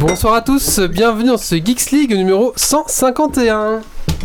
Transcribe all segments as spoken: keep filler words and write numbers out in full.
Bonsoir à tous, bienvenue dans ce Geeks League numéro cent cinquante et un.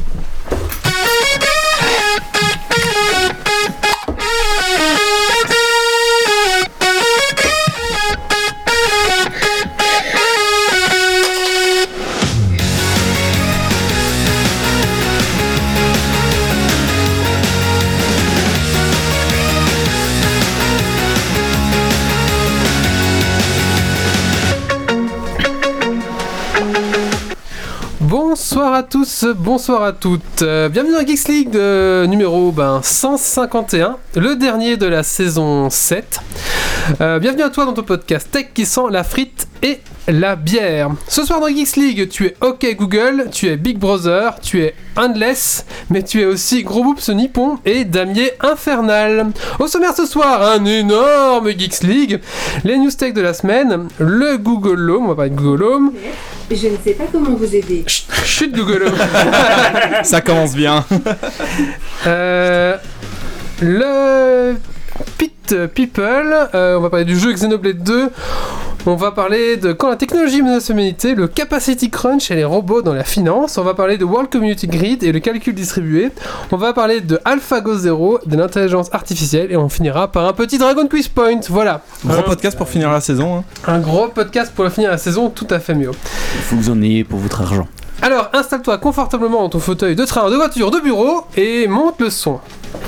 Bonsoir à tous, bonsoir à toutes. Euh, bienvenue dans Geeks League de numéro ben, cent cinquante et un, le dernier de la saison sept. Euh, bienvenue à toi dans ton podcast Tech qui sent la frite et la bière. Ce soir dans Geeks League, tu es OK Google, tu es Big Brother, tu es Endless, mais tu es aussi Gros Boops Nippon et Damier Infernal. Au sommaire ce soir, un énorme Geeks League, les news tech de la semaine, le Google Home, on va parler de Google Home. Je ne sais pas comment vous aider. Chut Google Home. Ça commence bien. euh, le Pit People, euh, on va parler du jeu Xenoblade deux. On va parler de quand la technologie menace l'humanité, le capacity crunch et les robots dans la finance. On va parler de World Community Grid et le calcul distribué. On va parler de AlphaGo Zero, de l'intelligence artificielle, et on finira par un petit Dragon Quiz Point. Voilà. Gros un, podcast pour finir la saison. Hein. Un gros podcast pour finir la saison, tout à fait mieux. Il faut que vous en ayez pour votre argent. Alors, installe-toi confortablement dans ton fauteuil de train, de voiture, de bureau et monte le son.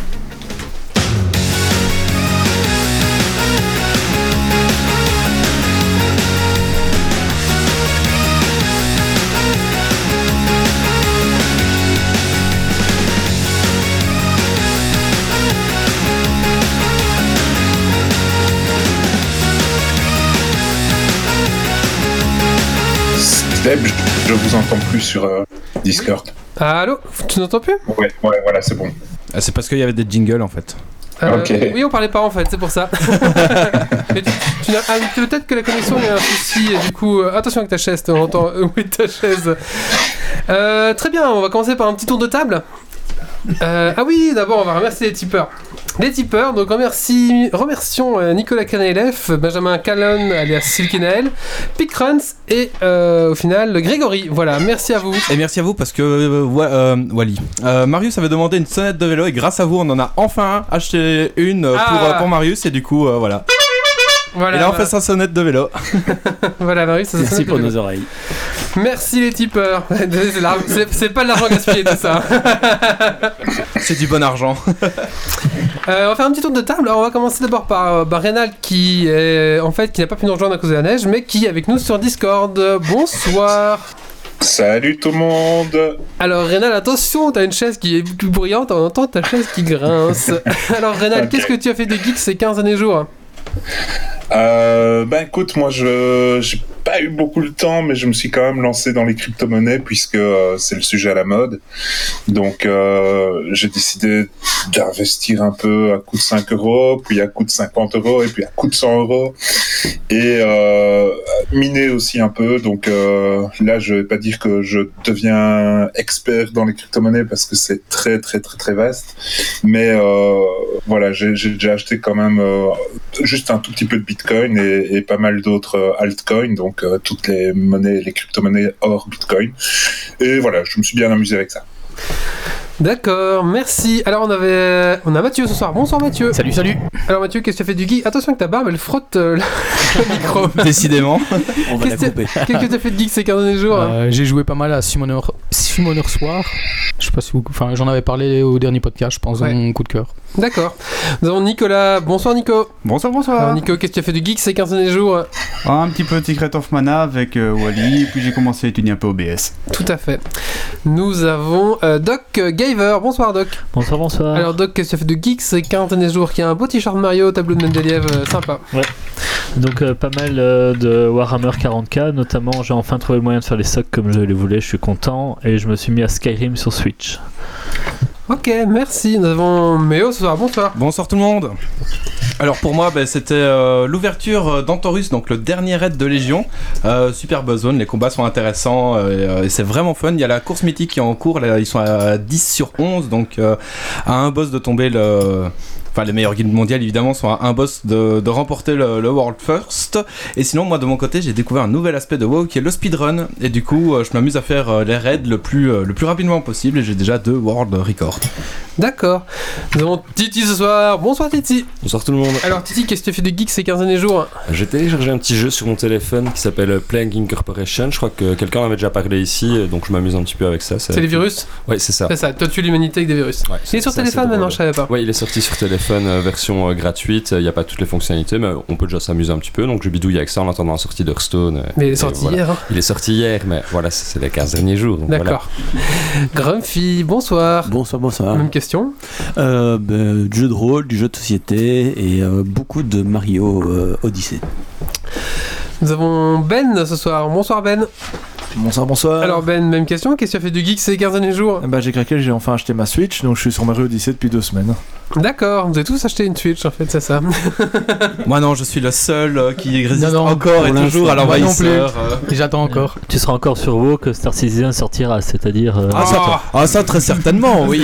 Seb, je vous entends plus sur euh, Discord. Allô, tu n'entends plus ? Ouais, ouais, voilà, c'est bon. Ah, c'est parce qu'il y avait des jingles en fait. Euh, ok. Oui, on parlait pas en fait, c'est pour ça. Mais tu, tu n'as, ah, peut-être que la connexion il y a un souci, et du coup, euh, attention avec ta chaise, tu entends euh, oui ta chaise. Euh, très bien, on va commencer par un petit tour de table. Euh, ah oui, d'abord on va remercier les tipeurs. Les tipeurs, donc remercie, remercions euh, Nicolas Canelef, Benjamin Callon alias Silkenael, Picruns et euh, au final Grégory. Voilà, merci à vous. Et merci à vous parce que euh, wa- euh, Wally. Euh, Marius avait demandé une sonnette de vélo et grâce à vous on en a enfin acheté une euh, pour, Ah. euh, pour Marius et du coup euh, voilà. Voilà, et là on voilà. fait sa sonnette de vélo. Voilà, Marius, ça Merci sonne pour que- nos oreilles. Merci les tipeurs. c'est, l'argent- c'est, c'est pas de l'argent gaspillé tout ça. C'est du bon argent. Euh, on va faire un petit tour de table. Alors, on va commencer d'abord par euh, bah, Rénal qui est, en fait qui n'a pas pu nous rejoindre à cause de la neige, mais qui est avec nous sur Discord. Bonsoir. Salut tout le monde. Alors Rénal, attention, t'as une chaise qui est plus bruyante, on entend ta chaise qui grince. Alors Rénal, Ok. qu'est-ce que tu as fait de geek ces quinze derniers jours ? Euh, ben écoute, moi je j'ai pas eu beaucoup de temps, mais je me suis quand même lancé dans les crypto-monnaies puisque euh, c'est le sujet à la mode. Donc euh, j'ai décidé d'investir un peu à coût de cinq euros, puis à coût de cinquante euros, et puis à coût de cent euros. Et euh, miner aussi un peu. Donc euh, là, je vais pas dire que je deviens expert dans les crypto-monnaies parce que c'est très très très très vaste. Mais euh, voilà, j'ai, j'ai déjà acheté quand même euh, juste un tout petit peu de Bitcoin et, et pas mal d'autres euh, altcoins, donc euh, toutes les monnaies, les crypto-monnaies hors Bitcoin. Et voilà, je me suis bien amusé avec ça. D'accord, merci. Alors on avait, on a Mathieu ce soir. Bonsoir Mathieu. Salut, salut. Alors Mathieu, qu'est-ce que tu as fait du geek ? Attention que ta barbe elle frotte euh, le, le micro. Décidément. On va la Qu'est-ce que couper. qu'est-ce que tu as fait de geek ces quinze derniers jours ? Euh, j'ai joué pas mal à Summoner, Summoner Soir. Je sais pas si vous... Enfin, j'en avais parlé au dernier podcast, je pense, Ouais. dans mon coup de cœur. D'accord. Nous avons Nicolas. Bonsoir Nico. Bonsoir, bonsoir. Alors Nico, qu'est-ce que tu as fait de geek ces quinze derniers jours ? Un petit peu de Secret of Mana avec euh, Wally, et puis j'ai commencé à étudier un peu O B S. Tout à fait. Nous avons euh, Doc Gaver. Bonsoir Doc. Bonsoir, bonsoir. Alors Doc, qu'est-ce que tu as fait de geek ces quinze derniers jours ? Qui a un beau t-shirt Mario, tableau de Mendeleev, euh, sympa. Donc euh, pas mal euh, de Warhammer quarante K, notamment j'ai enfin trouvé le moyen de faire les socks comme je les voulais, je suis content, et je me suis mis à Skyrim sur Switch. Ok, merci. Nous avons Méo ce soir. Bonsoir. Bonsoir tout le monde. Alors pour moi, bah, c'était euh, l'ouverture d'Antorus, donc le dernier raid de Légion. Euh, super buzzone, les combats sont intéressants euh, et c'est vraiment fun. Il y a la course mythique qui est en cours, là, ils sont à dix sur onze, donc euh, à un boss de tomber le... enfin les meilleurs guildes mondiales évidemment sont à un boss de, de remporter le, le World First. Et sinon moi de mon côté j'ai découvert un nouvel aspect de WoW qui est le speedrun. Et du coup euh, je m'amuse à faire euh, les raids le plus, euh, le plus rapidement possible et j'ai déjà deux World Records. D'accord. Nous avons Titi ce soir. Bonsoir Titi. Bonsoir tout le monde. Alors Titi, qu'est-ce que tu fais de geek ces quinze derniers jours? J'ai téléchargé un petit jeu sur mon téléphone qui s'appelle Plague Incorporation. Je crois que quelqu'un en avait déjà parlé ici, donc je m'amuse un petit peu avec ça. C'est, c'est les virus? Ouais, c'est ça. C'est ça, toi tu l'humanité avec des virus. Ouais, il est sur téléphone maintenant, je savais pas. Ouais, il est sorti sur téléphone, euh, version euh, gratuite. Il n'y a pas toutes les fonctionnalités, mais on peut déjà s'amuser un petit peu. Donc je bidouille avec ça en attendant la sortie d'Hearthstone. Euh, mais il est sorti voilà. hier. Hein. Il est sorti hier, mais voilà, c'est, c'est les quinze derniers jours. Donc d'accord. Voilà. Grumpy, bonsoir. Bonsoir, bonsoir. Même question. Euh, ben, du jeu de rôle, du jeu de société et euh, beaucoup de Mario euh, Odyssey. Nous avons Ben ce soir. Bonsoir Ben. Bonsoir, bonsoir. Alors Ben, même question, qu'est-ce que tu as fait du geek ces quinze derniers jours? Bah j'ai craqué, j'ai enfin acheté ma Switch, donc je suis sur Mario Odyssey depuis deux semaines. D'accord, vous avez tous acheté une Switch en fait, c'est ça. Moi non, je suis le seul euh, qui résiste non, non, encore et toujours à l'envahisseur. Euh... J'attends encore. Tu seras encore sur WoW que Star Citizen sortira, c'est-à-dire... Euh... Ah, ça, ah ça très certainement, oui.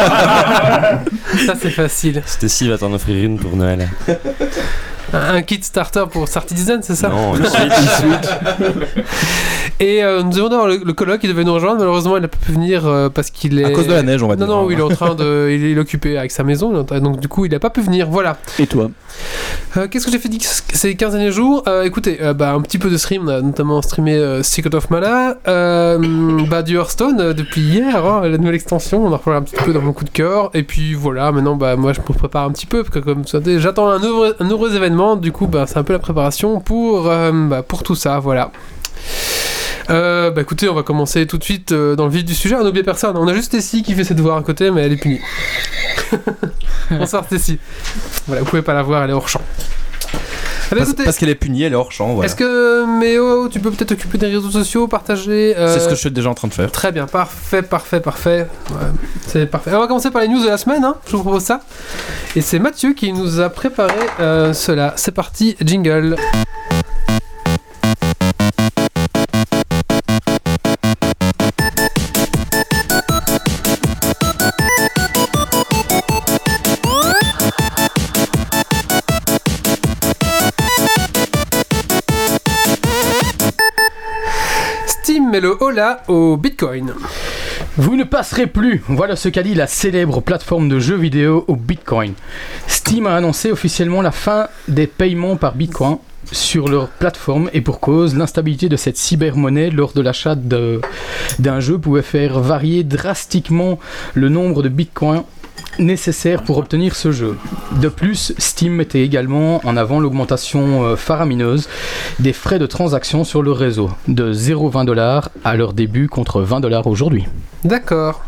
Ça c'est facile. C'était si, va t'en offrir une pour Noël. Un kit starter pour Star Citizen, c'est ça? Non, une Switch. Et euh, nous devons avoir le, le coloc qui devait nous rejoindre. Malheureusement, il n'a pas pu venir euh, parce qu'il est. À cause de la neige, on va non, dire. Non, non, il est en train de. Il est, il est occupé avec sa maison. Donc, du coup, il n'a pas pu venir. Voilà. Et toi? euh, Qu'est-ce que j'ai fait ces quinze derniers jours? euh, Écoutez, euh, bah, un petit peu de stream. On a notamment streamé euh, Secret of Mana. Euh, bah, du Hearthstone euh, depuis hier. Hein, la nouvelle extension. On en reparlera un petit peu dans mon coup de cœur. Et puis voilà, maintenant, bah, moi, je me prépare un petit peu. Parce que, comme vous savez, j'attends un heureux, un heureux événement. Du coup, bah, c'est un peu la préparation pour, euh, bah, pour tout ça. Voilà. Euh, bah écoutez, on va commencer tout de suite euh, dans le vif du sujet. On n'oublie personne. On a juste Tessie qui fait ses devoirs à côté, mais elle est punie. Bonsoir Tessie. Voilà, vous pouvez pas la voir, elle est hors champ. Ah bah, parce, écoutez, parce qu'elle est punie, elle est hors champ. Voilà. Est-ce que Méo, tu peux peut-être t'occuper des réseaux sociaux, partager euh... C'est ce que je suis déjà en train de faire. Très bien, parfait, parfait, parfait. Ouais, c'est parfait. On va commencer par les news de la semaine, hein. Je vous propose ça. Et c'est Mathieu qui nous a préparé euh, cela. C'est parti, jingle. Mais le hola au Bitcoin. Vous ne passerez plus, voilà ce qu'a dit la célèbre plateforme de jeux vidéo au Bitcoin. Steam a annoncé officiellement la fin des paiements par Bitcoin sur leur plateforme et pour cause, l'instabilité de cette cybermonnaie lors de l'achat de, d'un jeu pouvait faire varier drastiquement le nombre de Bitcoins nécessaire pour obtenir ce jeu. De plus, Steam mettait également en avant l'augmentation euh, faramineuse des frais de transaction sur le réseau, de zéro virgule vingt dollars à leur début contre vingt dollars aujourd'hui. D'accord.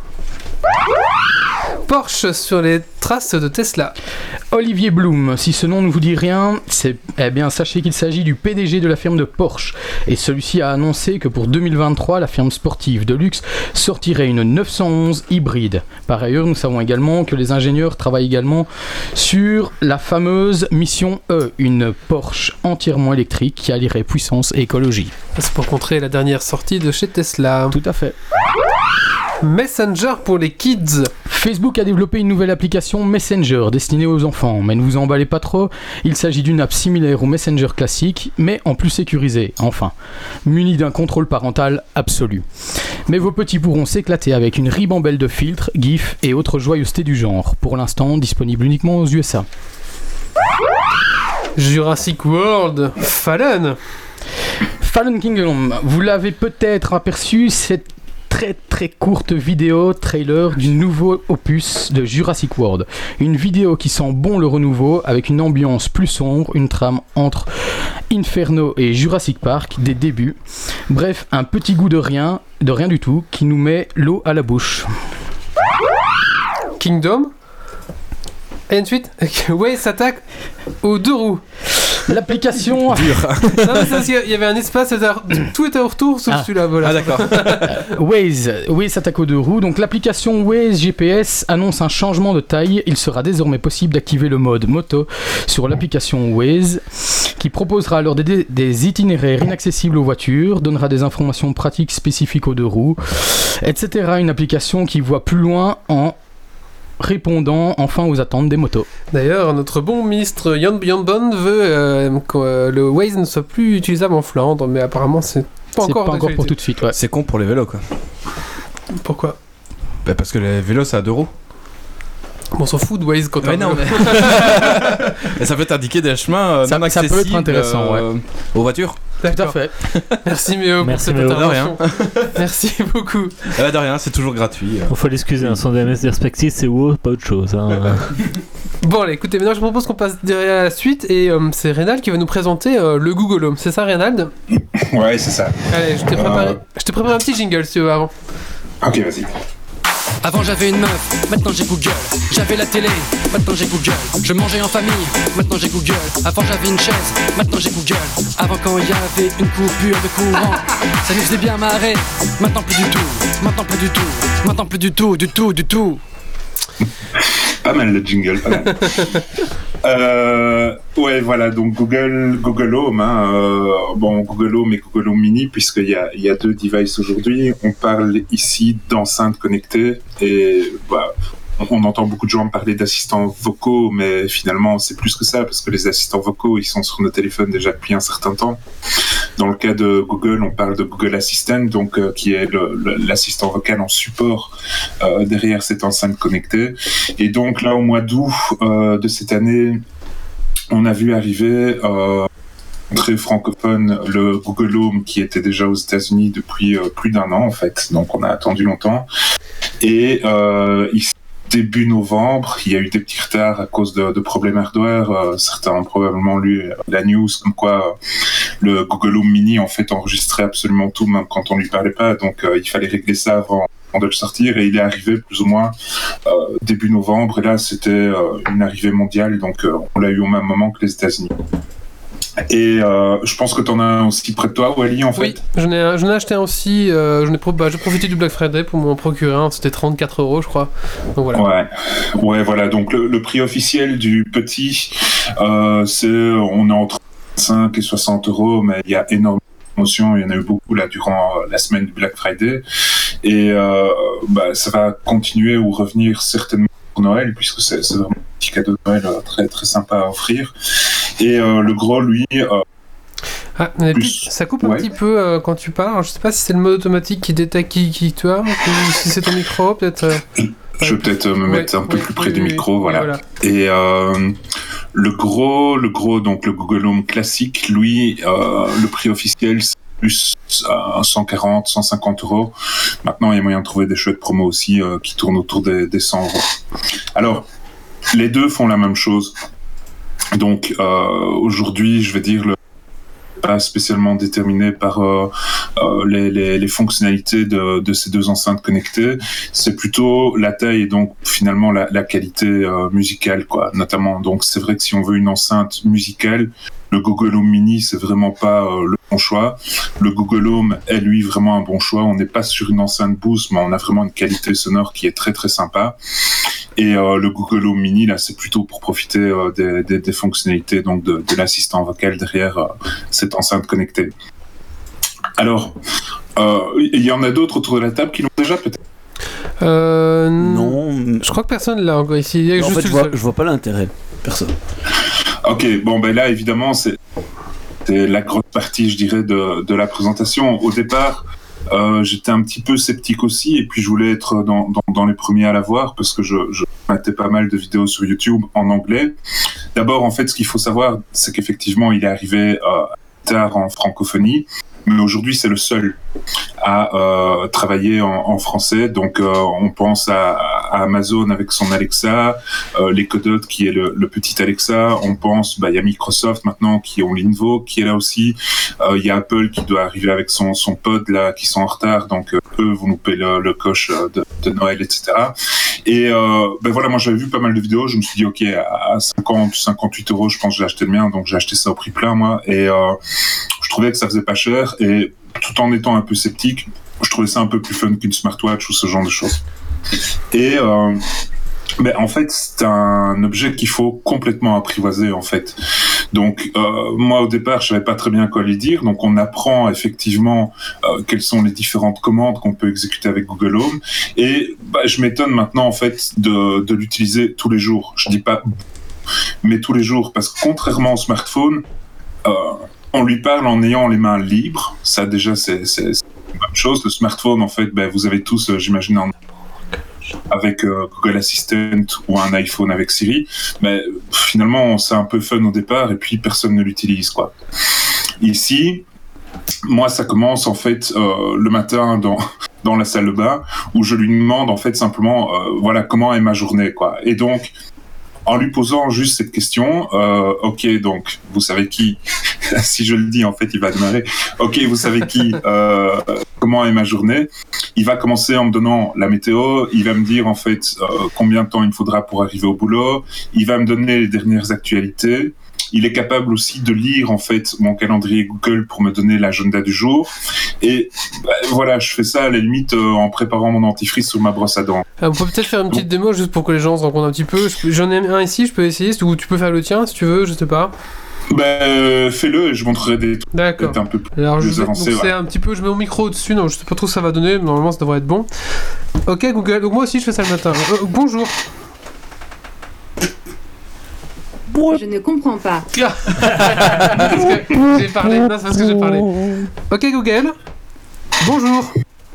Porsche sur les traces de Tesla. Olivier Blum, si ce nom ne vous dit rien, c'est, eh bien sachez qu'il s'agit du P D G de la firme de Porsche. Et celui-ci a annoncé que pour deux mille vingt-trois, la firme sportive de luxe sortirait une neuf cent onze hybride. Par ailleurs, nous savons également que les ingénieurs travaillent également sur la fameuse Mission E, une Porsche entièrement électrique qui allierait puissance et écologie. C'est pour contrer la dernière sortie de chez Tesla. Tout à fait. Messenger pour les kids. Facebook a développé une nouvelle application Messenger destinée aux enfants, mais ne vous emballez pas trop, il s'agit d'une app similaire au Messenger classique, mais en plus sécurisée, enfin, munie d'un contrôle parental absolu. Mais vos petits pourront s'éclater avec une ribambelle de filtres, gifs et autres joyeusetés du genre, pour l'instant disponible uniquement aux U S A. Jurassic World Fallen. Fallen Kingdom, vous l'avez peut-être aperçu, cette très très courte vidéo trailer du nouveau opus de Jurassic World. Une vidéo qui sent bon le renouveau avec une ambiance plus sombre, une trame entre Inferno et Jurassic Park des débuts. Bref, un petit goût de rien, de rien du tout qui nous met l'eau à la bouche. Kingdom. Et ensuite, Waze s'attaque aux deux roues. L'application... Dur. Non, mais c'est parce qu'il y avait un espace, tout était au retour sauf ah. celui-là. Voilà. Ah d'accord. Waze, Waze s'attaque aux deux roues. Donc l'application Waze G P S annonce un changement de taille. Il sera désormais possible d'activer le mode moto sur l'application Waze, qui proposera alors des, des itinéraires inaccessibles aux voitures, donnera des informations pratiques spécifiques aux deux roues, et cetera. Une application qui voit plus loin en répondant enfin aux attentes des motos. D'ailleurs, notre bon ministre Jan Björnbond veut euh, que euh, le Waze ne soit plus utilisable en Flandre, mais apparemment c'est pas C'est encore pas encore pour tout de suite, ouais. C'est con pour les vélos, quoi. Pourquoi? Bah, parce que les vélos, ça a deux roues. Bon, on s'en fout de Waze quand Ouais, on non, veut. mais... Et ça peut t'indiquer des chemins euh, Ça- non ça peut être accessibles intéressant, euh, aux voitures. Tout à D'accord. fait. Merci Méo pour Merci, cette Méo. De intervention. Merci beaucoup. Ah bah, de rien, c'est toujours gratuit. Il faut l'excuser, hein, son D M S perspective c'est WoW, pas autre chose. Hein. Bon, allez, écoutez, maintenant je propose qu'on passe derrière à la suite et euh, c'est Reynald qui va nous présenter euh, le Google Home. C'est ça, Reynald? Ouais, c'est ça. Allez, je t'ai préparé, Euh. je t'ai préparé un petit jingle si tu veux avant. Ok, vas-y. Avant j'avais une meuf, maintenant j'ai Google. J'avais la télé, maintenant j'ai Google. Je mangeais en famille, maintenant j'ai Google. Avant j'avais une chaise, maintenant j'ai Google. Avant quand il y avait une coupure de courant, ça nous faisait bien marrer. Maintenant plus du tout, maintenant plus du tout, maintenant plus du tout, du tout, du tout. Pas mal le jingle, pas mal. euh, ouais, voilà, donc Google, Google Home, hein, euh, bon, Google Home et Google Home Mini, puisqu'il y a, il y a deux devices aujourd'hui. On parle ici d'enceintes connectées et bah, on entend beaucoup de gens parler d'assistants vocaux, mais finalement c'est plus que ça, parce que les assistants vocaux, ils sont sur nos téléphones déjà depuis un certain temps. Dans le cas de Google, on parle de Google Assistant, donc euh, qui est le, le, l'assistant vocal en support euh, derrière cette enceinte connectée. Et donc là, au mois d'août euh, de cette année, on a vu arriver euh, très francophone le Google Home, qui était déjà aux États-Unis depuis euh, plus d'un an en fait. Donc on a attendu longtemps. Et euh, ici, début novembre, il y a eu des petits retards à cause de, de problèmes hardware. Euh, certains ont probablement lu la news comme quoi euh, le Google Home Mini en fait enregistrait absolument tout, même quand on lui parlait pas. Donc euh, il fallait régler ça avant, avant de le sortir. Et il est arrivé plus ou moins euh, début novembre. Et là, c'était euh, une arrivée mondiale. Donc euh, on l'a eu au même moment que les États-Unis. Et euh, je pense que tu en as un aussi près de toi, Wally, en fait. Oui, j'en ai, j'en ai acheté un aussi. Euh, j'en ai, pro- bah, j'ai profité du Black Friday pour m'en procurer un. C'était trente-quatre euros, je crois. Donc voilà. Ouais, ouais, voilà. Donc le, le prix officiel du petit, euh, c'est on est entre cinq et soixante euros, mais il y a énormément de promotions. Il y en a eu beaucoup là durant la semaine du Black Friday, et euh, bah, ça va continuer ou revenir certainement pour Noël, puisque c'est, c'est vraiment un petit cadeau de Noël très très sympa à offrir. Et euh, le gros, lui. Euh, Ah, mais plus- puis, ça coupe un ouais. petit peu euh, quand tu parles. Alors, je sais pas si c'est le mode automatique qui détecte qui, qui tu as, ou si c'est ton micro, peut-être. euh, Je vais peut-être euh, me Ouais, mettre un peu oui, plus près oui, du oui, micro, oui, voilà. voilà. Et euh, le gros, le gros, donc le Google Home classique, lui, euh, le prix officiel, c'est plus euh, cent quarante, cent cinquante euros. Maintenant, il y a moyen de trouver des chouettes promos aussi euh, qui tournent autour des, des cent euros. Alors, les deux font la même chose. Donc, euh, aujourd'hui, je vais dire le pas spécialement déterminé par euh, euh, les, les, les fonctionnalités de, de ces deux enceintes connectées, c'est plutôt la taille et donc finalement la, la qualité euh, musicale, quoi, notamment. Donc c'est vrai que si on veut une enceinte musicale, le Google Home Mini, c'est vraiment pas euh, le bon choix. Le Google Home est lui vraiment un bon choix. On n'est pas sur une enceinte Boost, mais on a vraiment une qualité sonore qui est très très sympa. Et euh, le Google Home Mini, là, c'est plutôt pour profiter euh, des, des, des fonctionnalités donc de, de l'assistant vocal derrière euh, cette enceinte connectée. Alors, euh, il y en a d'autres autour de la table qui l'ont déjà peut-être. Euh, Non. Je crois que personne l'a encore ici. Il y a En juste fait, je le vois, seul. je vois pas l'intérêt. Personne. Ok, bon, ben là, évidemment, c'est, c'est la grosse partie, je dirais, de, de la présentation. Au départ, euh, j'étais un petit peu sceptique aussi, et puis je voulais être dans, dans, dans les premiers à la voir, parce que je, je matais pas mal de vidéos sur YouTube en anglais. D'abord, en fait, ce qu'il faut savoir, c'est qu'effectivement, il est arrivé euh, tard en francophonie, mais aujourd'hui, c'est le seul à euh, travailler en, en français. Donc, euh, on pense à, à Amazon avec son Alexa, euh, l'Echo Dot qui est le, le petit Alexa. On pense, bah, il y a Microsoft maintenant qui ont l'Invo qui est là aussi. Euh, il y a Apple qui doit arriver avec son, son pod là, qui sont en retard. Donc, euh, eux vont louper le, le coche de, de Noël, et cetera. Et euh, ben voilà, moi j'avais vu pas mal de vidéos. Je me suis dit, ok, à cinquante, cinquante-huit euros, je pense que j'ai acheté le mien. Donc, j'ai acheté ça au prix plein, moi. Et euh, je trouvais que ça faisait pas cher. Et tout en étant un peu sceptique, je trouvais ça un peu plus fun qu'une smartwatch ou ce genre de choses. Et euh, ben en fait, c'est un objet qu'il faut complètement apprivoiser, en fait. Donc euh, moi au départ je savais pas très bien quoi lui dire, donc on apprend effectivement euh, quelles sont les différentes commandes qu'on peut exécuter avec Google Home, et bah, je m'étonne maintenant en fait de, de l'utiliser tous les jours. Je dis pas mais tous les jours, parce que contrairement au smartphone, euh, on lui parle en ayant les mains libres. Ça déjà c'est, c'est, c'est une bonne chose. Le smartphone en fait, ben, vous avez tous, euh, j'imagine, un avec euh, Google Assistant ou un iPhone avec Siri, mais finalement c'est un peu fun au départ et puis personne ne l'utilise quoi. Ici, moi ça commence en fait euh, le matin dans dans la salle de bain où je lui demande en fait simplement euh, voilà comment est ma journée quoi. Et donc en lui posant juste cette question, euh, ok donc vous savez qui, si je le dis en fait il va démarrer, ok vous savez qui, euh, comment est ma journée, il va commencer en me donnant la météo, il va me dire en fait euh, combien de temps il me faudra pour arriver au boulot, il va me donner les dernières actualités. Il est capable aussi de lire en fait mon calendrier Google pour me donner l'agenda du jour. Et bah, voilà, je fais ça à la limite euh, en préparant mon dentifrice sur ma brosse à dents. Ah, on peut peut-être faire une petite démo juste pour que les gens se rendent compte un petit peu. Je peux, j'en ai un ici, je peux essayer, ou tu peux faire le tien si tu veux, je sais pas. Bah euh, fais-le et je montrerai des trucs D'accord. un peu plus, Alors, plus je vais, avancés. donc Ouais. c'est un petit peu, je mets mon micro au-dessus, non, je sais pas trop ce que ça va donner, mais normalement ça devrait être bon. Ok Google, donc moi aussi je fais ça le matin. Euh, bonjour. Je ne comprends pas. parce que j'ai parlé. Non, c'est parce que j'ai parlé. Ok Google. Bonjour.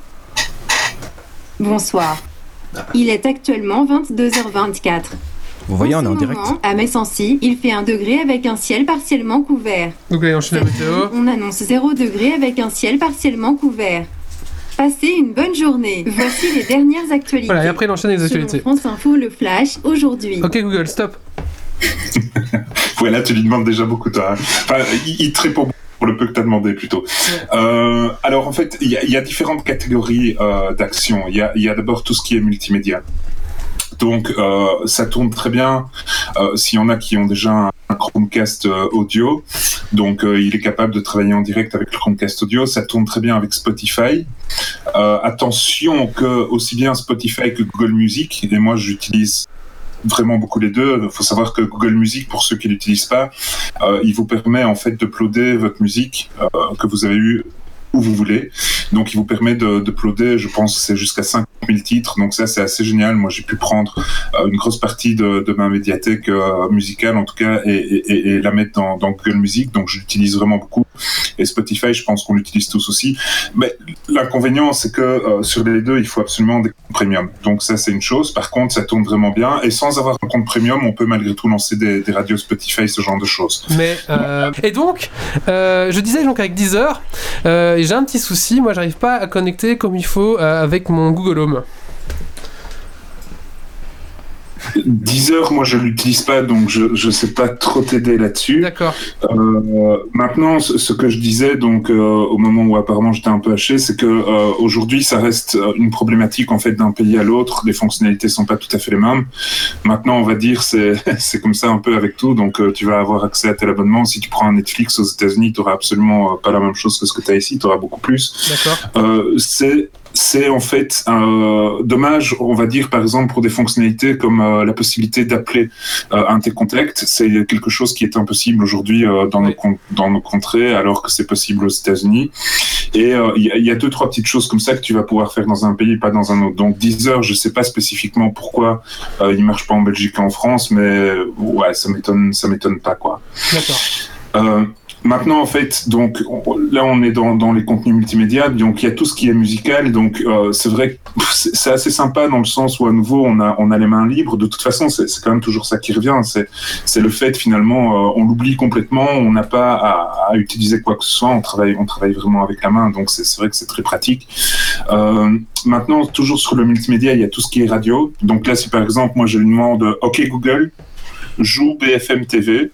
Bonsoir. Il est actuellement vingt-deux heures vingt-quatre. Vous voyez, en on est en ce direct. moment, à Messancy, il fait un degré avec un ciel partiellement couvert. Donc allez, enchaîne la météo. On annonce zéro degré avec un ciel partiellement couvert. Passez une bonne journée. Voici les dernières actualités. Voilà, et après il enchaîne les actualités. Selon France Info, le flash, aujourd'hui. Ok Google, stop. Voilà, tu lui demandes déjà beaucoup toi. Hein. Enfin, il, il te répond pour le peu que tu as demandé plutôt. Euh, alors en fait, il y, y a différentes catégories euh, d'actions. Il y a, y a d'abord tout ce qui est multimédia. Donc euh, ça tourne très bien euh, s'il y en a qui ont déjà un, un Chromecast euh, audio. Donc euh, il est capable de travailler en direct avec le Chromecast audio. Ça tourne très bien avec Spotify. Euh, attention que aussi bien Spotify que Google Music, et moi j'utilise vraiment beaucoup les deux. Il faut savoir que Google Music, pour ceux qui l'utilisent pas, euh, il vous permet en fait d'uploader votre musique euh, que vous avez eue où vous voulez. Donc il vous permet de d'uploader, je pense que c'est jusqu'à cinq mille titres, donc ça c'est assez génial. Moi j'ai pu prendre euh, une grosse partie de, de ma médiathèque euh, musicale en tout cas et, et, et la mettre dans, dans Google Music, donc je l'utilise vraiment beaucoup. Et Spotify, je pense qu'on l'utilise tous aussi. Mais l'inconvénient c'est que euh, sur les deux il faut absolument des comptes premium, donc ça c'est une chose. Par contre ça tourne vraiment bien, et sans avoir un compte premium on peut malgré tout lancer des, des radios Spotify, ce genre de choses. Mais euh... et donc euh, je disais donc avec Deezer euh, j'ai un petit souci, moi j'arrive pas à connecter comme il faut euh, avec mon Google Home. Deezer, moi je l'utilise pas, donc je je sais pas trop t'aider là-dessus. D'accord. Euh, maintenant, ce, ce que je disais, donc euh, au moment où apparemment j'étais un peu haché, c'est que euh, aujourd'hui ça reste une problématique en fait d'un pays à l'autre. Les fonctionnalités sont pas tout à fait les mêmes. Maintenant, on va dire c'est c'est comme ça un peu avec tout. Donc euh, tu vas avoir accès à tel abonnement. Si tu prends un Netflix aux États-Unis, tu auras absolument euh, pas la même chose que ce que tu as ici. Tu auras beaucoup plus. D'accord. Euh, c'est c'est en fait euh, dommage, on va dire par exemple pour des fonctionnalités comme euh, la possibilité d'appeler euh, un de tes contacts. C'est quelque chose qui est impossible aujourd'hui euh, dans, oui. nos, dans nos contrées, alors que c'est possible aux États-Unis. Et il euh, y, y a deux trois petites choses comme ça que tu vas pouvoir faire dans un pays, pas dans un autre. Donc Deezer, je sais pas spécifiquement pourquoi euh, il marche pas en Belgique et en France, mais ouais, ça m'étonne, ça m'étonne pas quoi. D'accord. Euh, Maintenant, en fait, donc on, là, on est dans, dans les contenus multimédia, donc il y a tout ce qui est musical. Donc euh, c'est vrai que c'est, c'est assez sympa dans le sens où à nouveau on a on a les mains libres. De toute façon, c'est, c'est quand même toujours ça qui revient. C'est c'est le fait finalement, euh, on l'oublie complètement. On n'a pas à, à utiliser quoi que ce soit. On travaille on travaille vraiment avec la main. Donc c'est c'est vrai que c'est très pratique. Euh, maintenant, toujours sur le multimédia, il y a tout ce qui est radio. Donc là, si par exemple moi je lui demande, OK Google, joue B F M T V.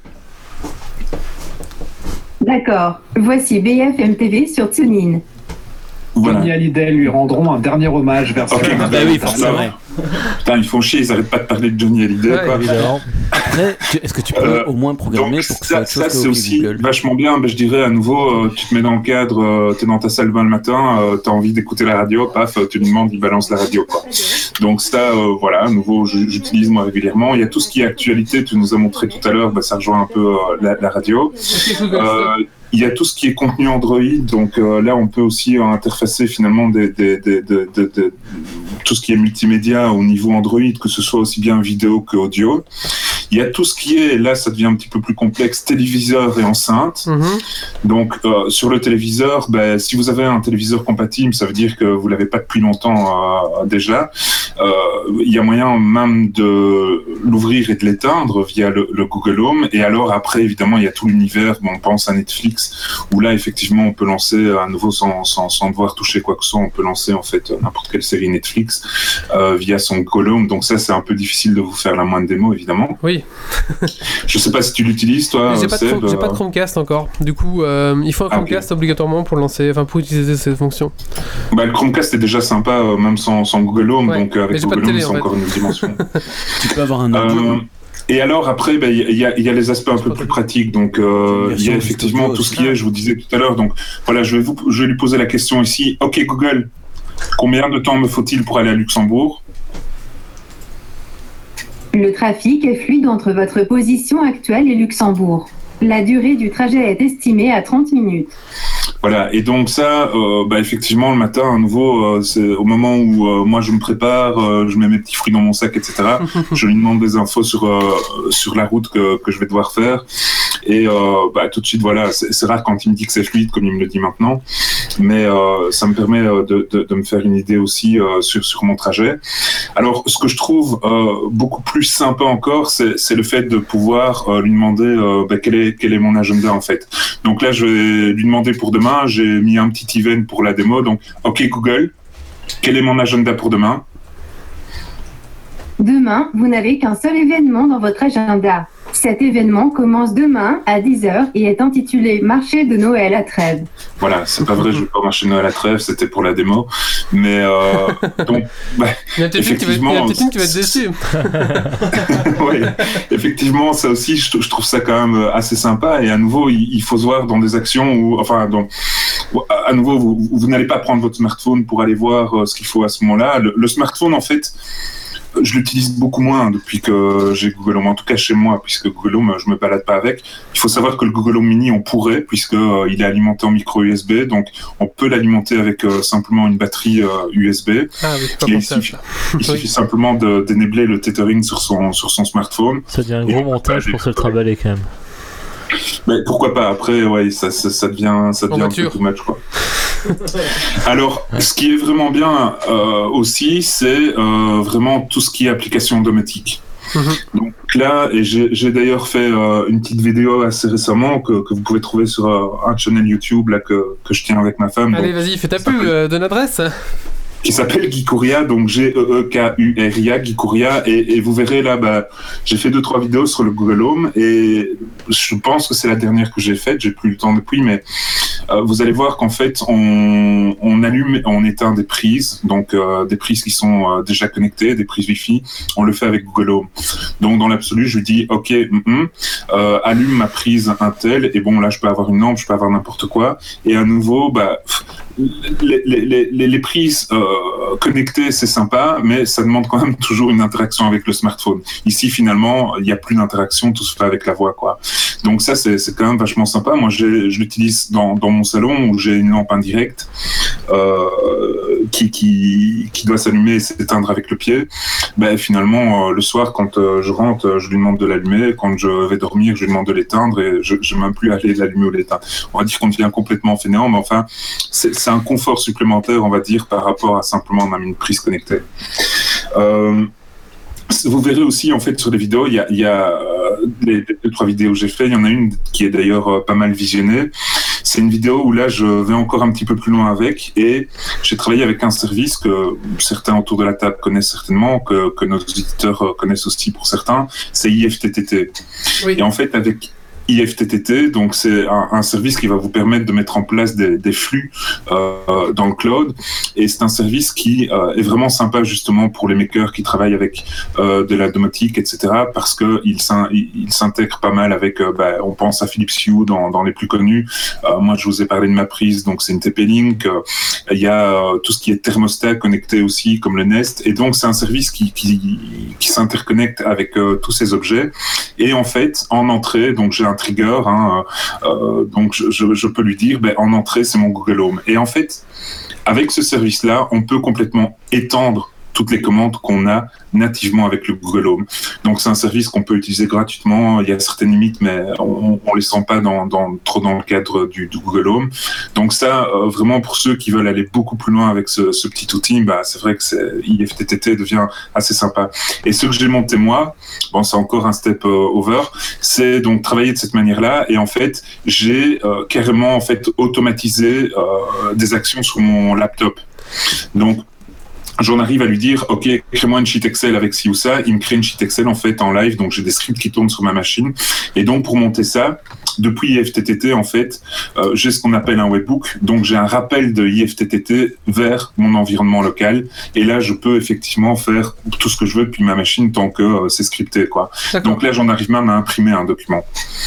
D'accord. Voici B F M T V sur TuneIn. Voilà. Johnny Hallyday lui rendront un dernier hommage vers okay, ce bah oui, forcément. Putain, ils font chier, ils arrêtent pas de parler de Johnny Hallyday. Ouais, quoi. Évidemment. Après, tu- est-ce que tu peux Euh, au moins programmer Donc pour que ça, ça, ça c'est aussi Google vachement bien. Ben, je dirais à nouveau, euh, tu te mets dans le cadre, euh, t'es dans ta salle de bain le matin, euh, t'as envie d'écouter la radio, paf, tu lui demandes, il balance la radio. Quoi. Donc ça, euh, voilà, à nouveau, je- j'utilise moi régulièrement. Il y a tout ce qui est actualité, tu nous as montré tout à l'heure, ben, ça rejoint un peu euh, la, la radio. Euh, Il y a tout ce qui est contenu Android, donc euh, là on peut aussi euh, interfacer finalement des, des, des, des, des, des- tout ce qui est multimédia au niveau Android, que ce soit aussi bien vidéo que audio. Il y a tout ce qui est, là ça devient un petit peu plus complexe, téléviseur et enceinte. Mm-hmm. Donc euh, sur le téléviseur, ben, si vous avez un téléviseur compatible, ça veut dire que vous l'avez pas depuis longtemps euh, déjà. Euh, Il y a moyen même de l'ouvrir et de l'éteindre via le, le Google Home. Et alors après, évidemment, il y a tout l'univers. Bon, on pense à Netflix, où là, effectivement, on peut lancer à nouveau sans, sans, sans devoir toucher quoi que ce soit. On peut lancer en fait n'importe quelle série Netflix euh, via son Google Home. Donc ça, c'est un peu difficile de vous faire la moindre démo, évidemment. Oui. Je sais pas si tu l'utilises, toi, J'ai pas, de Seb, Chrome- j'ai pas de euh, Chromecast encore. Du coup, euh, il faut un Ah, ok. Chromecast obligatoirement pour lancer, enfin pour utiliser cette fonction. Bah, le Chromecast est déjà sympa, euh, même sans, sans Google Home. Ouais, Donc euh, mais avec j'ai pas de Google Home, télé, c'est en fait. encore une autre dimension. Tu peux avoir un Euh, audio. Et alors après, ben, il y, a, il y a les aspects un peu plus pratiques. Donc euh, il y a effectivement tout ce qui est, je vous disais tout à l'heure. Donc voilà, je vais, vous, je vais lui poser la question ici. Ok Google, combien de temps me faut-il pour aller à Luxembourg? Le trafic est fluide entre votre position actuelle et Luxembourg. La durée du trajet est estimée à trente minutes. Voilà, et donc ça, euh, bah, effectivement, le matin, à nouveau, euh, c'est au moment où euh, moi je me prépare, euh, je mets mes petits fruits dans mon sac, et cetera. Je lui demande des infos sur euh, sur la route que, que je vais devoir faire. Et euh, bah, tout de suite, voilà, c'est, c'est rare quand il me dit que c'est fluide, comme il me le dit maintenant, mais euh, ça me permet euh, de, de, de me faire une idée aussi euh, sur, sur mon trajet. Alors, ce que je trouve euh, beaucoup plus sympa encore, c'est, c'est le fait de pouvoir euh, lui demander euh, bah, quel est, quel est mon agenda en fait. Donc là, je vais lui demander pour demain, j'ai mis un petit event pour la démo, donc OK Google, quel est mon agenda pour demain? Demain, vous n'avez qu'un seul événement dans votre agenda. Cet événement commence demain à dix heures et est intitulé Marché de Noël à Trèves. Voilà, c'est pas vrai, je vais pas marcher Noël à Trèves, c'était pour la démo. Mais euh, donc, bah, Il y a peut-être une qui va être- il y a peut-être une qui va être déçue. Oui, effectivement, ça aussi, je, je trouve ça quand même assez sympa. Et à nouveau, il, il faut se voir dans des actions où, enfin, dans, à nouveau, vous, vous n'allez pas prendre votre smartphone pour aller voir euh, ce qu'il faut à ce moment-là. Le, le smartphone, en fait, je l'utilise beaucoup moins depuis que j'ai Google Home, en tout cas chez moi, puisque Google Home, je me balade pas avec. Il faut savoir que le Google Home Mini, on pourrait, puisque euh, il est alimenté en micro U S B, donc on peut l'alimenter avec euh, simplement une batterie euh, U S B. Ah oui, pas Et il pensé à suffit, ça. il suffit simplement de dénébler le tethering sur son sur son smartphone. Ça devient un gros montage pour se le trimballer quand même. Mais pourquoi pas, après, ouais, ça, ça, ça devient, ça devient un peu too much, quoi. Alors, ce qui est vraiment bien euh, aussi, c'est euh, vraiment tout ce qui est application domotique. Mm-hmm. Donc là, et j'ai, j'ai d'ailleurs fait euh, une petite vidéo assez récemment que, que vous pouvez trouver sur euh, un channel YouTube là, que, que je tiens avec ma femme. Allez, donc, vas-y, fais ta pub, euh, donne l'adresse. qui s'appelle Geekouria, donc G E E K U R I A, Geekouria, et, et vous verrez là, bah, j'ai fait deux trois vidéos sur le Google Home, et je pense que c'est la dernière que j'ai faite, j'ai plus le temps depuis, mais euh, vous allez voir qu'en fait, on, on allume, on éteint des prises, donc euh, des prises qui sont euh, déjà connectées, des prises Wi-Fi, on le fait avec Google Home. Donc dans l'absolu, je lui dis, ok, mm-mm, euh, allume ma prise Intel, et bon là, je peux avoir une lampe, je peux avoir n'importe quoi, et à nouveau, bah, les, les, les, les prises euh, connectées, c'est sympa, mais ça demande quand même toujours une interaction avec le smartphone. Ici, finalement, il n'y a plus d'interaction, tout se fait avec la voix, quoi. Donc ça, c'est, c'est quand même vachement sympa. Moi, j'ai, je l'utilise dans, dans mon salon où j'ai une lampe indirecte euh, qui, qui, qui doit s'allumer et s'éteindre avec le pied. Ben, finalement, euh, le soir, quand euh, je rentre, je lui demande de l'allumer. Quand je vais dormir, je lui demande de l'éteindre et je n'ai même plus à aller l'allumer ou l'éteindre. On va dire qu'on devient complètement fainéant, mais enfin, c'est, c'est un confort supplémentaire, on va dire, par rapport à simplement on a mis une prise connectée. Euh, Vous verrez aussi, en fait, sur les vidéos, il y a, il y a euh, les deux, trois vidéos que j'ai fait. Il y en a une qui est d'ailleurs euh, pas mal visionnée. C'est une vidéo où là, je vais encore un petit peu plus loin avec et j'ai travaillé avec un service que certains autour de la table connaissent certainement, que, que nos auditeurs connaissent aussi pour certains. C'est I F T T T. Oui. Et en fait, avec I F T T T, donc c'est un, un service qui va vous permettre de mettre en place des, des flux euh, dans le cloud et c'est un service qui euh, est vraiment sympa justement pour les makers qui travaillent avec euh, de la domotique, et cetera. Parce que il, il s'intègre pas mal avec, euh, bah, on pense à Philips Hue dans, dans les plus connus. Euh, moi, je vous ai parlé de ma prise, donc c'est une T P-Link. Euh, il y a euh, tout ce qui est thermostat connecté aussi, comme le Nest, et donc c'est un service qui qui, qui s'interconnecte avec euh, tous ces objets. Et en fait, en entrée, donc j'ai un trigger, hein, euh, donc je, je, je peux lui dire, ben, en entrée, c'est mon Google Home. Et en fait, avec ce service-là, on peut complètement étendre toutes les commandes qu'on a nativement avec le Google Home. Donc c'est un service qu'on peut utiliser gratuitement. Il y a certaines limites, mais on ne les sent pas dans, dans, trop dans le cadre du, du Google Home. Donc ça, euh, vraiment pour ceux qui veulent aller beaucoup plus loin avec ce, ce petit outil, bah, c'est vrai que c'est, I F T T T devient assez sympa. Et ce que j'ai monté moi, bon, c'est encore un step euh, over, c'est donc travailler de cette manière-là. Et en fait, j'ai euh, carrément en fait automatisé euh, des actions sur mon laptop. Donc j'en arrive à lui dire, ok, crée-moi une sheet Excel avec ci ou ça. Il me crée une sheet Excel en fait en live, donc j'ai des scripts qui tournent sur ma machine. Et donc pour monter ça, depuis I F T T T en fait, euh, j'ai ce qu'on appelle un webhook. Donc j'ai un rappel de I F T T T vers mon environnement local. Et là, je peux effectivement faire tout ce que je veux depuis ma machine tant que euh, c'est scripté, quoi. Donc là, j'en arrive même à imprimer un document.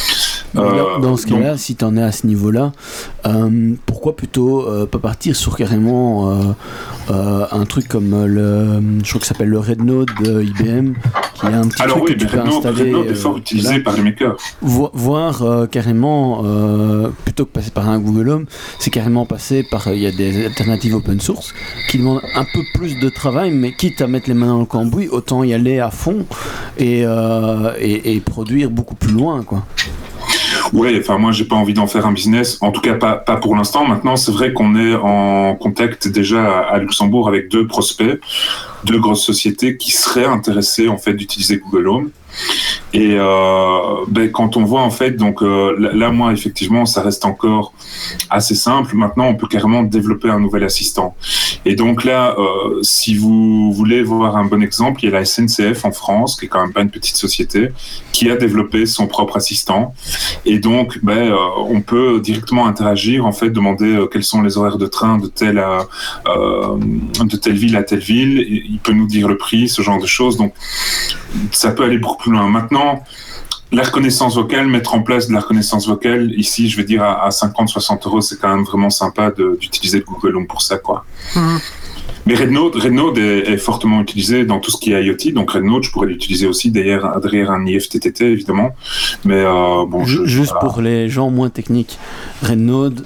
Euh, dans ce cas-là, donc, si tu en es à ce niveau-là, euh, pourquoi plutôt euh, pas partir sur carrément euh, euh, un truc comme le, je crois que ça s'appelle le Rednode de I B M, qui a un petit Alors truc oui, que tu peux Rednode, installer. Rednode est fort euh, utilisé voilà. par les makers. Vo- voir euh, carrément, euh, plutôt que passer par un Google Home, c'est carrément passer par, il euh, y a des alternatives open source qui demandent un peu plus de travail, mais quitte à mettre les mains dans le cambouis, autant y aller à fond et, euh, et, et produire beaucoup plus loin, quoi. Ouais, enfin moi j'ai pas envie d'en faire un business, en tout cas pas, pas pour l'instant. Maintenant c'est vrai qu'on est en contact déjà à Luxembourg avec deux prospects, deux grosses sociétés qui seraient intéressées en fait d'utiliser Google Home. Et euh, ben, quand on voit en fait, donc euh, là moi effectivement ça reste encore assez simple. Maintenant on peut carrément développer un nouvel assistant. Et donc là, euh, si vous voulez voir un bon exemple, il y a la S N C F en France, qui est quand même pas une petite société, qui a développé son propre assistant. Et donc ben, euh, on peut directement interagir, en fait demander euh, quels sont les horaires de train de telle, euh, de telle ville à telle ville. Et il peut nous dire le prix, ce genre de choses. Donc ça peut aller beaucoup plus loin. Maintenant, la reconnaissance vocale, mettre en place de la reconnaissance vocale, ici, je vais dire à, à cinquante à soixante euros, c'est quand même vraiment sympa de, d'utiliser le Google Home pour ça, quoi. Mmh. Mais Rednode, Rednode est, est fortement utilisé dans tout ce qui est IoT, donc Rednode, je pourrais l'utiliser aussi derrière, derrière un I F T T T, évidemment. Mais euh, bon, je, Juste voilà. pour les gens moins techniques, Rednode,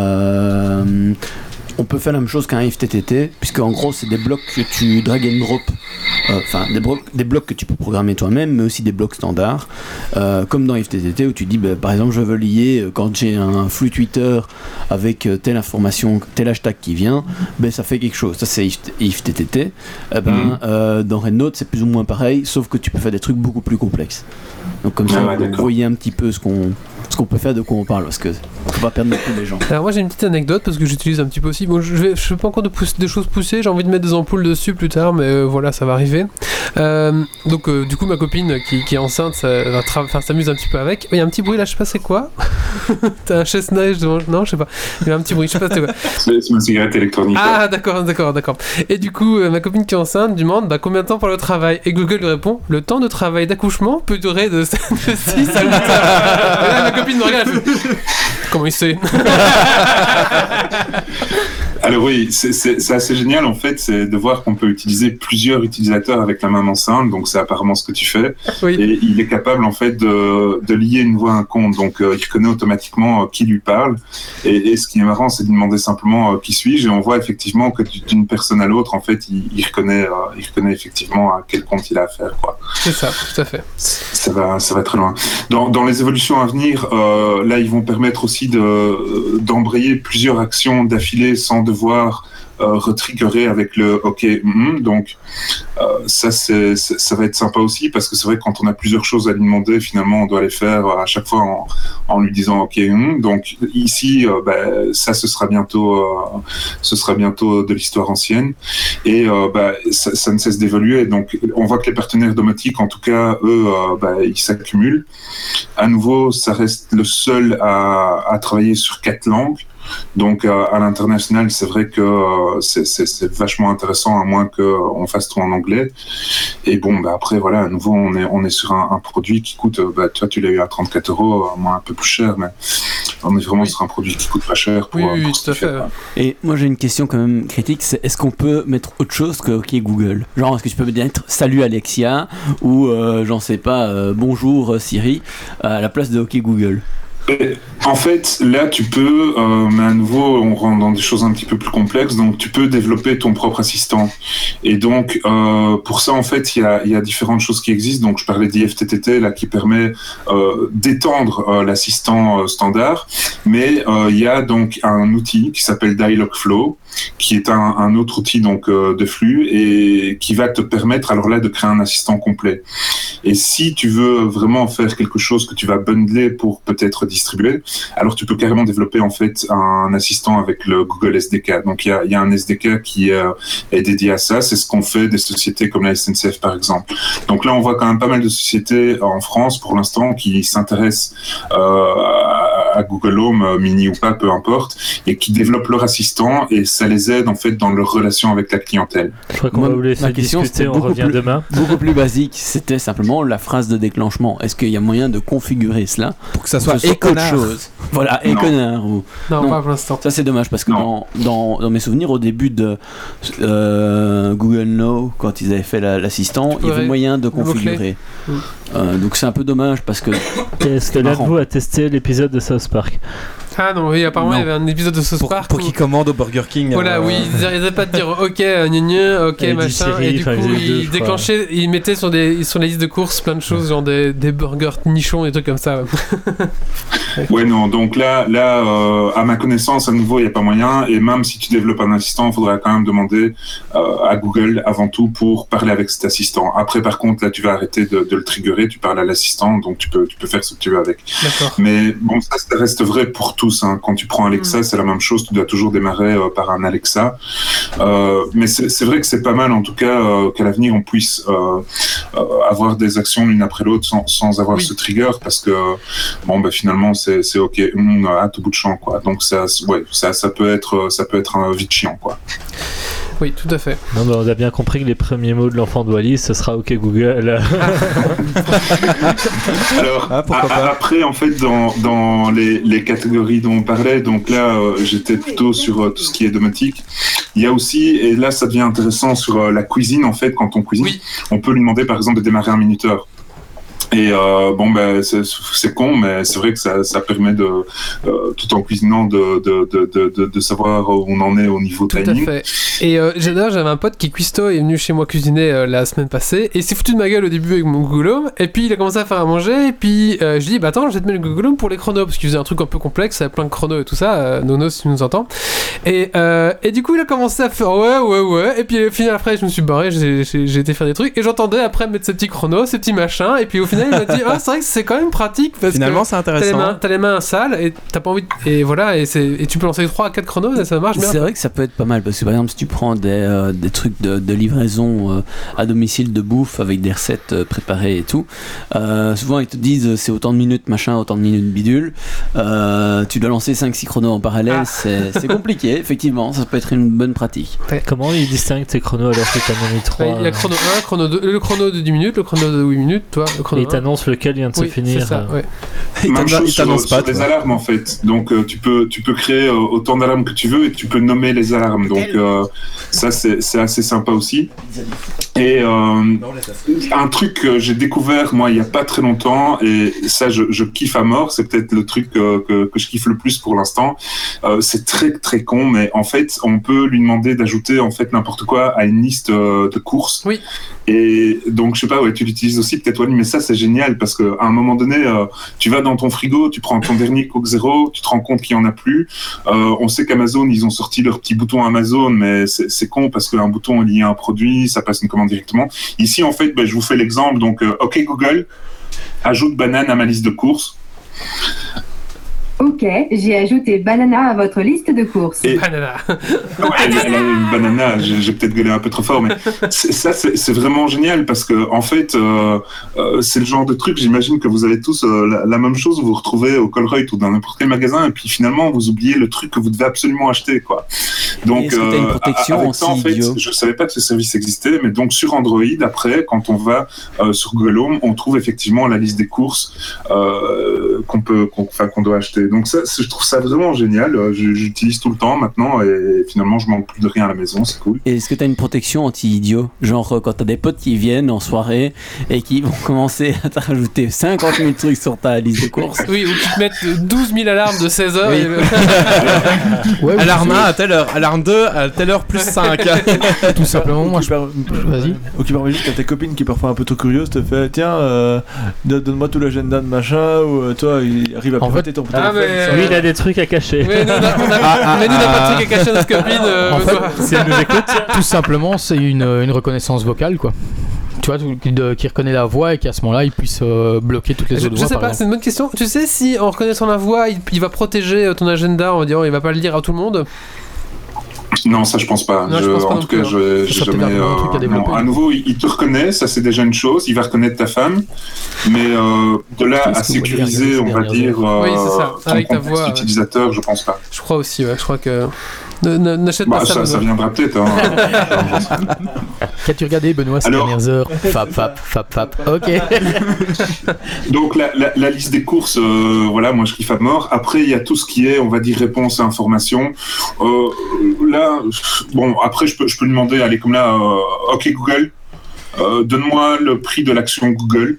euh, on peut faire la même chose qu'un I F T T T, puisque en gros, c'est des blocs que tu drag and drop. Enfin, euh, des, bro- des blocs que tu peux programmer toi-même, mais aussi des blocs standards, euh, comme dans I F T T T où tu dis, bah, par exemple, je veux lier, euh, quand j'ai un flux Twitter avec euh, telle information, tel hashtag qui vient, ben, ça fait quelque chose. Ça, c'est I F T T T. Eh ben, mmh. euh, dans Rednode, c'est plus ou moins pareil, sauf que tu peux faire des trucs beaucoup plus complexes. Donc, comme ça, ah ouais, vous voyez un petit peu ce qu'on, ce qu'on peut faire, de quoi on parle, parce que on peut pas perdre non plus les gens. Alors, moi, j'ai une petite anecdote, parce que j'utilise un petit peu aussi. Bon, je ne fais pas encore de, pousse, de choses poussées, j'ai envie de mettre des ampoules dessus plus tard, mais euh, voilà, ça va arriver. Euh, donc euh, du coup ma copine qui, qui est enceinte ça va tra- s'amuse un petit peu avec. Il y a un petit bruit là, je sais pas c'est quoi. T'as un chasse-neige devant... Non je sais pas. Il y a un petit bruit, je sais pas c'est quoi. C'est, c'est ma cigarette électronique. Ah ouais. d'accord, d'accord, d'accord. Et du coup euh, ma copine qui est enceinte demande bah, combien de temps pour le travail. Et Google lui répond le temps de travail d'accouchement peut durer de, de six à huit heures. Et là ma copine me regarde. Comment il sait? Alors oui, c'est, c'est, c'est assez génial en fait, c'est de voir qu'on peut utiliser plusieurs utilisateurs avec la même enceinte, donc c'est apparemment ce que tu fais. Oui. Et il est capable en fait de, de lier une voix à un compte, donc euh, il reconnaît automatiquement euh, qui lui parle. Et, et ce qui est marrant, c'est de demander simplement euh, qui suis-je, et on voit effectivement que d'une personne à l'autre, en fait, il, il reconnaît, euh, il reconnaît effectivement à quel compte il a affaire, quoi. C'est ça, tout à fait. Ça va, ça va très loin. Dans, dans les évolutions à venir, euh, là, ils vont permettre aussi de d'embrayer plusieurs actions d'affilée sans devoir euh, retriggerer avec le OK. Mm-hmm. Donc euh, ça, c'est, c'est, ça va être sympa aussi parce que c'est vrai que quand on a plusieurs choses à lui demander, finalement, on doit les faire à chaque fois en, en lui disant OK. Mm-hmm. Donc ici, euh, bah, ça, ce sera bientôt, euh, ce sera bientôt de l'histoire ancienne et euh, bah, ça, ça ne cesse d'évoluer. Donc on voit que les partenaires domotiques, en tout cas, eux, euh, bah, ils s'accumulent. À nouveau, ça reste le seul à, à travailler sur quatre langues. Donc euh, à l'international, c'est vrai que euh, c'est, c'est, c'est vachement intéressant, à moins qu'on fasse tout en anglais. Et bon, bah, après, voilà, à nouveau, on est, on est sur un, un produit qui coûte, euh, bah, toi, tu l'as eu à trente-quatre euros, moi un peu plus cher, mais on est vraiment oui. sur un produit qui coûte pas cher. Pour, oui, oui, pour tout à fait. fait. Et moi, j'ai une question quand même critique, c'est est-ce qu'on peut mettre autre chose que OK Google ? Genre, est-ce que tu peux mettre Salut Alexia ou, euh, j'en sais pas, euh, Bonjour Siri à la place de OK Google ? En fait, là, tu peux, euh, mais à nouveau, on rentre dans des choses un petit peu plus complexes, donc tu peux développer ton propre assistant. Et donc, euh, pour ça, en fait, il y a, y a différentes choses qui existent. Donc, je parlais d'I F T T T, là, qui permet euh, d'étendre euh, l'assistant euh, standard, mais euh, il y a donc un outil qui s'appelle Dialogflow, qui est un, un autre outil donc euh, de flux et qui va te permettre, alors là, de créer un assistant complet. Et si tu veux vraiment faire quelque chose que tu vas bundler pour peut-être distribuer, alors tu peux carrément développer en fait un assistant avec le Google S D K. Donc il y a, y a un S D K qui euh, est dédié à ça. C'est ce qu'on fait des sociétés comme la S N C F par exemple. Donc là on voit quand même pas mal de sociétés en France pour l'instant qui s'intéressent euh, à Google Home, Mini ou pas, peu importe, et qui développent leur assistant et ça les aide en fait dans leur relation avec la clientèle. Je crois qu'on Moi, va vous laisser discuter, on revient plus, demain. Beaucoup plus basique, c'était simplement la phrase de déclenchement. Est-ce qu'il y a moyen de configurer cela pour que ça soit et autre chose. Voilà, et connard. Ou... Non, non, pas pour l'instant. Ça c'est dommage parce que dans, dans, dans mes souvenirs, au début de euh, Google Now, quand ils avaient fait la, l'assistant, il y avait moyen de configurer. Euh, donc c'est un peu dommage parce que. Est-ce que l'un de vous a testé l'épisode de South Park ? Ah non, oui, apparemment non. il y avait un épisode de South pour, Park. Pour où... qu'il commande au Burger King. Voilà, euh... oui, ils n'arrêtaient pas de dire ok, euh, gna gna, ok, et machin. Série, et du coup, ils déclenchaient, ils mettaient sur, des, sur les listes de courses plein de choses, genre des, des burgers nichons, des trucs comme ça. Ouais, non, donc là, là euh, à ma connaissance, à nouveau, il n'y a pas moyen. Et même si tu développes un assistant, il faudra quand même demander euh, à Google avant tout pour parler avec cet assistant. Après, par contre, là, tu vas arrêter de, de le triggerer, tu parles à l'assistant, donc tu peux, tu peux faire ce que tu veux avec. D'accord. Mais bon, ça, ça reste vrai pour tous. Hein. Quand tu prends Alexa, c'est la même chose, tu dois toujours démarrer euh, par un Alexa. Euh, mais c'est, c'est vrai que c'est pas mal, en tout cas, euh, qu'à l'avenir, on puisse euh, euh, avoir des actions l'une après l'autre sans, sans avoir oui. ce trigger, parce que, bon, bah, finalement, c'est, c'est OK, on a hâte au bout de champ, quoi. Donc, ça, ouais, ça, ça peut être, ça peut être un vite chiant, quoi. Oui, tout à fait. Non, bah, on a bien compris que les premiers mots de l'enfant de Wally, ce sera OK Google. Alors, ah, a, après, en fait, dans, dans les, les catégories dont on parlait, donc là, euh, j'étais plutôt sur euh, tout ce qui est domotique. Il y a aussi, et là, ça devient intéressant, sur euh, la cuisine, en fait, quand on cuisine, oui. on peut lui demander, par exemple, de démarrer un minuteur. Et euh, bon, ben, c'est, c'est con, mais c'est vrai que ça, ça permet de, euh, tout en cuisinant, de, de, de, de, de savoir où on en est au niveau tout timing. Tout à fait. Et euh, j'adore, j'avais un pote qui cuistot, est venu chez moi cuisiner euh, la semaine passée, et il s'est foutu de ma gueule au début avec mon Google Home, et puis il a commencé à faire à manger, et puis euh, je lui dis, bah attends, je vais te mettre le Google Home pour les chronos, parce qu'il faisait un truc un peu complexe, il y avait plein de chronos et tout ça, euh, Nono si tu nous entends. Et, euh, et du coup, il a commencé à faire ouais, ouais, ouais, et puis au final, après, je me suis barré, j'ai, j'ai, j'ai été faire des trucs, et j'entendais après mettre ces petits chronos, ces petits machins, et puis au final, il m'a dit, ah, c'est vrai que c'est quand même pratique parce finalement que c'est intéressant. T'as les mains, t'as les mains sales et t'as pas envie de... et voilà et, c'est... et tu peux lancer trois à quatre chronos et ça marche bien. C'est vrai que ça peut être pas mal parce que par exemple si tu prends des, euh, des trucs de, de livraison euh, à domicile de bouffe avec des recettes euh, préparées et tout, euh, souvent ils te disent c'est autant de minutes machin, autant de minutes bidule, euh, tu dois lancer cinq six chronos en parallèle, ah. c'est, c'est compliqué effectivement, ça peut être une bonne pratique. Ouais. Comment ils distinguent tes chronos alors que t'en as mis trois? Il y a chrono un, chrono deux, le chrono de dix minutes, le chrono de huit minutes, toi, le chrono et ils t'annoncent lequel vient de oui, se finir. C'est ça, ouais. Même chose sur, sur des alarmes en fait. Donc euh, tu peux tu peux créer euh, autant d'alarmes que tu veux et tu peux nommer les alarmes. Donc euh, ça c'est c'est assez sympa aussi. Et euh, un truc que j'ai découvert moi il y a pas très longtemps et ça je, je kiffe à mort, c'est peut-être le truc euh, que que je kiffe le plus pour l'instant. Euh, c'est très très con mais en fait on peut lui demander d'ajouter en fait n'importe quoi à une liste euh, de courses. Oui. Et donc je sais pas ouais tu l'utilises aussi peut-être Wally, mais ça c'est génial parce que à un moment donné euh, tu vas dans ton frigo, tu prends ton dernier Coke Zéro, tu te rends compte qu'il y en a plus. Euh, on sait qu'Amazon ils ont sorti leur petit bouton Amazon, mais c'est, c'est con parce qu'un bouton est lié à un produit, ça passe une commande directement. Ici en fait, ben, je vous fais l'exemple. Donc euh, OK Google, ajoute banane à ma liste de courses. OK Ok, j'ai ajouté banana à votre liste de courses. Et- Banana. Ouais, elle, elle a une banana, j'ai, j'ai peut-être gueulé un peu trop fort, mais c'est, ça, c'est, c'est vraiment génial parce que, en fait, euh, euh, c'est le genre de truc, j'imagine que vous avez tous euh, la, la même chose, vous vous retrouvez au Colruyt ou dans n'importe quel magasin, et puis finalement, vous oubliez le truc que vous devez absolument acheter, quoi. Donc, Est-ce que t'as une protection avec ça, en fait, anti-idiot? je savais pas que ce service existait, mais donc sur Android, après, quand on va euh, sur Google Home, on trouve effectivement la liste des courses euh, qu'on peut, qu'on, enfin, qu'on doit acheter. Donc ça, je trouve ça vraiment génial. Je, j'utilise tout le temps maintenant et finalement je manque plus de rien à la maison, c'est cool. Et est-ce que t'as une protection anti-idiot? Genre euh, quand t'as des potes qui viennent en soirée et qui vont commencer à te rajouter cinquante mille trucs sur ta liste de courses. Oui, ou qui te mettent douze mille alarmes de seize heures. Oui. Et... Ouais, Alarme un à telle heure, alarme deux à telle heure plus cinq. tout simplement, moi je. Vas-y. Ou qui permet juste à tes copines qui est parfois un peu trop curieuse te fait tiens euh, donne- donne-moi tout l'agenda de machin ou euh, toi il arrive à En pirater ton Ah, téléphone. mais- ça- Lui, il a des trucs à cacher. Mais nous, on a, on a- Ah, ah, mais nous, on n'a pas ah. de truc à cacher à notre copine. euh, En fait, quoi. si elle nous écoute, tout simplement, c'est une, une reconnaissance vocale, quoi. Tu vois, tout- de- qui reconnaît la voix et qu'à ce moment-là, il puisse euh, bloquer toutes les Je, autres je voix. sais par pas, exemple. c'est une bonne question. Tu sais si en reconnaissant la voix, il, il va protéger euh, ton agenda en disant il va pas le lire à tout le monde. Non, ça je pense pas. Non, je Je- pense pas en non tout plus, cas, hein. je, Ça j'ai serait peut-être jamais. un bon truc à euh, développer. non, à nouveau, il, il te reconnaît, ça c'est déjà une chose. Il va reconnaître ta femme, mais euh, de là Qu'est-ce à que vous voulez sécuriser, regarder on ces va dernières dire, euh, Oui, c'est ça, ton avec ta contexte voix, ouais. utilisateur, je pense pas. Je crois aussi, ouais. Je crois que. Ne- ne- N'achète Bah, pas ça. ça, ça Benoît. viendra peut-être. Hein. Qu'as-tu regardé, Benoît, ces Alors- dernières heures? Fap, fap, fap, fap. Ok. Donc la, la, la liste des courses, euh, voilà, moi je kiffe à mort. Après, il y a tout ce qui est, on va dire, réponse à information. Euh, là, bon, après, je peux, je peux demander, allez, comme là, euh, ok Google, euh, donne-moi le prix de l'action Google.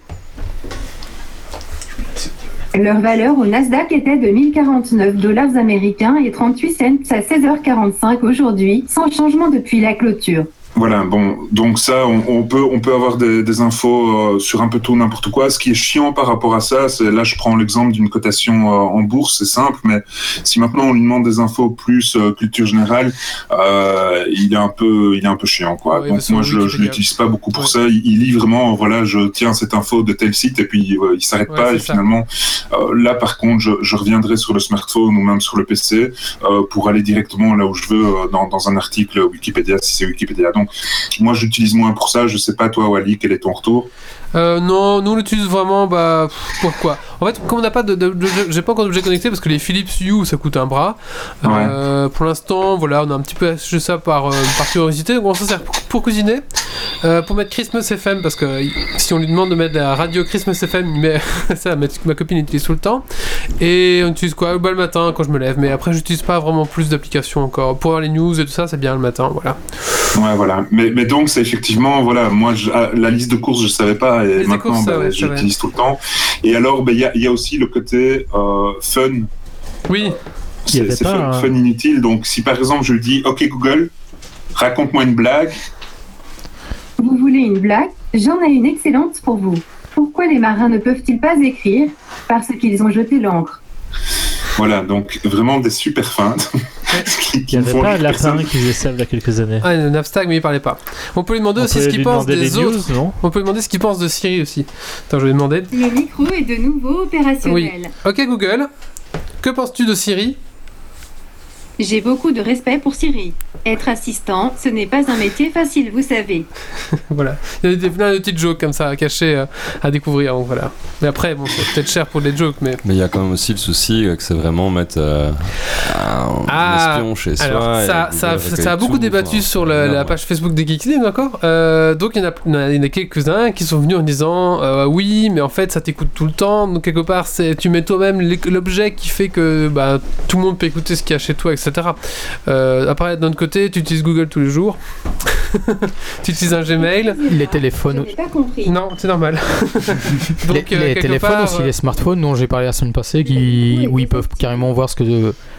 Leur valeur au Nasdaq était de mille quarante-neuf dollars américains et trente-huit cents à seize heures quarante-cinq aujourd'hui, sans changement depuis la clôture. Voilà, bon, donc ça, on, on peut, on peut avoir des, des infos euh, sur un peu tout, n'importe quoi. Ce qui est chiant par rapport à ça, c'est là, je prends l'exemple d'une cotation euh, en bourse, c'est simple, mais si maintenant on lui demande des infos plus euh, culture générale, euh, il est un peu, il est un peu chiant, quoi. Ouais, donc parce que moi, oui, je, je Wikipédia. l'utilise pas beaucoup pour Ouais. ça. Il, il lit vraiment, voilà, je tiens cette info de tel site et puis euh, il s'arrête Ouais, pas. c'est Et ça. finalement, euh, là, par contre, je, je reviendrai sur le smartphone ou même sur le P C euh, pour aller directement là où je veux euh, dans, dans un article Wikipédia si c'est Wikipédia. Donc moi, j'utilise moins pour ça. Je sais pas, toi, Wally, quel est ton retour? Euh, non, nous on l'utilise vraiment, bah, pff, pourquoi? En fait, comme on n'a pas de, de- de- j'ai pas encore d'objet connecté parce que les Philips Hue ça coûte un bras. Euh, Pour l'instant, voilà, on a un petit peu acheté ça par, euh, par curiosité. Donc on s'en sert pour, pour cuisiner, euh, pour mettre Christmas F M parce que euh, si on lui demande de mettre la radio Christmas F M, il met ça, ma, ma copine utilise tout le temps. Et on utilise quoi? Bah, le matin quand je me lève, mais après j'utilise pas vraiment plus d'applications encore. Pour les news et tout ça, c'est bien le matin, voilà. Ouais, voilà. Mais, mais donc, c'est effectivement, voilà, moi, je, ah, la liste de courses, je savais pas, et Les maintenant, courses, ça, bah, ouais, je c'est vrai. l'utilise tout le temps. Et alors, bah, il y, a, il y a aussi le côté euh, fun. Oui. C'est, avait c'est pas fun, un- fun inutile. Donc, si par exemple, je lui dis, OK Google, raconte-moi une blague. Vous voulez une blague? J'en ai une excellente pour vous. Pourquoi les marins ne peuvent-ils pas écrire? Parce qu'ils ont jeté l'ancre. Voilà, donc vraiment des super feintes. qui, Il qui n'y me avait font pas rire un personne. lapin qui faisait ça il y a quelques années. Ah, le Navstag, mais il parlait pas. On peut lui demander On aussi peut ce qu'il lui pense demander des les news, autres. non? On peut lui demander ce qu'il pense de Siri aussi. Attends, je vais lui demander. Le micro est de nouveau opérationnel. Oui. Ok Google, que penses-tu de Siri? J'ai beaucoup de respect pour Siri. Être assistant, ce n'est pas un métier facile, vous savez. Voilà. Il y a des, plein de petites jokes comme ça cachées euh, à découvrir. Donc voilà. Mais après, bon, c'est peut-être cher pour les jokes, mais. Mais il y a quand même aussi le souci euh, que c'est vraiment mettre euh, un Ah, espion chez soi. Alors, et ça, Google ça, recueille ça a beaucoup tout, débattu enfin, sur le- la merde. page Facebook des Geekly, d'accord euh, Donc, il y en a, il y en a- il y en a quelques-uns qui sont venus en disant euh, oui, mais en fait, ça t'écoute tout le temps. Donc, quelque part, c'est, tu mets toi-même l'é- l'objet qui fait que bah, tout le monde peut écouter ce qu'il y a chez toi, et cetera. Euh, après, d'un autre côté, tu utilises Google tous les jours. Tu utilises un Gmail. Les téléphones. Je n'ai pas compris. Non, c'est normal. Les, Donc, euh, les quelque téléphones part, aussi, euh, les smartphones dont j'ai parlé la semaine passée, qui, Oui, où ils peuvent carrément voir ce que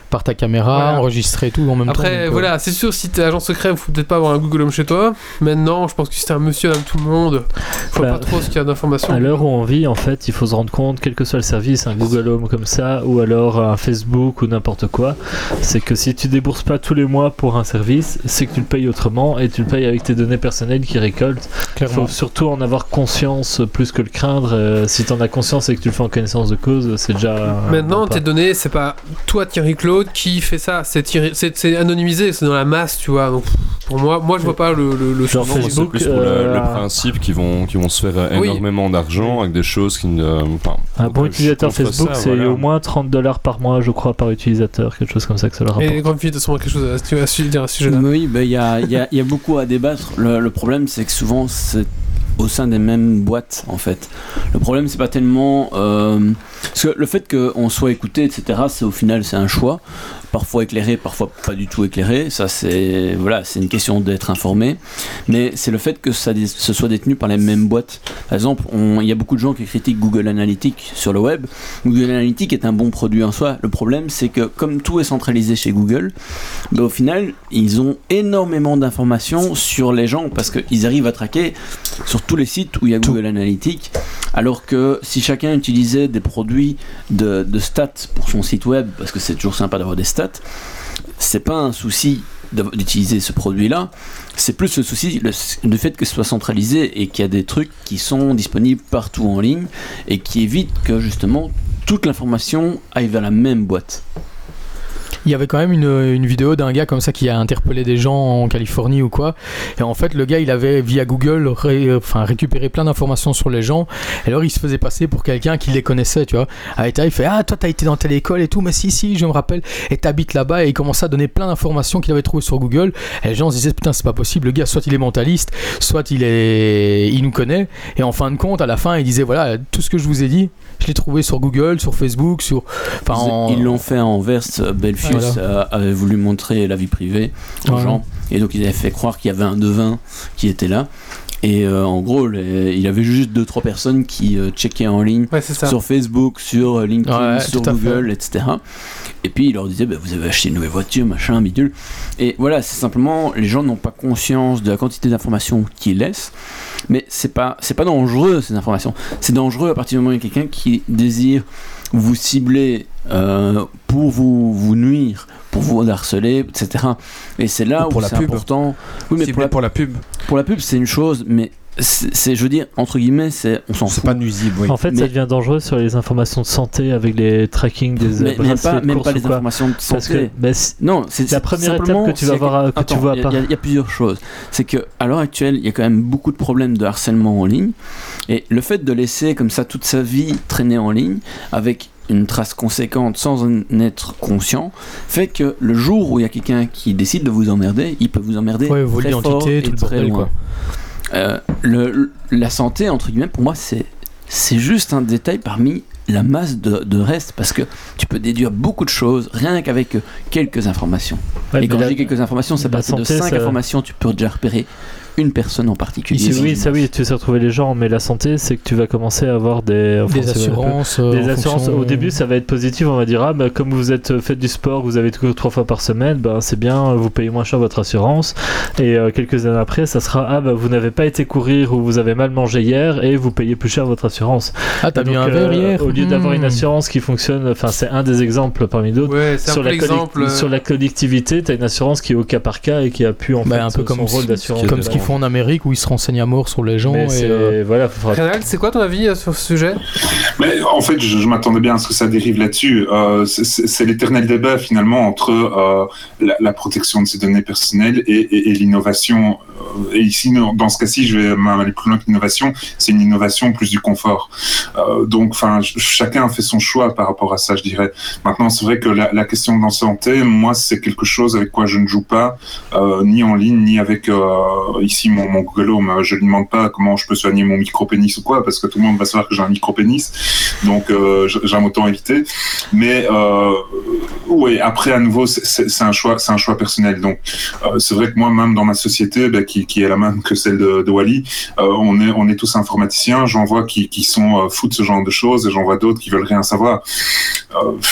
par ta caméra, Voilà. enregistrer tout en même temps. Après, donc, euh, voilà, c'est sûr, si t'es agent secret, faut peut-être pas avoir un Google Home chez toi. Maintenant, je pense que si t'es un monsieur, madame tout le monde, faut Bah, pas trop ce qu'il y a d'informations. À l'heure où on vit, en fait, il faut se rendre compte, quel que soit le service, un Google Home comme ça, ou alors un Facebook ou n'importe quoi, c'est que si tu débourses pas tous les mois pour un service, c'est que tu le payes autrement et tu le payes avec tes données personnelles qui récoltent. Il faut surtout en avoir conscience plus que le craindre. Euh, si t'en as conscience et que tu le fais en connaissance de cause, c'est déjà. euh, Maintenant, pas. tes données, c'est pas toi, Thierry Claude, qui fait ça. C'est, Thierry- c'est, c'est anonymisé, c'est dans la masse, tu vois. Donc, pour moi, moi je vois pas le, le, le Genre changement. C'est Facebook, plus pour le, euh, le principe qu'ils vont, qu'ils vont se faire euh, Oui. énormément d'argent avec des choses qui ne. Enfin, Un bon je utilisateur contre Facebook, ça, c'est voilà. au moins trente dollars par mois, je crois, par utilisateur, quelque chose comme ça que ça leur rapporte. Et Grand Fille, de toute façon, quelque chose à, à, à dire à ce sujet-là. Oui, ben, il y, a, il y, a, il y a beaucoup à débattre. Le, le problème, c'est que souvent, c'est au sein des mêmes boîtes, en fait. Le problème, c'est pas tellement... Euh, parce que le fait qu'on soit écouté, et cetera, c'est au final, c'est un choix. Parfois éclairé, parfois pas du tout éclairé. Ça, c'est, voilà, c'est une question d'être informé. Mais c'est le fait que ça dé- ce soit détenu par les mêmes boîtes. Par exemple, on- il y a beaucoup de gens qui critiquent Google Analytics sur le web. Google Analytics est un bon produit en soi. Le problème, c'est que comme tout est centralisé chez Google, ben, au final, ils ont énormément d'informations sur les gens parce qu'ils arrivent à traquer sur tous les sites où il y a Google Analytics. Alors que si chacun utilisait des produits de, de stats pour son site web, parce que c'est toujours sympa d'avoir des stats, c'est pas un souci d'utiliser ce produit-là, c'est plus le souci le, le fait que ce soit centralisé et qu'il y a des trucs qui sont disponibles partout en ligne et qui évitent que justement toute l'information aille vers la même boîte. Il y avait quand même une, une vidéo d'un gars comme ça qui a interpellé des gens en Californie ou quoi. Et en fait, le gars, il avait via Google ré, enfin, récupéré plein d'informations sur les gens. Et alors, il se faisait passer pour quelqu'un qui les connaissait, tu vois. À l'état, il fait ah toi, t'as été dans telle école et tout. Mais si si, je me rappelle. Et t'habites là-bas. Et il commençait à donner plein d'informations qu'il avait trouvées sur Google. Et les gens se disaient putain, c'est pas possible. Le gars, soit il est mentaliste, soit il est, il nous connaît. Et en fin de compte, à la fin, il disait voilà, tout ce que je vous ai dit, je l'ai trouvé sur Google, sur Facebook, sur. Enfin, en... Ils l'ont fait à Anvers. Belfius Voilà. euh, avait voulu montrer la vie privée aux Voilà. gens, et donc ils avaient fait croire qu'il y avait un devin qui était là. Et euh, en gros, les, il y avait juste deux trois personnes qui euh, checkaient en ligne Ouais, c'est ça. sur Facebook, sur euh, LinkedIn, Ouais, sur tout à Google, et cetera. Et puis il leur disait bah, vous avez acheté une nouvelle voiture, machin, bidule. Et voilà, c'est simplement les gens n'ont pas conscience de la quantité d'informations qu'ils laissent. Mais c'est pas c'est pas dangereux ces informations. C'est dangereux à partir du moment où il y a quelqu'un qui désire vous cibler euh, pour vous, vous nuire, pour vous harceler, et cetera. Et c'est là Ou pour où la c'est pub. important. Oui, mais Ciblé pour la, pour la pub. pour la pub, c'est une chose, mais c'est, c'est, je veux dire, entre guillemets, c'est, on s'en C'est fout. pas nuisible, oui. En fait, Mais- ça devient dangereux sur les informations de santé avec les tracking des mais, même bracelets pas, de même course pas ou les quoi. informations de Parce que santé. bah, si- Non, c'est La première étape simplement, que tu c'est vas voir, que tu attends, vois il y a- appara- il y, a- il y a plusieurs choses. C'est que à l'heure actuelle, il y a quand même beaucoup de problèmes de harcèlement en ligne, et le fait de laisser comme ça toute sa vie traîner en ligne avec une trace conséquente sans en être conscient fait que le jour où il y a quelqu'un qui décide de vous emmerder, il peut vous emmerder Ouais, vos très fort l'identité, et tout le très bordel, loin. quoi. Euh, le, la santé, entre guillemets, pour moi, c'est, c'est juste un détail parmi la masse de, de reste, parce que tu peux déduire beaucoup de choses rien qu'avec euh, quelques informations. Ouais, Et quand mais je la- dis quelques informations, c'est à la partir de santé, cinq ça- informations, tu peux déjà repérer une personne en particulier. Si, oui, ça oui, tu sais retrouver les gens, mais la santé, c'est que tu vas commencer à avoir des, enfin, Des c'est un peu- assurances. euh, Des en assurances, fonction- au début ça va être positif, on va dire ah bah comme vous êtes euh, fait du sport, vous avez couru trois fois par semaine, bah c'est bien, vous payez moins cher votre assurance. Et euh, quelques années après, ça sera ah bah vous n'avez pas été courir ou vous avez mal mangé hier et vous payez plus cher votre assurance. Ah, t'as Et bu donc, un verre hier. Au lieu d'avoir une Hmm. assurance qui fonctionne, enfin c'est un des exemples parmi d'autres. Ouais, c'est un Sur peu la, collec- l'exemple. euh, sur la collectivité, tu as une assurance qui est au cas par cas et qui a pu en Bah, fait un peu comme, son rôle ce- d'assurance. comme de ce la- qu'ils font en Amérique où ils se renseignent à mort sur les gens. Mais et, c'est- euh, voilà, faudra- Rénal, c'est quoi ton avis euh, sur ce sujet? Mais en fait, je, je m'attendais bien à ce que ça dérive là-dessus. Euh, c'est- c'est c'est l'éternel débat finalement entre euh, la, la protection de ces données personnelles et, et, et l'innovation. Euh, Et ici, non, dans ce cas-ci, je vais même aller plus loin que l'innovation. C'est une innovation plus du confort. Euh, donc, enfin, ch- chacun a fait son choix par rapport à ça, je dirais. Maintenant, c'est vrai que la, la question de la santé, moi, c'est quelque chose avec quoi je ne joue pas, euh, ni en ligne, ni avec euh, ici mon, mon Google Home. Je ne demande pas comment je peux soigner mon micro-pénis ou quoi, parce que tout le monde va savoir que j'ai un micro-pénis. Donc, euh, j- j'aime autant éviter. Mais, euh, oui, après, à nouveau, c'est- c'est c'est un choix, c'est un choix personnel. Donc, euh, c'est vrai que moi, même dans ma société, ben, qui, qui est la même que celle de, de Wally, euh, on est, on est tous informaticiens. J'en vois qui, qui sont euh, fous de ce genre de choses, et j'en vois d'autres qui veulent rien savoir. Euh, pff,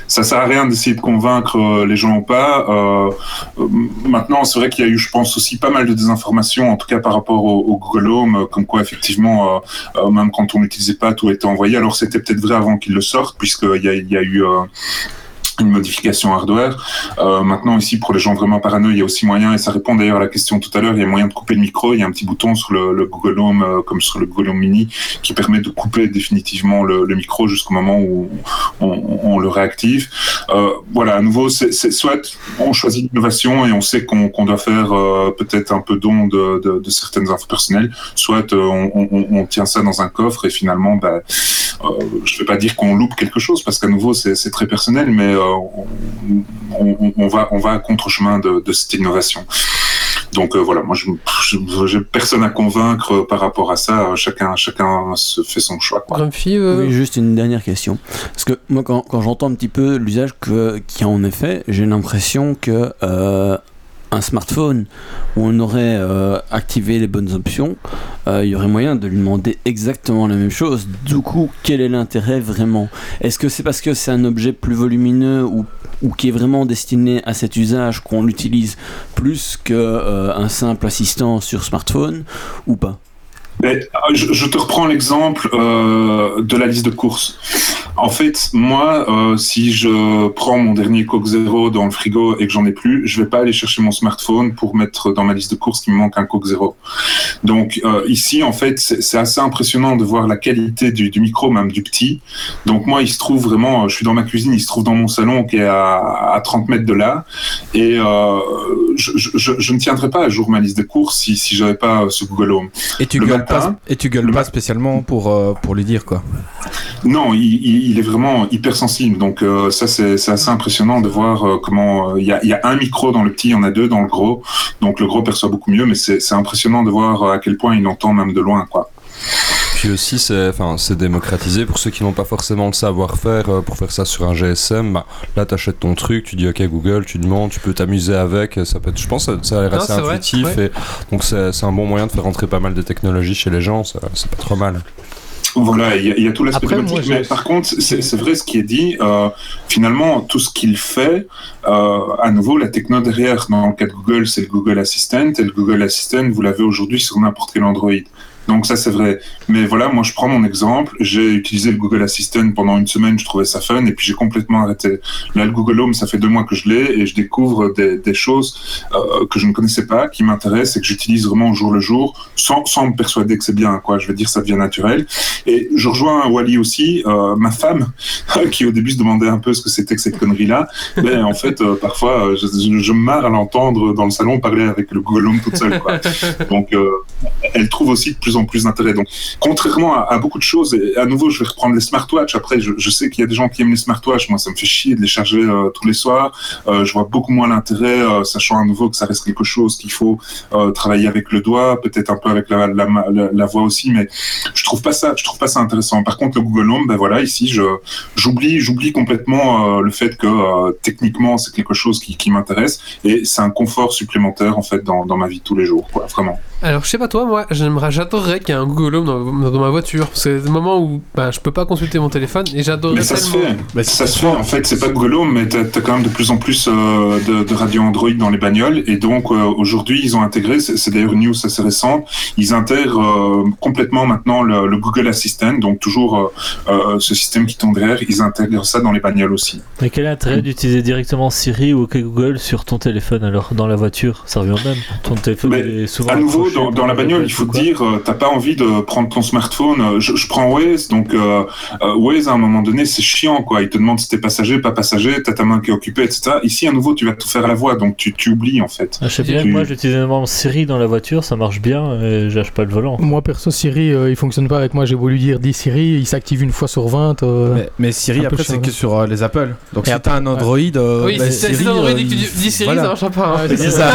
ça sert à rien d'essayer de convaincre euh, les gens ou pas. Euh, euh, maintenant, c'est vrai qu'il y a eu, je pense, aussi pas mal de désinformation, en tout cas par rapport au, au Google Home, euh, comme quoi effectivement, euh, euh, même quand on n'utilisait pas, tout était envoyé. Alors c'était peut-être vrai avant qu'ils le sortent, puisqu'il y a, il y a eu euh, une modification hardware. Euh, maintenant, ici, pour les gens vraiment parano, il y a aussi moyen, et ça répond d'ailleurs à la question tout à l'heure, il y a moyen de couper le micro. Il y a un petit bouton sur le, le Google Home, euh, comme sur le Google Home Mini, qui permet de couper définitivement le, le micro jusqu'au moment où on, on le réactive. Euh, voilà, à nouveau, c'est, c'est soit on choisit l'innovation et on sait qu'on, qu'on doit faire euh, peut-être un peu don de, de, de certaines infos personnelles, soit euh, on, on, on tient ça dans un coffre et finalement, bah, euh, je ne vais pas dire qu'on loupe quelque chose, parce qu'à nouveau, c'est, c'est très personnel, mais euh, On, on, on, va, on va à contre-chemin de, de cette innovation. Donc euh, voilà, moi je n'ai personne à convaincre par rapport à ça, chacun, chacun se fait son choix. Grumpy, euh... Oui, juste une dernière question. Parce que moi quand, quand j'entends un petit peu l'usage que, qu'il y a en effet, j'ai l'impression que euh, un smartphone où on aurait euh, activé les bonnes options, euh, il y aurait moyen de lui demander exactement la même chose. Du coup, quel est l'intérêt vraiment ? Est-ce que c'est parce que c'est un objet plus volumineux ou, ou qui est vraiment destiné à cet usage qu'on l'utilise plus qu'un euh, simple assistant sur smartphone ou pas ? Mais, je, je te reprends l'exemple euh, de la liste de courses. En fait, moi, euh, si je prends mon dernier Coke Zéro dans le frigo et que j'en ai plus, je vais pas aller chercher mon smartphone pour mettre dans ma liste de courses qu'il me manque un Coke Zéro. Donc euh, ici, en fait, c'est, c'est assez impressionnant de voir la qualité du, du micro, même du petit. Donc moi, il se trouve vraiment, je suis dans ma cuisine, il se trouve dans mon salon qui est à, à trente mètres de là. Et euh, je, je, je ne tiendrai pas à jour ma liste de courses si, si j'avais pas ce Google Home. Et tu le gueules matin, pas, et tu gueules pas spécialement pour, euh, pour lui dire quoi. Non, il, il, il est vraiment hypersensible. Donc euh, ça, c'est, c'est assez impressionnant de voir euh, comment il euh, y, y a un micro dans le petit, il y en a deux dans le gros. Donc le gros perçoit beaucoup mieux, mais c'est, c'est impressionnant de voir à quel point il entend même de loin, quoi. Puis aussi, c'est, enfin, c'est démocratisé pour ceux qui n'ont pas forcément le savoir-faire euh, pour faire ça sur un G S M. Bah, là, t'achètes ton truc, tu dis OK Google, tu demandes, tu peux t'amuser avec. Ça peut être, je pense, ça, ça a l'air non, assez intuitif. Vrai, ouais. Et donc c'est, c'est un bon moyen de faire rentrer pas mal de technologies chez les gens. Ça, c'est pas trop mal. Voilà, il y, y a tout l'aspect démocratique, mais par contre, c'est, c'est vrai ce qui est dit, euh, finalement, tout ce qu'il fait, euh, à nouveau, la techno derrière, dans le cas de Google, c'est le Google Assistant, et le Google Assistant, vous l'avez aujourd'hui sur n'importe quel Android. Donc ça, c'est vrai. Mais voilà, moi, je prends mon exemple. J'ai utilisé le Google Assistant pendant une semaine, je trouvais ça fun, et puis j'ai complètement arrêté. Là, le Google Home, ça fait deux mois que je l'ai, et je découvre des, des choses euh, que je ne connaissais pas, qui m'intéressent, et que j'utilise vraiment au jour le jour, sans, sans me persuader que c'est bien, quoi. Je veux dire, ça devient naturel. Et je rejoins Wally aussi, euh, ma femme, qui au début se demandait un peu ce que c'était que cette connerie-là. Mais en fait, euh, parfois, je, je, je me marre à l'entendre dans le salon parler avec le Google Home toute seule, quoi. Donc, euh, elle trouve aussi de plus en plus d'intérêt. Donc, contrairement à, à beaucoup de choses, et à nouveau, je vais reprendre les smartwatches. Après, je, je sais qu'il y a des gens qui aiment les smartwatches. Moi, ça me fait chier de les charger euh, tous les soirs. Euh, je vois beaucoup moins l'intérêt, euh, sachant à nouveau que ça reste quelque chose qu'il faut euh, travailler avec le doigt, peut-être un peu avec la, la, la, la voix aussi, mais je trouve pas ça, je trouve pas ça intéressant. Par contre, le Google Home, ben voilà, ici, je, j'oublie, j'oublie complètement euh, le fait que euh, techniquement, c'est quelque chose qui, qui m'intéresse, et c'est un confort supplémentaire en fait dans, dans ma vie de tous les jours, quoi, vraiment. Alors, je sais pas toi, moi, j'aimerais, j'adorerais qu'il y ait un Google Home dans, dans ma voiture. C'est le moment où ben, je peux pas consulter mon téléphone et j'adorerais mais ça tellement. Se fait. Mais ça se fait. En fait, c'est pas Google Home, mais t'as, t'as quand même de plus en plus euh, de, de radios Android dans les bagnoles. Et donc, euh, aujourd'hui, ils ont intégré, c'est, c'est d'ailleurs une news assez récente, ils intègrent euh, complètement maintenant le, le Google Assistant, donc toujours euh, euh, ce système qui tourne derrière, ils intègrent ça dans les bagnoles aussi. Mais quel est l'intérêt d'utiliser directement Siri ou OK Google sur ton téléphone alors, dans la voiture ? Ça revient même. Ton téléphone mais, est souvent. À nouveau, dans, dans la bagnole, il faut te dire, euh, t'as pas envie de prendre ton smartphone. Je, je prends Waze, donc euh, euh, Waze, à un moment donné, c'est chiant, quoi. Il te demande si t'es passager, pas passager, t'as ta main qui est occupée, et cetera. Ici, à nouveau, tu vas tout faire à la voix, donc tu, tu oublies, en fait. Ah, je sais bien tu... que moi, j'utilise énormément Siri dans la voiture, ça marche bien, et j'achète pas le volant. Moi, perso, Siri, euh, il fonctionne pas avec moi. J'ai voulu dire dis Siri, il s'active une fois sur vingt. Euh, mais, mais Siri, après, c'est que sur euh, les Apple. Donc, et si après, t'as un Android. Ouais. Euh, oui, bah, c'est un Android, euh, que tu dis Siri, voilà. Ça marche pas. Hein. Ouais, c'est ça.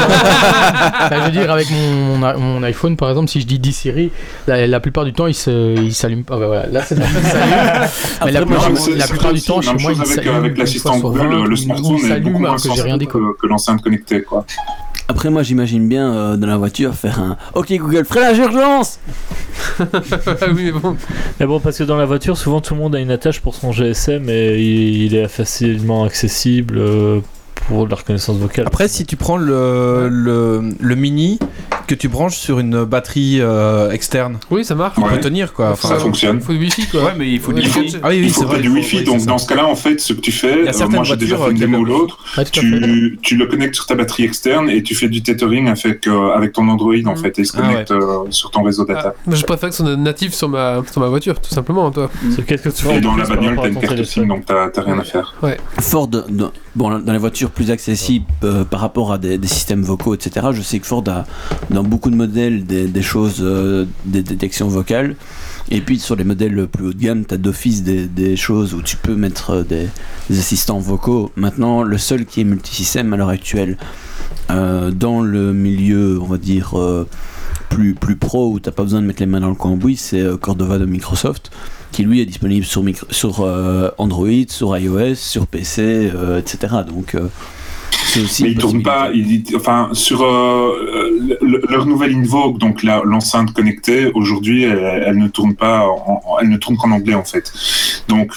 Bah, je veux dire, avec mon, mon, mon iPhone, par exemple, si je dis dis Siri, la, la plupart du temps, il, se, il s'allume pas. Ah, bah, voilà. Là, c'est il s'allume. Mais la, plupart, c'est, la plupart du temps, chez moi, il avec, s'allume. Avec l'assistant Google, le, le smartphone est beaucoup moins sensible que, que l'enceinte connectée, quoi. Après, moi, j'imagine bien euh, dans la voiture faire un OK Google, freinage urgence. Oui, mais bon. Mais bon, parce que dans la voiture, souvent tout le monde a une attache pour son G S M et il, il est facilement accessible euh, pour la reconnaissance vocale. Après, si tu prends le, le, le mini que tu branches sur une batterie euh, externe, oui, ça marche. Il Ouais. peut tenir quoi. Ça fonctionne. Il faut du wifi quoi. Ouais, mais il faut du Il faut, wifi. Ah oui, oui, il faut c'est que tu vrai, aies du il faut- wifi, oui, donc c'est dans ça. ce cas-là, en fait, ce que tu Il fais, y a euh, certaines moi j'ai déjà voitures fait une qui démo ou le- l'autre, Ouais, tout à fait. tu, tu le connectes sur ta batterie externe et tu fais du tethering avec, euh, avec ton Android en fait, et il se Ah connecte euh, sur ton réseau data. Ah, je préfère que ce soit natif sur ma, sur ma voiture, tout simplement, toi. C'est qu'est-ce que tu fais Et en dans plus la par bagnole, rapport t'as à une ton carte téléphone. SIM, donc t'as t'as rien à faire. Ford, dans, bon, dans les voitures plus accessibles euh, par rapport à des, des systèmes vocaux, et cetera, je sais que Ford a dans beaucoup de modèles des, des choses, euh, des détections vocales. Et puis sur les modèles plus haut de gamme, tu as d'office des, des choses où tu peux mettre des, des assistants vocaux. Maintenant, le seul qui est multisystème à l'heure actuelle, euh, dans le milieu, on va dire, euh, plus, plus pro, où tu n'as pas besoin de mettre les mains dans le cambouis, c'est euh, Cordova de Microsoft, qui lui est disponible sur, micro, sur euh, Android, sur iOS, sur P C, euh, et cetera. Donc, euh, c'est aussi Mais ils une tournent pas, possibilité. ils, enfin, sur euh, le- leur nouvelle Invoke, donc la- l'enceinte connectée, aujourd'hui, elle, elle ne tourne pas, en, en- elle ne tourne qu'en anglais en fait. Donc,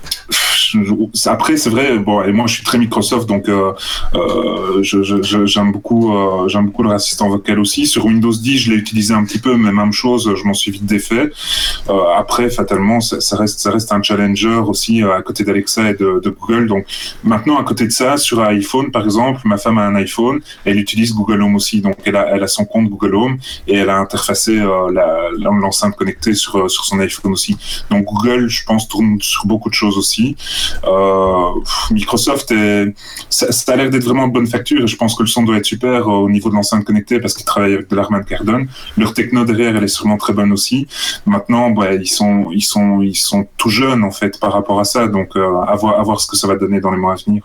je- après, c'est vrai, bon, et moi je suis très Microsoft, donc euh, euh, je- je- je- j'aime beaucoup, euh, j'aime beaucoup leur assistant vocal aussi. Sur Windows dix, je l'ai utilisé un petit peu, mais même chose, je m'en suis vite défait. Euh, après, fatalement, ça, ça reste, ça reste un challenger aussi euh, à côté d'Alexa et de, de Google. Donc maintenant, à côté de ça, sur un iPhone, par exemple, ma femme a un iPhone, elle utilise Google Home aussi, donc elle a, elle a son compte Google Home et elle a interfacé euh, la- l'enceinte connectée sur, euh, sur son iPhone aussi. Donc Google, je pense, tourne sur beaucoup de choses aussi. Euh, Microsoft, est, ça, ça a l'air d'être vraiment de bonne facture et je pense que le son doit être super euh, au niveau de l'enceinte connectée parce qu'ils travaillent avec de l'Harman Kardon. Leur techno derrière, elle est sûrement très bonne aussi. Maintenant, ouais, ils sont, ils sont, ils sont tout jeunes en fait par rapport à ça, donc euh, à voir, à voir ce que ça va donner dans les mois à venir.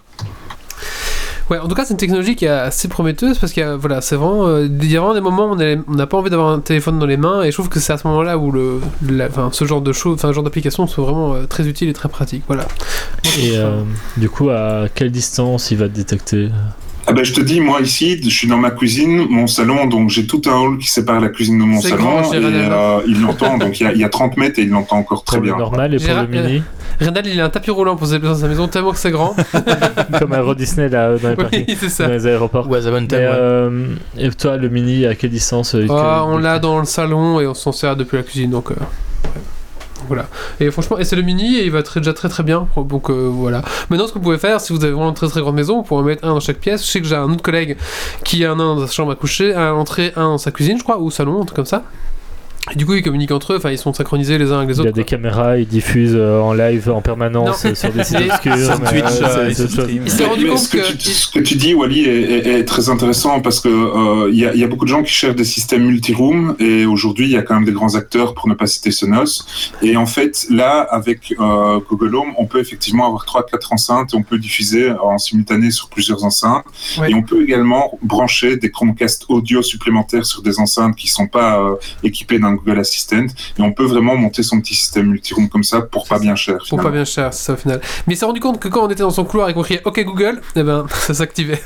Ouais, en tout cas, c'est une technologie qui est assez prometteuse parce qu'il y a, voilà, c'est vraiment, euh, il y a vraiment des moments où on est- on n'a pas envie d'avoir un téléphone dans les mains et je trouve que c'est à ce moment-là où le, la- enfin, ce genre de choses, enfin, ce genre d'applications sont vraiment euh, très utiles et très pratiques. Voilà. Et euh, du coup, à quelle distance il va te détecter? Ah ben, je te dis, moi ici, je suis dans ma cuisine, mon salon, donc j'ai tout un hall qui sépare la cuisine de mon C'est salon grand, et Gérald. euh, il l'entend, donc il y, a- il y a trente mètres et il l'entend encore très Pour le bien. normal et pour Gérard- le mini, Randall, il a un tapis roulant pour se déplacer dans sa maison tellement que c'est grand. comme à Euro Disney là, dans les parkings, Oui, c'est ça. dans les aéroports. Ou à Zaventem, Mais, ouais. euh, et toi, le mini, à quelle distance euh, Ah, que- on l'a dans le salon et on s'en sert depuis la cuisine, donc euh, ouais. Voilà. Et franchement, et c'est le mini et il va très, déjà très très bien. Donc euh, voilà. Maintenant, ce que vous pouvez faire, si vous avez vraiment une très très grande maison, vous pouvez en mettre un dans chaque pièce. Je sais que j'ai un autre collègue qui a un dans sa chambre à coucher, un à l'entrée, un dans sa cuisine, je crois, ou au salon, un truc comme ça. Et du coup, ils communiquent entre eux, enfin, ils sont synchronisés les uns avec les Il y autres. a des quoi. caméras, ils diffusent euh, en live en permanence Non. euh, sur des sites Mais- obscurs. Sur mais, Twitch, euh, euh, c'est- ils c'est se chose- streament. Il s'est rendu Mais compte ce que, que. tu, ce que tu dis, Wally, est, est- est très intéressant parce que euh, il y, a, il y a beaucoup de gens qui cherchent des systèmes multi-room et aujourd'hui, il y a quand même des grands acteurs, pour ne pas citer Sonos. Et en fait, là, avec euh, Google Home, on peut effectivement avoir trois quatre enceintes et on peut diffuser en simultané sur plusieurs enceintes. Ouais. Et on peut également brancher des Chromecast audio supplémentaires sur des enceintes qui sont pas euh, équipées d'un Google Assistant. Et on peut vraiment monter son petit système multi-room comme ça pour pas bien cher. Pour Finalement. pas bien cher, c'est ça au final. Mais il s'est rendu compte que quand on était dans son couloir et qu'on criait OK Google, eh ben ça s'activait.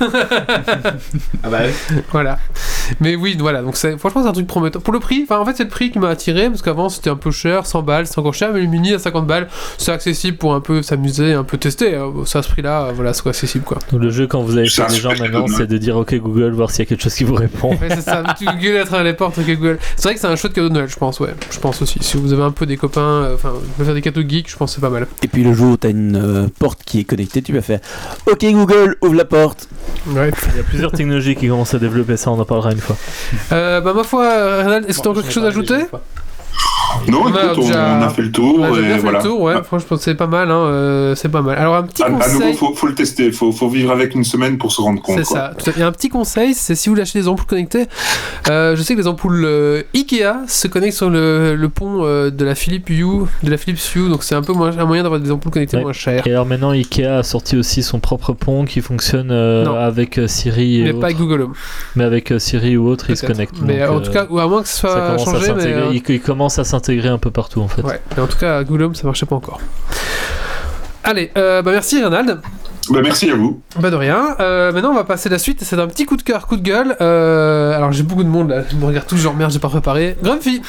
Ah bah oui. Voilà. Mais oui, voilà. Donc c'est, franchement, c'est un truc prometteur. Pour le prix, enfin en fait, c'est le prix qui m'a attiré parce qu'avant c'était un peu cher, cent balles, c'est encore cher, mais le mini à cinquante balles, c'est accessible pour un peu s'amuser, un peu tester. hein. C'est à ce prix-là, euh, voilà, c'est accessible quoi. Donc, le jeu, quand vous avez C'est fait un des gens super maintenant, cadeau, c'est de dire OK Google, voir s'il y a quelque chose qui vous répond. Ouais, c'est ça. Tu Google à travers les portes, OK Google. C'est vrai que c'est un chouette cadeau de Noël, je pense. Ouais, je pense aussi. Si vous avez un peu des copains, euh, enfin, vous pouvez faire des cadeaux geeks, je pense que c'est pas mal. Et puis le jour où tu as une euh, porte qui est connectée, tu vas faire OK Google, ouvre la porte. Ouais. Il y a plusieurs technologies qui commencent à développer ça, on en parlera une fois. Euh, bah ma foi, euh, Renald, est-ce que tu as encore quelque chose à ajouter? Non, On a écoute, on, déjà- on a fait le tour On a déjà et bien fait voilà. le tour, ouais. Ah, Franchement, c'est pas mal, hein. euh, c'est pas mal. Alors un petit à, à conseil. nouveau, faut, faut le tester. Faut, faut vivre avec une semaine pour se rendre compte. C'est quoi. ça. Tout à fait. Il y a un petit conseil, c'est si vous voulez acheter des ampoules connectées, euh, je sais que les ampoules euh, Ikea se connectent sur le, le pont euh, de la Philips Hue, de la Philips Hue, donc c'est un peu moins, un moyen d'avoir des ampoules connectées Ouais. moins chères. Et alors maintenant, Ikea a sorti aussi son propre pont qui fonctionne euh, Non. avec euh, Siri et Mais autres. pas avec Google Home. Mais avec euh, Siri ou autre, il se peut-être. connecte. Mais Donc, en euh, tout cas, ou à moins que ce ça soit commence à changé, mais. s'intégrer. euh, Il, il commence à s'intégrer un peu partout en fait. Ouais, mais en tout cas, Google Home, ça marchait pas encore. Allez, euh, bah merci Ronald. Bah, merci à vous. Bah de rien. Euh, maintenant on va passer à la suite. C'est un petit coup de cœur, coup de gueule. Euh, alors j'ai beaucoup de monde là. Je me regarde tous genre merde, j'ai pas préparé. Grumpy.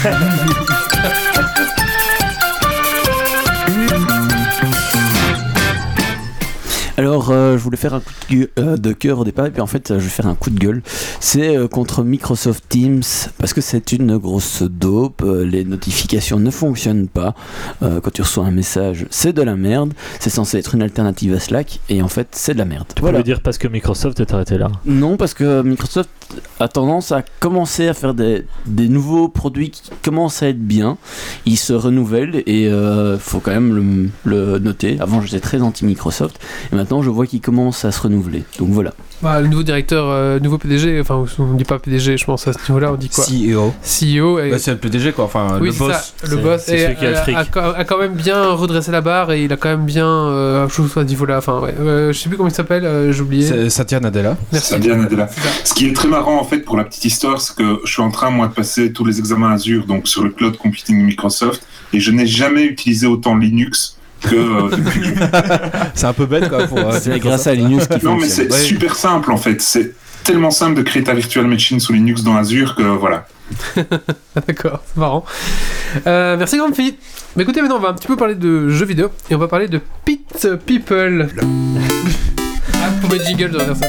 Alors, euh, je voulais faire un coup de, gue- euh, de cœur au départ, et puis en fait, euh, je vais faire un coup de gueule. C'est euh, contre Microsoft Teams, parce que c'est une grosse dope. Euh, les notifications ne fonctionnent pas. Euh, quand tu reçois un message, c'est de la merde. C'est censé être une alternative à Slack, et en fait, c'est de la merde. Tu peux le dire parce que Microsoft est arrêté là. Non, parce que Microsoft a tendance à commencer à faire des, des nouveaux produits qui commencent à être bien. Ils se renouvellent et il euh, faut quand même le, le noter. Avant, j'étais très anti-Microsoft et maintenant, je vois qu'ils commencent à se renouveler. Donc voilà. Bah, le nouveau directeur, euh, nouveau P D G, enfin on dit pas P D G, je pense à ce niveau-là, on dit quoi? C E O. C E O. Et... Bah, c'est le P D G quoi, enfin oui, le boss. Ça, le boss c'est et, celui qui a le euh, fric. a, a quand même bien redressé la barre et il a quand même bien euh, chose à ce niveau-là. Enfin, ouais. euh, je sais plus comment il s'appelle, euh, j'ai oublié. C'est Satya Nadella. Merci. Satya Nadella. Ce qui est très marrant en fait pour la petite histoire, c'est que je suis en train moi de passer tous les examens Azure, donc sur le cloud computing de Microsoft, et je n'ai jamais utilisé autant Linux que euh, c'est un peu bête quoi. Pour, euh, c'est grâce à Linux qui non fonctionne. mais c'est ouais. super simple en fait. C'est tellement simple de créer ta virtual machine sous Linux dans Azure que voilà. D'accord, c'est marrant. Euh, merci grande fille. Mais écoutez, maintenant on va un petit peu parler de jeux vidéo et on va parler de Pit People. Ah, pour mes jingles, je devrais faire ça.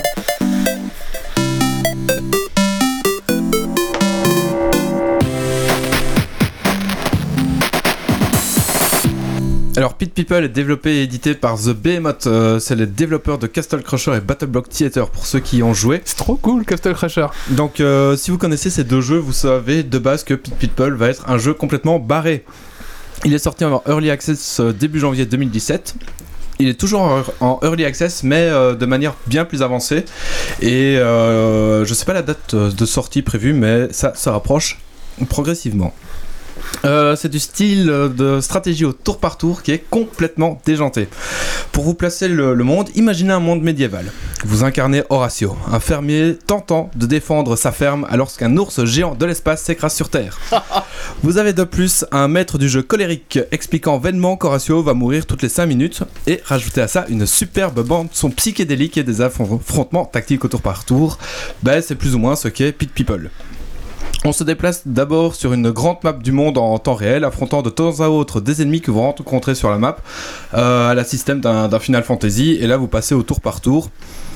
Alors Pit People est développé et édité par The Behemoth, euh, c'est les développeurs de Castle Crusher et Battle Block Theater pour ceux qui y ont joué. C'est trop cool Castle Crusher. Donc euh, si vous connaissez ces deux jeux, vous savez de base que Pit People va être un jeu complètement barré. Il est sorti en Early Access euh, début janvier deux mille dix-sept. Il est toujours en, en Early Access mais euh, de manière bien plus avancée. Et euh, je sais pas la date de sortie prévue mais ça se rapproche progressivement. Euh, c'est du style de stratégie au tour par tour qui est complètement déjanté. Pour vous placer le, le monde, imaginez un monde médiéval. Vous incarnez Horatio, un fermier tentant de défendre sa ferme alors qu'un ours géant de l'espace s'écrase sur Terre. Vous avez de plus un maître du jeu colérique expliquant vainement qu'Horatio va mourir toutes les cinq minutes et rajoutez à ça une superbe bande son psychédélique et des affrontements tactiques au tour par tour. Ben, c'est plus ou moins ce qu'est Pit People. On se déplace d'abord sur une grande map du monde en temps réel, affrontant de temps à autre des ennemis que vous rencontrez sur la map, euh, à la système d'un, d'un Final Fantasy, et là vous passez au tour par tour,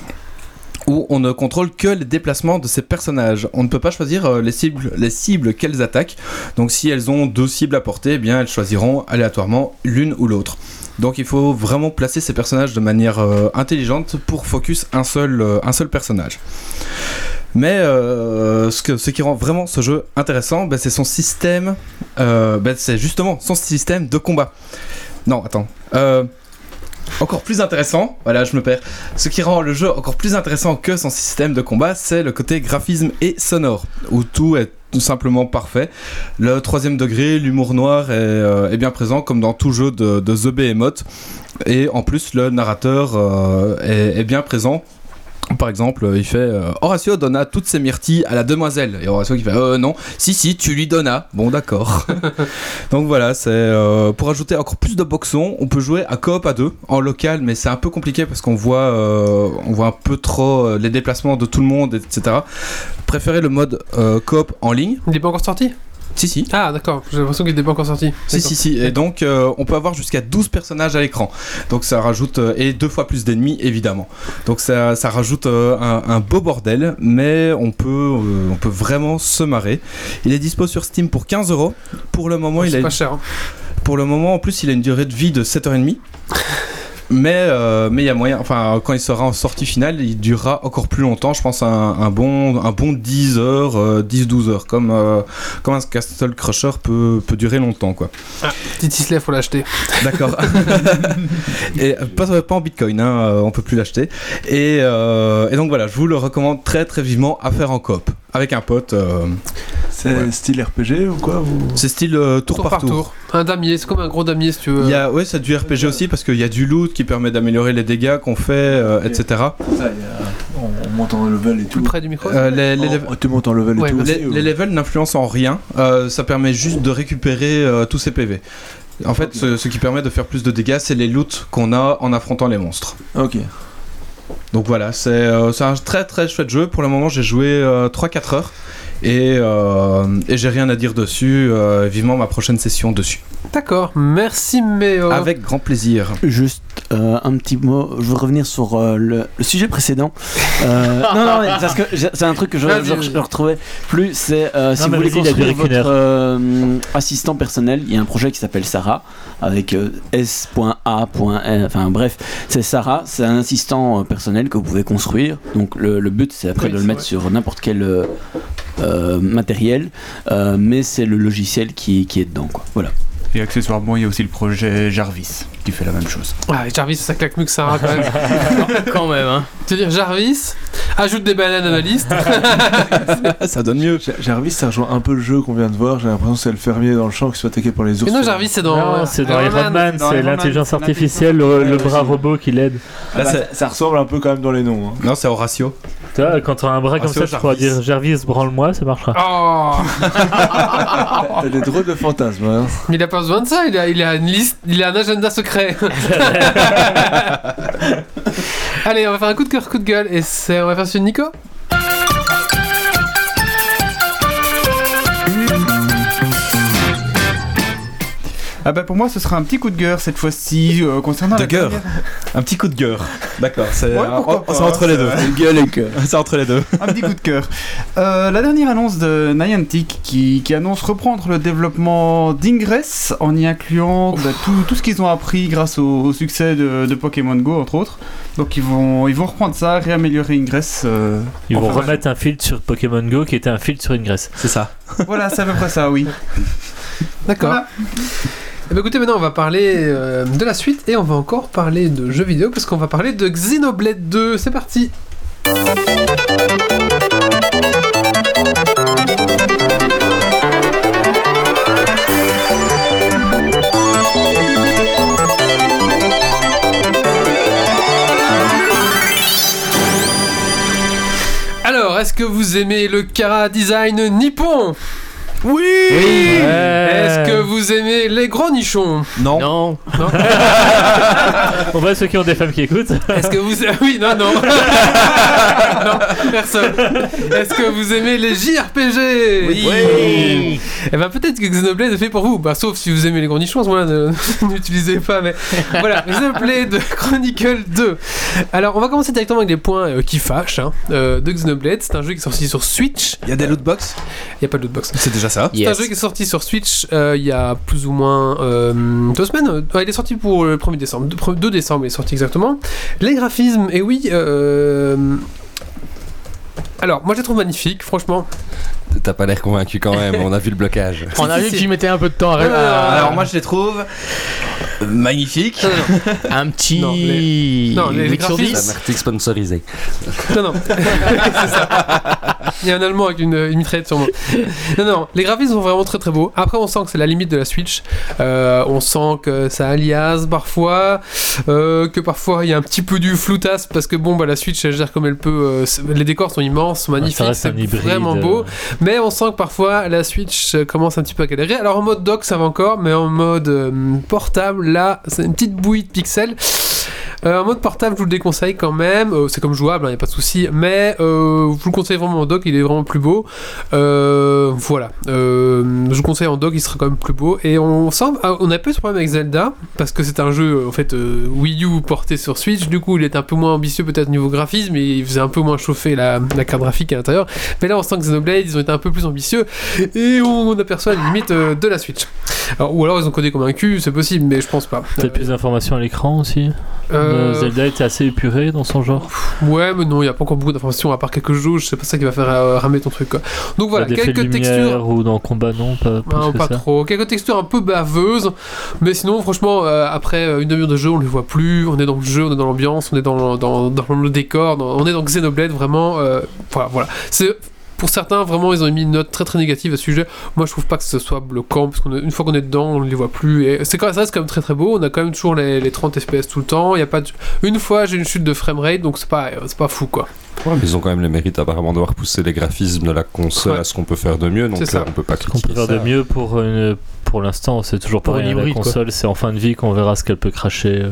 où on ne contrôle que les déplacements de ces personnages. On ne peut pas choisir euh, les cibles, les cibles qu'elles attaquent, donc si elles ont deux cibles à porter, eh bien elles choisiront aléatoirement l'une ou l'autre. Donc il faut vraiment placer ces personnages de manière euh, intelligente pour focus un seul, euh, un seul personnage. Mais euh, ce, que, ce qui rend vraiment ce jeu intéressant, bah, c'est son système, euh, bah, c'est justement son système de combat. Non, attends. Euh, encore plus intéressant, voilà, je me perds. Ce qui rend le jeu encore plus intéressant que son système de combat, c'est le côté graphisme et sonore, où tout est tout simplement parfait. Le troisième degré, l'humour noir est, euh, est bien présent, comme dans tout jeu de, de The Behemoth. Et en plus, le narrateur euh, est, est bien présent. Par exemple, il fait euh, Horatio donna toutes ses myrtilles à la demoiselle. Et Horatio qui fait euh, non, si, si, tu lui donnas. Bon, d'accord. Donc voilà, c'est euh, pour ajouter encore plus de boxons, on peut jouer à coop à deux, en local, mais c'est un peu compliqué parce qu'on voit, euh, on voit un peu trop euh, les déplacements de tout le monde, et cetera. Préférez le mode euh, coop en ligne. Il n'est pas encore sorti ? Si, si. Ah, d'accord, j'ai l'impression qu'il n'était pas encore sorti. Si, D'accord. si, si. Et donc, euh, on peut avoir jusqu'à douze personnages à l'écran. Donc, ça rajoute. Euh, et deux fois plus d'ennemis, évidemment. Donc, ça, ça rajoute euh, un, un beau bordel. Mais on peut, euh, on peut vraiment se marrer. Il est dispo sur Steam pour quinze euros. Pour le moment, Oh, il c'est a. pas cher. Hein. Pour le moment, en plus, il a une durée de vie de sept heures trente. Mais euh, mais il y a moyen, enfin quand il sera en sortie finale, il durera encore plus longtemps, je pense un, un bon un bon dix heures, euh, dix douze heures, comme euh, comme un Castle Crusher peut peut durer longtemps quoi. Ah, petit Islay, faut l'acheter. D'accord. Et pas, pas en Bitcoin, hein, on peut plus l'acheter. Et, euh, et donc voilà, je vous le recommande très très vivement à faire en coop avec un pote. Euh, c'est ouais. Style R P G ou quoi ou... C'est style euh, tour, tour par, par tour. tour. Un damier, c'est comme un gros damier si tu veux. Il y a, ouais, c'est du R P G aussi parce qu'il y a du loot qui permet d'améliorer les dégâts qu'on fait, euh, okay. et cetera. Ça, y a... on, on monte en level et tout. Tout près du micro. Euh, les, les oh, tu montes en level et ouais, tout. Les, aussi, les levels n'influencent en rien. Euh, ça permet juste de récupérer euh, tous ces P V. En fait, ce, ce qui permet de faire plus de dégâts, c'est les loots qu'on a en affrontant les monstres. Ok. Donc voilà, c'est, euh, c'est un très très chouette jeu. Pour le moment, j'ai joué euh, trois quatre heures et, euh, et j'ai rien à dire dessus. Euh, vivement ma prochaine session dessus. D'accord, merci Méo. Avec grand plaisir. Juste euh, un petit mot, je veux revenir sur euh, le, le sujet précédent. Euh, non, non, mais parce que j'ai- c'est un truc que je, Vas-y, je, vas-y. je retrouvais plus, c'est euh, si Non, vous mais voulez vas-y, il a construire duré qu'une votre heure. euh, assistant personnel, il y a un projet qui s'appelle Sarah, avec euh, S A. Enfin bref, c'est Sarah, c'est un assistant euh, personnel que vous pouvez construire. Donc le, le but c'est après Oui, de le c'est mettre vrai. sur n'importe quel euh, euh, matériel, euh, mais c'est le logiciel qui, qui est dedans, quoi. Voilà. Et accessoirement, il y a aussi le projet Jarvis qui fait la même chose. Ah, Jarvis, ça claque mieux que Sarah quand même. Quand même, hein. C'est-à-dire Jarvis, ajoute des bananes à ma liste. Ça donne mieux. Jar- Jarvis, ça rejoint un peu le jeu qu'on vient de voir. J'ai l'impression que c'est le fermier dans le champ qui se fait attaquer par les ours. Mais non, Jarvis, c'est dans. Non, c'est dans Iron Iron Man. Man, dans c'est Iron Man, l'intelligence c'est artificielle, le, l'intelligence le bras artificielle. robot qui l'aide. Ah bah, ça, ça ressemble un peu quand même dans les noms. Hein. Non, c'est Horatio. Tu vois, quand t'as un bras Ah, comme c'est ça, au tu pourras Jarvis. dire Jarvis, branle-moi, ça marchera. Oh. T'as des drôles de fantasmes. Hein. Mais il a pas besoin de ça, il a, il a une liste, il a un agenda secret. Allez, on va faire un coup de cœur, coup de gueule, et c'est, on va faire celui de Nico. Ah bah pour moi, ce sera un petit coup de gueule cette fois-ci euh, concernant De la gueule. dernière- Un petit coup de gueule. D'accord, c'est, Ouais, euh, pourquoi c'est pas, entre les c'est deux. vrai. Gueule et cœur. C'est entre les deux. Un petit coup de cœur. Euh, la dernière annonce de Niantic qui, qui annonce reprendre le développement d'Ingress en y incluant bah, tout, tout ce qu'ils ont appris grâce au, au succès de, de Pokémon Go entre autres. Donc ils vont, ils vont reprendre ça, réaméliorer Ingress. euh, Ils vont enfin, remettre un filtre sur Pokémon Go qui était un filtre sur Ingress. C'est ça. Voilà, c'est à peu près ça, oui. D'accord. Voilà. Eh ben, écoutez, maintenant on va parler euh, de la suite et on va encore parler de jeux vidéo parce qu'on va parler de Xenoblade deux. C'est parti. Alors, est-ce que vous aimez le Kara Design nippon? Oui, Est-ce que vous aimez les gros nichons? Non. Non. Non. On voit ceux qui ont des femmes qui écoutent. Est-ce que vous... Oui, non, non. Non, personne. Est-ce que vous aimez les J R P G? Oui. Eh ben peut-être que Xenoblade est fait pour vous. Bah, sauf si vous aimez les gros nichons, à ce moment-là, ne- n'utilisez pas. Mais voilà, Xenoblade Chronicle deux. Alors, on va commencer directement avec les points euh, qui fâchent hein, euh, de Xenoblade. C'est un jeu qui est sorti sur Switch. Il y a des lootbox. Il n'y a pas de lootbox. C'est déjà ça. C'est un jeu qui est sorti sur Switch euh, il y a plus ou moins euh, deux semaines. Ouais, il est sorti pour le premier décembre. deux décembre, il est sorti exactement. Les graphismes, et oui. Euh... Alors, moi je les trouve magnifiques, franchement. T'as pas l'air convaincu quand même, on a vu le blocage. On a vu que tu mettais un peu de temps à Non, non, non, à- Alors moi je les trouve magnifiques. un petit Non, les- non, les- les huit sur graphismes- dix. Un article sponsorisé. Non, non. C'est ça. Il y a un Allemand avec une, une mitraillette sur moi. Non, non, les graphismes sont vraiment très très beaux. Après, on sent que c'est la limite de la Switch. Euh, on sent que ça alias parfois, euh, que parfois il y a un petit peu du floutas parce que bon, bah la Switch elle gère comme elle peut. Euh, c'est- les décors sont immenses, sont magnifiques, Ça reste c'est un hybride, vraiment beau. euh. Mais on sent que parfois la Switch euh, commence un petit peu à galérer. Alors en mode dock ça va encore, mais en mode euh, portable, là, c'est une petite bouillie de pixels. Euh, en mode portable, je vous le déconseille quand même. Euh, c'est comme jouable, il n'y a pas de souci. Mais euh, je vous le conseille vraiment en dock, il est vraiment plus beau. Euh, voilà. Euh, je vous conseille en dock, il sera quand même plus beau. Et on sent, ah, on a pas eu ce problème avec Zelda, parce que c'est un jeu, en fait, euh, Wii U porté sur Switch. Du coup, il est un peu moins ambitieux peut-être niveau graphisme, et il faisait un peu moins chauffer la, la carte graphique à l'intérieur. Mais là, on sent que Xenoblade, ils ont été un peu plus ambitieux, et on aperçoit la limite euh, de la Switch. Alors, ou alors, ils ont codé comme un cul, c'est possible, mais je pense pas. Peut-être plus d'informations à l'écran aussi. Euh, Euh, Zelda était assez épuré dans son genre. Ouais, mais non, il n'y a pas encore beaucoup d'informations à part quelques jauges, c'est pas ça qui va faire euh, ramer ton truc quoi. Donc voilà, Pas d'effet de quelques lumière textures. ou dans le combat, non, pas plus Non, que pas ça. trop. Quelques textures un peu baveuses, mais sinon, franchement, euh, après euh, une demi-heure de jeu, on les voit plus. On est dans le jeu, on est dans l'ambiance, on est dans, dans, dans le décor, dans- on est dans Xenoblade, vraiment. Euh, voilà, voilà. C'est pour certains, vraiment, ils ont mis une note très très négative à ce sujet. Moi, je trouve pas que ce soit bloquant, parce qu'une fois qu'on est dedans, on ne les voit plus. Et c'est quand même, ça reste quand même très très beau. On a quand même toujours les, les trente F P S tout le temps. Il y a pas de... Une fois, j'ai une chute de framerate, donc c'est pas, c'est pas fou, quoi. Ouais, mais ils ont quand même le mérite apparemment d'avoir poussé les graphismes de la console Ouais. à ce qu'on peut faire de mieux, donc C'est ça. euh, on peut pas Ce qu'on critiquer peut faire ça. de mieux pour une... Pour l'instant, c'est toujours Pour pas une rien. La hybride, quoi. console, c'est en fin de vie qu'on verra ce qu'elle peut cracher. euh.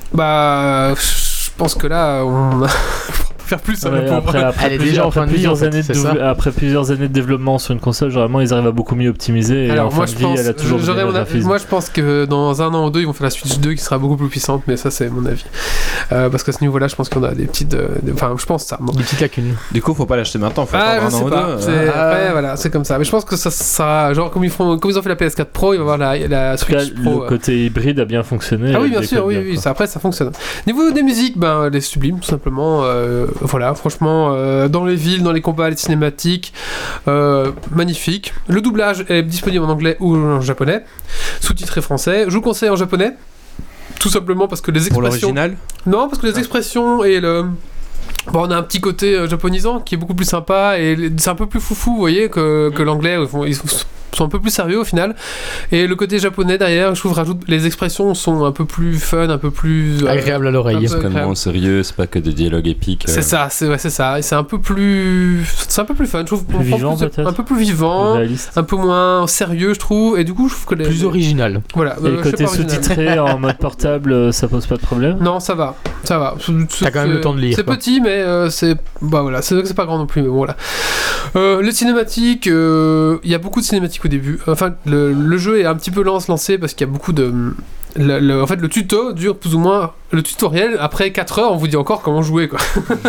Bah, je pense que là, on faire plus. Ouais, pour... après, après, Elle est plusieurs, déjà en fin après de vie, plusieurs en fait, années c'est de ça. dou- après plusieurs années de développement sur une console, généralement ils arrivent à beaucoup mieux optimiser. Et Alors en moi fin je de vie, pense, elle a toujours j'aurais bien mon le avis- graphisme. moi je pense que dans un an ou deux ils vont faire la Switch deux qui sera beaucoup plus puissante, mais ça c'est mon avis. Euh, parce qu'à ce niveau-là, je pense qu'on a des petites, euh, des- enfin je pense ça. Bon. Des petites lacunes. Du coup, faut pas l'acheter maintenant, faut Ah, je attendre un an sais ou pas. deux. C'est... Ah. Après, voilà, c'est comme ça. Mais je pense que ça sera genre comme ils font, comme ils ont fait la P S quatre Pro, il va y avoir la, la En tout cas, Switch Pro. le euh. côté hybride a bien fonctionné. Ah oui, elle bien sûr, déconne oui, bien, oui, quoi. ça, après ça fonctionne. Niveau des musiques, ben, les sublimes, tout simplement. Euh, voilà, franchement, euh, dans les villes, dans les combats, les cinématiques, euh, magnifique. Le doublage est disponible en anglais ou en japonais, sous-titré français. Je vous conseille en japonais, tout simplement parce que les Pour expressions. l'original Non, parce que les expressions et le. Bon, on a un petit côté euh, japonisant qui est beaucoup plus sympa et les- c'est un peu plus foufou, vous voyez, que, que l'anglais. Ils, font- ils sont sont un peu plus sérieux au final. Et le côté japonais derrière, je trouve, rajoute les expressions sont un peu plus fun, un peu plus euh, Agréable à un l'oreille. peu C'est quand même agréable. moins sérieux, c'est pas que des dialogues épiques. C'est euh. ça, c'est ouais, c'est ça. Et c'est un peu plus, c'est un peu plus fun, je trouve. Plus On prend vivant, plus- peut-être un peu plus vivant, Réaliste. un peu moins sérieux, je trouve. Et du coup, je trouve que les, Plus original. voilà. Et euh, le je sais côté pas, original. sous-titré en mode portable, euh, ça pose pas de problème. Non, ça va, ça va. C'est- T'as quand même c'est- le temps de lire, C'est quoi. petit, mais euh, c'est bah voilà, c'est c'est pas grand non plus, mais bon voilà. Euh, les cinématiques, euh, il y a beaucoup de cinématiques au début. Enfin, le, le jeu est un petit peu lent à se lancer parce qu'il y a beaucoup de. Le, le- en fait, le tuto dure plus ou moins. Le tutoriel, après quatre heures, on vous dit encore comment jouer, quoi.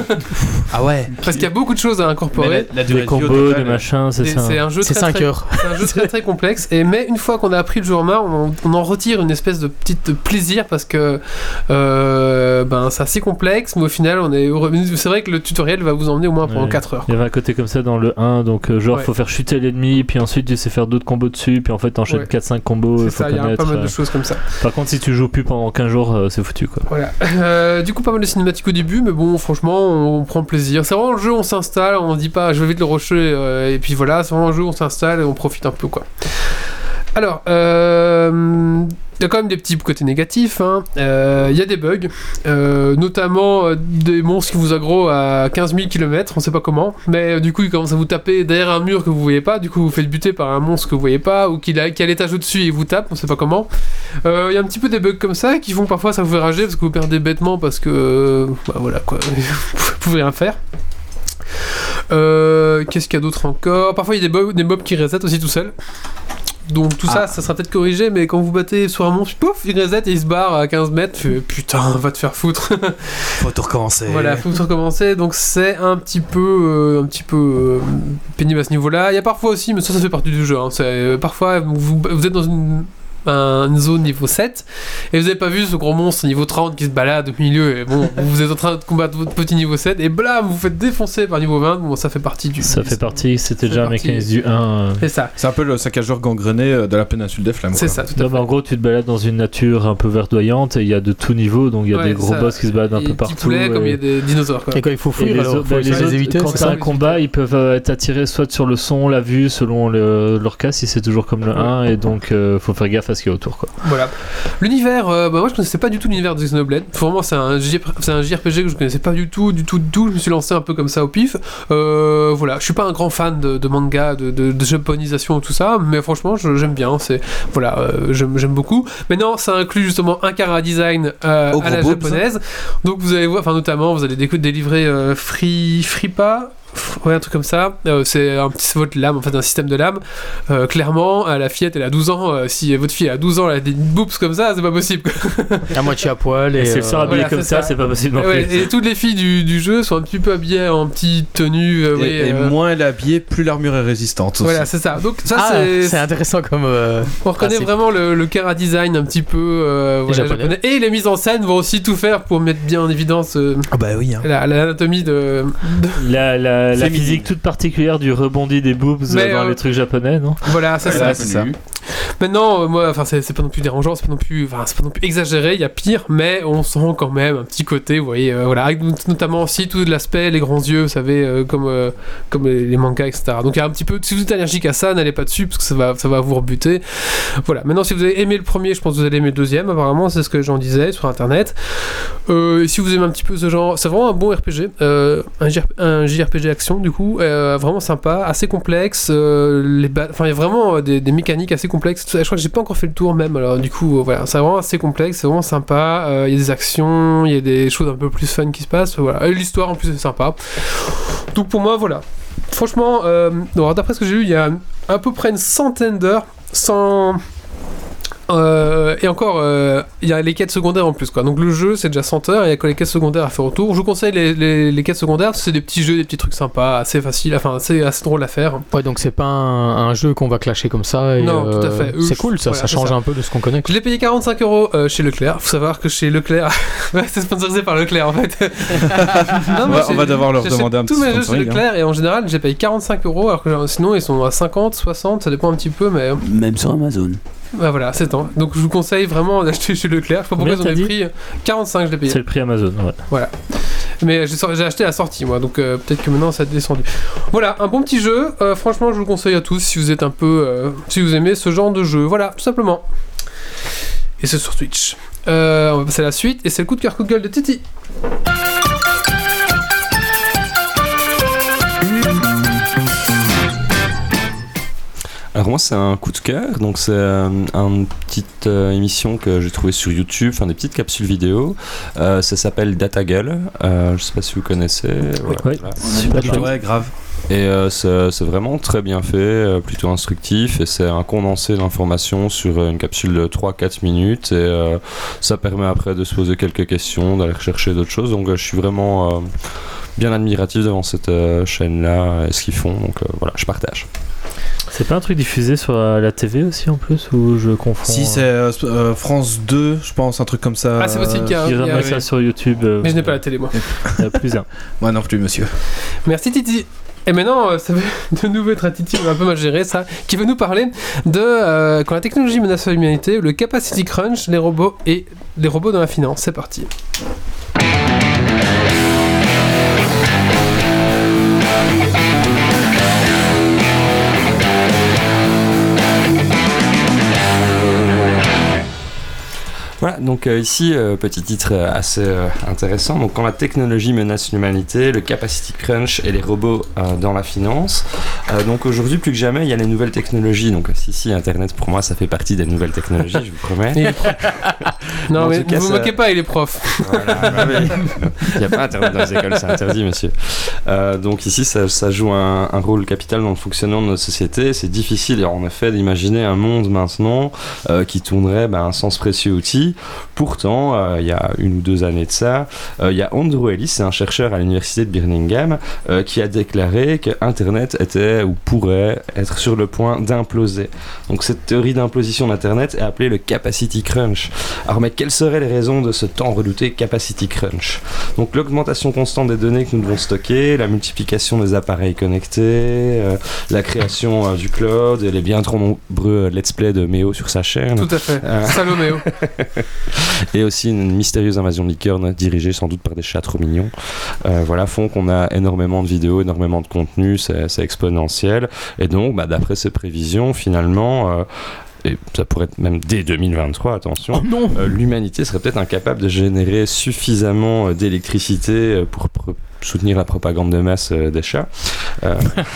Ah ouais. Parce qu'il y a beaucoup de choses à incorporer. la, la durée Des de vie au combos, total, des machins, c'est Et ça. C'est un jeu C'est très, cinq très- heures. C'est un jeu très très complexe. Et mais une fois qu'on a appris le jeu en main, on, on en retire une espèce de petit plaisir parce que euh, ben c'est assez complexe, mais au final on est heureux. C'est vrai que le tutoriel va vous emmener au moins pendant Ouais. quatre heures. Il y avait un côté comme ça dans le un, donc euh, genre Ouais. faut faire chuter l'ennemi, puis ensuite tu sais faire d'autres combos dessus, puis en fait t'enchaînes Ouais. quatre cinq combos, C'est il faut ça, il y a connaître. pas mal de euh. choses comme ça. Par contre, si tu joues plus pendant quinze jours, euh, c'est foutu quoi. Voilà. Euh, du coup, pas mal de cinématiques au début, mais bon, franchement, on, on prend plaisir. C'est vraiment le jeu, on s'installe, on dit pas, je vais vite le rusher, euh, et puis voilà, c'est vraiment un jeu, on s'installe et on profite un peu, quoi. Alors, euh, il y a quand même des petits côtés négatifs. hein. Euh, Il y a des bugs, euh, notamment euh, des monstres qui vous aggro à quinze mille kilomètres, on sait pas comment, mais euh, du coup ils commencent à vous taper derrière un mur que vous voyez pas, du coup vous faites buter par un monstre que vous voyez pas, ou qui, a, qui a l'étage au-dessus et il vous tape, on sait pas comment. Euh, Il y a un petit peu des bugs comme ça qui font parfois ça vous fait rager parce que vous perdez bêtement parce que. euh, bah voilà quoi, vous pouvez rien faire. Euh, Qu'est-ce qu'il y a d'autre encore? Parfois il y a des, bo- des mobs qui resettent aussi tout seuls. Donc tout ça, ça sera peut-être corrigé, mais quand vous battez sur un monstre, pouf, il reset et il se barre à quinze mètres. Tu fais, putain, va te faire foutre. Faut tout recommencer. Voilà, faut tout recommencer. Donc c'est un petit peu, euh, un petit peu euh, pénible à ce niveau-là. Il y a parfois aussi, mais ça, ça fait partie du jeu. Hein, c'est, euh, parfois, vous, vous êtes dans une un- une zone niveau sept et vous avez pas vu ce gros monstre niveau trente qui se balade au milieu et bon vous êtes en train de combattre votre petit niveau sept et blam vous vous faites défoncer par niveau vingt. Bon, ça fait partie du Ça fait partie, c'était Ça déjà fait un partie. mécanisme du un. euh. c'est ça, C'est un peu le saccageur gangrené euh, de la péninsule des Flammes. c'est quoi. ça tout à Non, fait. mais en gros, tu te balades dans une nature un peu verdoyante et il y a de tout niveau, donc il y a Ouais, des gros ça. boss qui se baladent un Et peu des partout. petits poulets comme il y a et- des dinosaures quoi. Et quand il faut Et fuir, les alors autres- faut bah, essayer les de les autres, éviter. quand c'est t'as ça un combat, ils peuvent euh, être attirés soit sur le son, la vue, selon le- leur cas, si c'est toujours comme le un, et donc euh, faut faire gaffe à ce qu'il y a autour. Quoi. Voilà. L'univers, euh, bah moi je connaissais pas du tout l'univers de Xenoblade. Vraiment, c'est un, J- c'est un J R P G que je connaissais pas du tout, du tout, du tout. Je me suis lancé un peu comme ça au pif. Euh, voilà, je suis pas un grand fan de, de manga, de, de, de japonisation et tout ça, mais franchement, je- j'aime bien. C'est voilà, euh, j'aime, j'aime beaucoup. Maintenant, ça inclut justement un chara design euh, Au à la gros boobs. japonaise. Donc vous allez voir, enfin notamment, vous allez décou- délivrer euh, Free Fripa. Ouais, un truc comme ça. Euh, c'est un petit votre lame, en fait, un système de lame. Euh, clairement, euh, la fillette, elle a douze ans. euh, si votre fille a douze ans, elle a des boobs comme ça, c'est pas possible. quoi. à moitié à poil. Et, Et si elle euh, sort habillée voilà, comme c'est ça, ça. c'est pas possible non Ouais, plus. et toutes les filles du, du jeu sont un petit peu habillées en petite tenue. euh, Et, oui, et euh, moins elle est habillée, plus l'armure est résistante. aussi. Voilà, c'est ça. Donc ça, Ah, c'est, c'est intéressant comme. euh, on reconnaît principe. vraiment le, le chara design un petit peu euh, voilà, japonais. japonais. Et les mises en scène vont aussi tout faire pour mettre bien en évidence euh, Ah bah oui. Hein. la, l'anatomie de. La, la, la Féminine. physique toute particulière du rebondi des boobs Mais, euh, dans euh, les trucs japonais, non? Voilà, c'est Voilà, ça. c'est ça. Maintenant, euh, moi, enfin, c'est, c'est pas non plus dérangeant, c'est pas non plus, enfin, c'est pas non plus exagéré, il y a pire, mais on sent quand même un petit côté, vous voyez, euh, voilà, avec notamment aussi tout l'aspect, les grands yeux, vous savez, euh, comme, euh, comme les, les mangas, et cetera. Donc il y a un petit peu, si vous êtes allergique à ça, n'allez pas dessus parce que ça va, ça va vous rebuter. Voilà. Maintenant, si vous avez aimé le premier, je pense que vous allez aimer le deuxième. Apparemment, c'est ce que j'en disais sur internet. Euh, et si vous aimez un petit peu ce genre, c'est vraiment un bon R P G, euh, un, J R, un J R P G action du coup, euh, vraiment sympa, assez complexe. Euh, les ba- enfin, il y a vraiment des, des mécaniques assez complexes. Je crois que j'ai pas encore fait le tour même. Alors du coup, euh, voilà, c'est vraiment assez complexe, c'est vraiment sympa. Il euh, y a des actions, il y a des choses un peu plus fun qui se passent. Voilà. Et l'histoire en plus est sympa. Donc pour moi, voilà. Franchement, euh, alors, d'après ce que j'ai lu, il y a à peu près une centaine d'heures sans. Euh, et encore, euh, il y a les quêtes secondaires en plus, quoi. Donc le jeu, c'est déjà cent heures, il y a que les quêtes secondaires à faire autour. Je vous conseille les, les, les quêtes secondaires, c'est des petits jeux, des petits trucs sympas, assez faciles, enfin assez, assez drôle à faire. Ouais, donc c'est pas un, un jeu qu'on va clasher comme ça. Et non, euh, tout à fait. C'est cool, ça, voilà, ça change ça. un peu de ce qu'on connaît. Je l'ai payé quarante-cinq euros euh, chez Leclerc. Faut savoir que chez Leclerc, ouais, c'est sponsorisé par Leclerc en fait. non, on, va, on va devoir leur demander un petit tous mes jeux chez hein. Leclerc et en général, j'ai payé quarante-cinq euros, alors que genre, sinon ils sont à cinquante, soixante, ça dépend un petit peu, mais. Même sur Amazon. Bah voilà, c'est temps. Donc je vous conseille vraiment d'acheter chez Leclerc. Je sais pas pourquoi ils ont des prix. quarante-cinq, je l'ai payé. C'est le prix Amazon, ouais. Voilà. Mais j'ai, j'ai acheté à la sortie, moi, donc euh, peut-être que maintenant ça a descendu. Voilà, un bon petit jeu. Euh, franchement, je vous le conseille à tous si vous êtes un peu. Euh, si vous aimez ce genre de jeu. Voilà, tout simplement. Et c'est sur Twitch. Euh, on va passer à la suite. Et c'est le coup de cœur, coup de gueule de Titi. Alors moi c'est un coup de cœur, donc c'est euh, une petite euh, émission que j'ai trouvée sur YouTube, enfin des petites capsules vidéo, euh, ça s'appelle DataGull, euh, je sais pas si vous connaissez. Oui, voilà. oui. Super chouette. Ouais, grave. Et euh, c'est, c'est vraiment très bien fait, euh, plutôt instructif, et c'est un condensé d'informations sur une capsule de trois à quatre minutes, et euh, ça permet après de se poser quelques questions, d'aller rechercher d'autres choses, donc euh, je suis vraiment euh, bien admiratif devant cette euh, chaîne-là et ce qu'ils font, donc euh, voilà, je partage. C'est pas un truc diffusé sur la T V aussi en plus, ou je confonds? Si, c'est euh, euh, France deux, je pense, un truc comme ça. Ah, c'est possible qu'il y a un. Ils remettent ça sur YouTube. Euh, Mais je n'ai pas la télé, moi. Il y a plus un. Moi non plus, monsieur. Merci Titi. Et maintenant, euh, ça va de nouveau être à Titi, on va un peu mal gérer ça, qui va nous parler de euh, quand la technologie menace l'humanité, le capacity crunch, les robots et les robots dans la finance. C'est parti. Voilà, donc euh, ici, euh, petit titre euh, assez euh, intéressant. Donc, quand la technologie menace l'humanité, le capacity crunch et les robots euh, dans la finance. Euh, donc, aujourd'hui, plus que jamais, il y a les nouvelles technologies. Donc, si, si, Internet, pour moi, ça fait partie des nouvelles technologies, je vous promets. Non, en mais cas, vous vous ça... moquez pas, il est prof. Voilà, il n'y a pas Internet dans les écoles, c'est interdit, monsieur. Euh, donc, ici, ça, ça joue un, un rôle capital dans le fonctionnement de notre société. C'est difficile, en effet, d'imaginer un monde maintenant euh, qui tournerait ben, un sens précieux outil. Pourtant, euh, il y a une ou deux années de ça, euh, il y a Andrew Ellis, c'est un chercheur à l'université de Birmingham, euh, qui a déclaré que Internet était ou pourrait être sur le point d'imploser. Donc cette théorie d'implosion d'Internet est appelée le capacity crunch. Alors mais quelles seraient les raisons de ce tant redouté capacity crunch? Donc l'augmentation constante des données que nous devons stocker, la multiplication des appareils connectés, euh, la création euh, du cloud, et les bien trop nombreux let's play de Méo sur sa chaîne. Tout à fait, euh... Saloméo. Et aussi une mystérieuse invasion de licornes dirigée sans doute par des chats trop mignons, euh, voilà, font qu'on a énormément de vidéos, énormément de contenu, c'est, c'est exponentiel, et donc bah, d'après ces prévisions finalement euh, et ça pourrait être même dès deux mille vingt-trois, attention, oh non euh, l'humanité serait peut-être incapable de générer suffisamment euh, d'électricité euh, pour, pour soutenir la propagande de masse euh, des chats. Euh...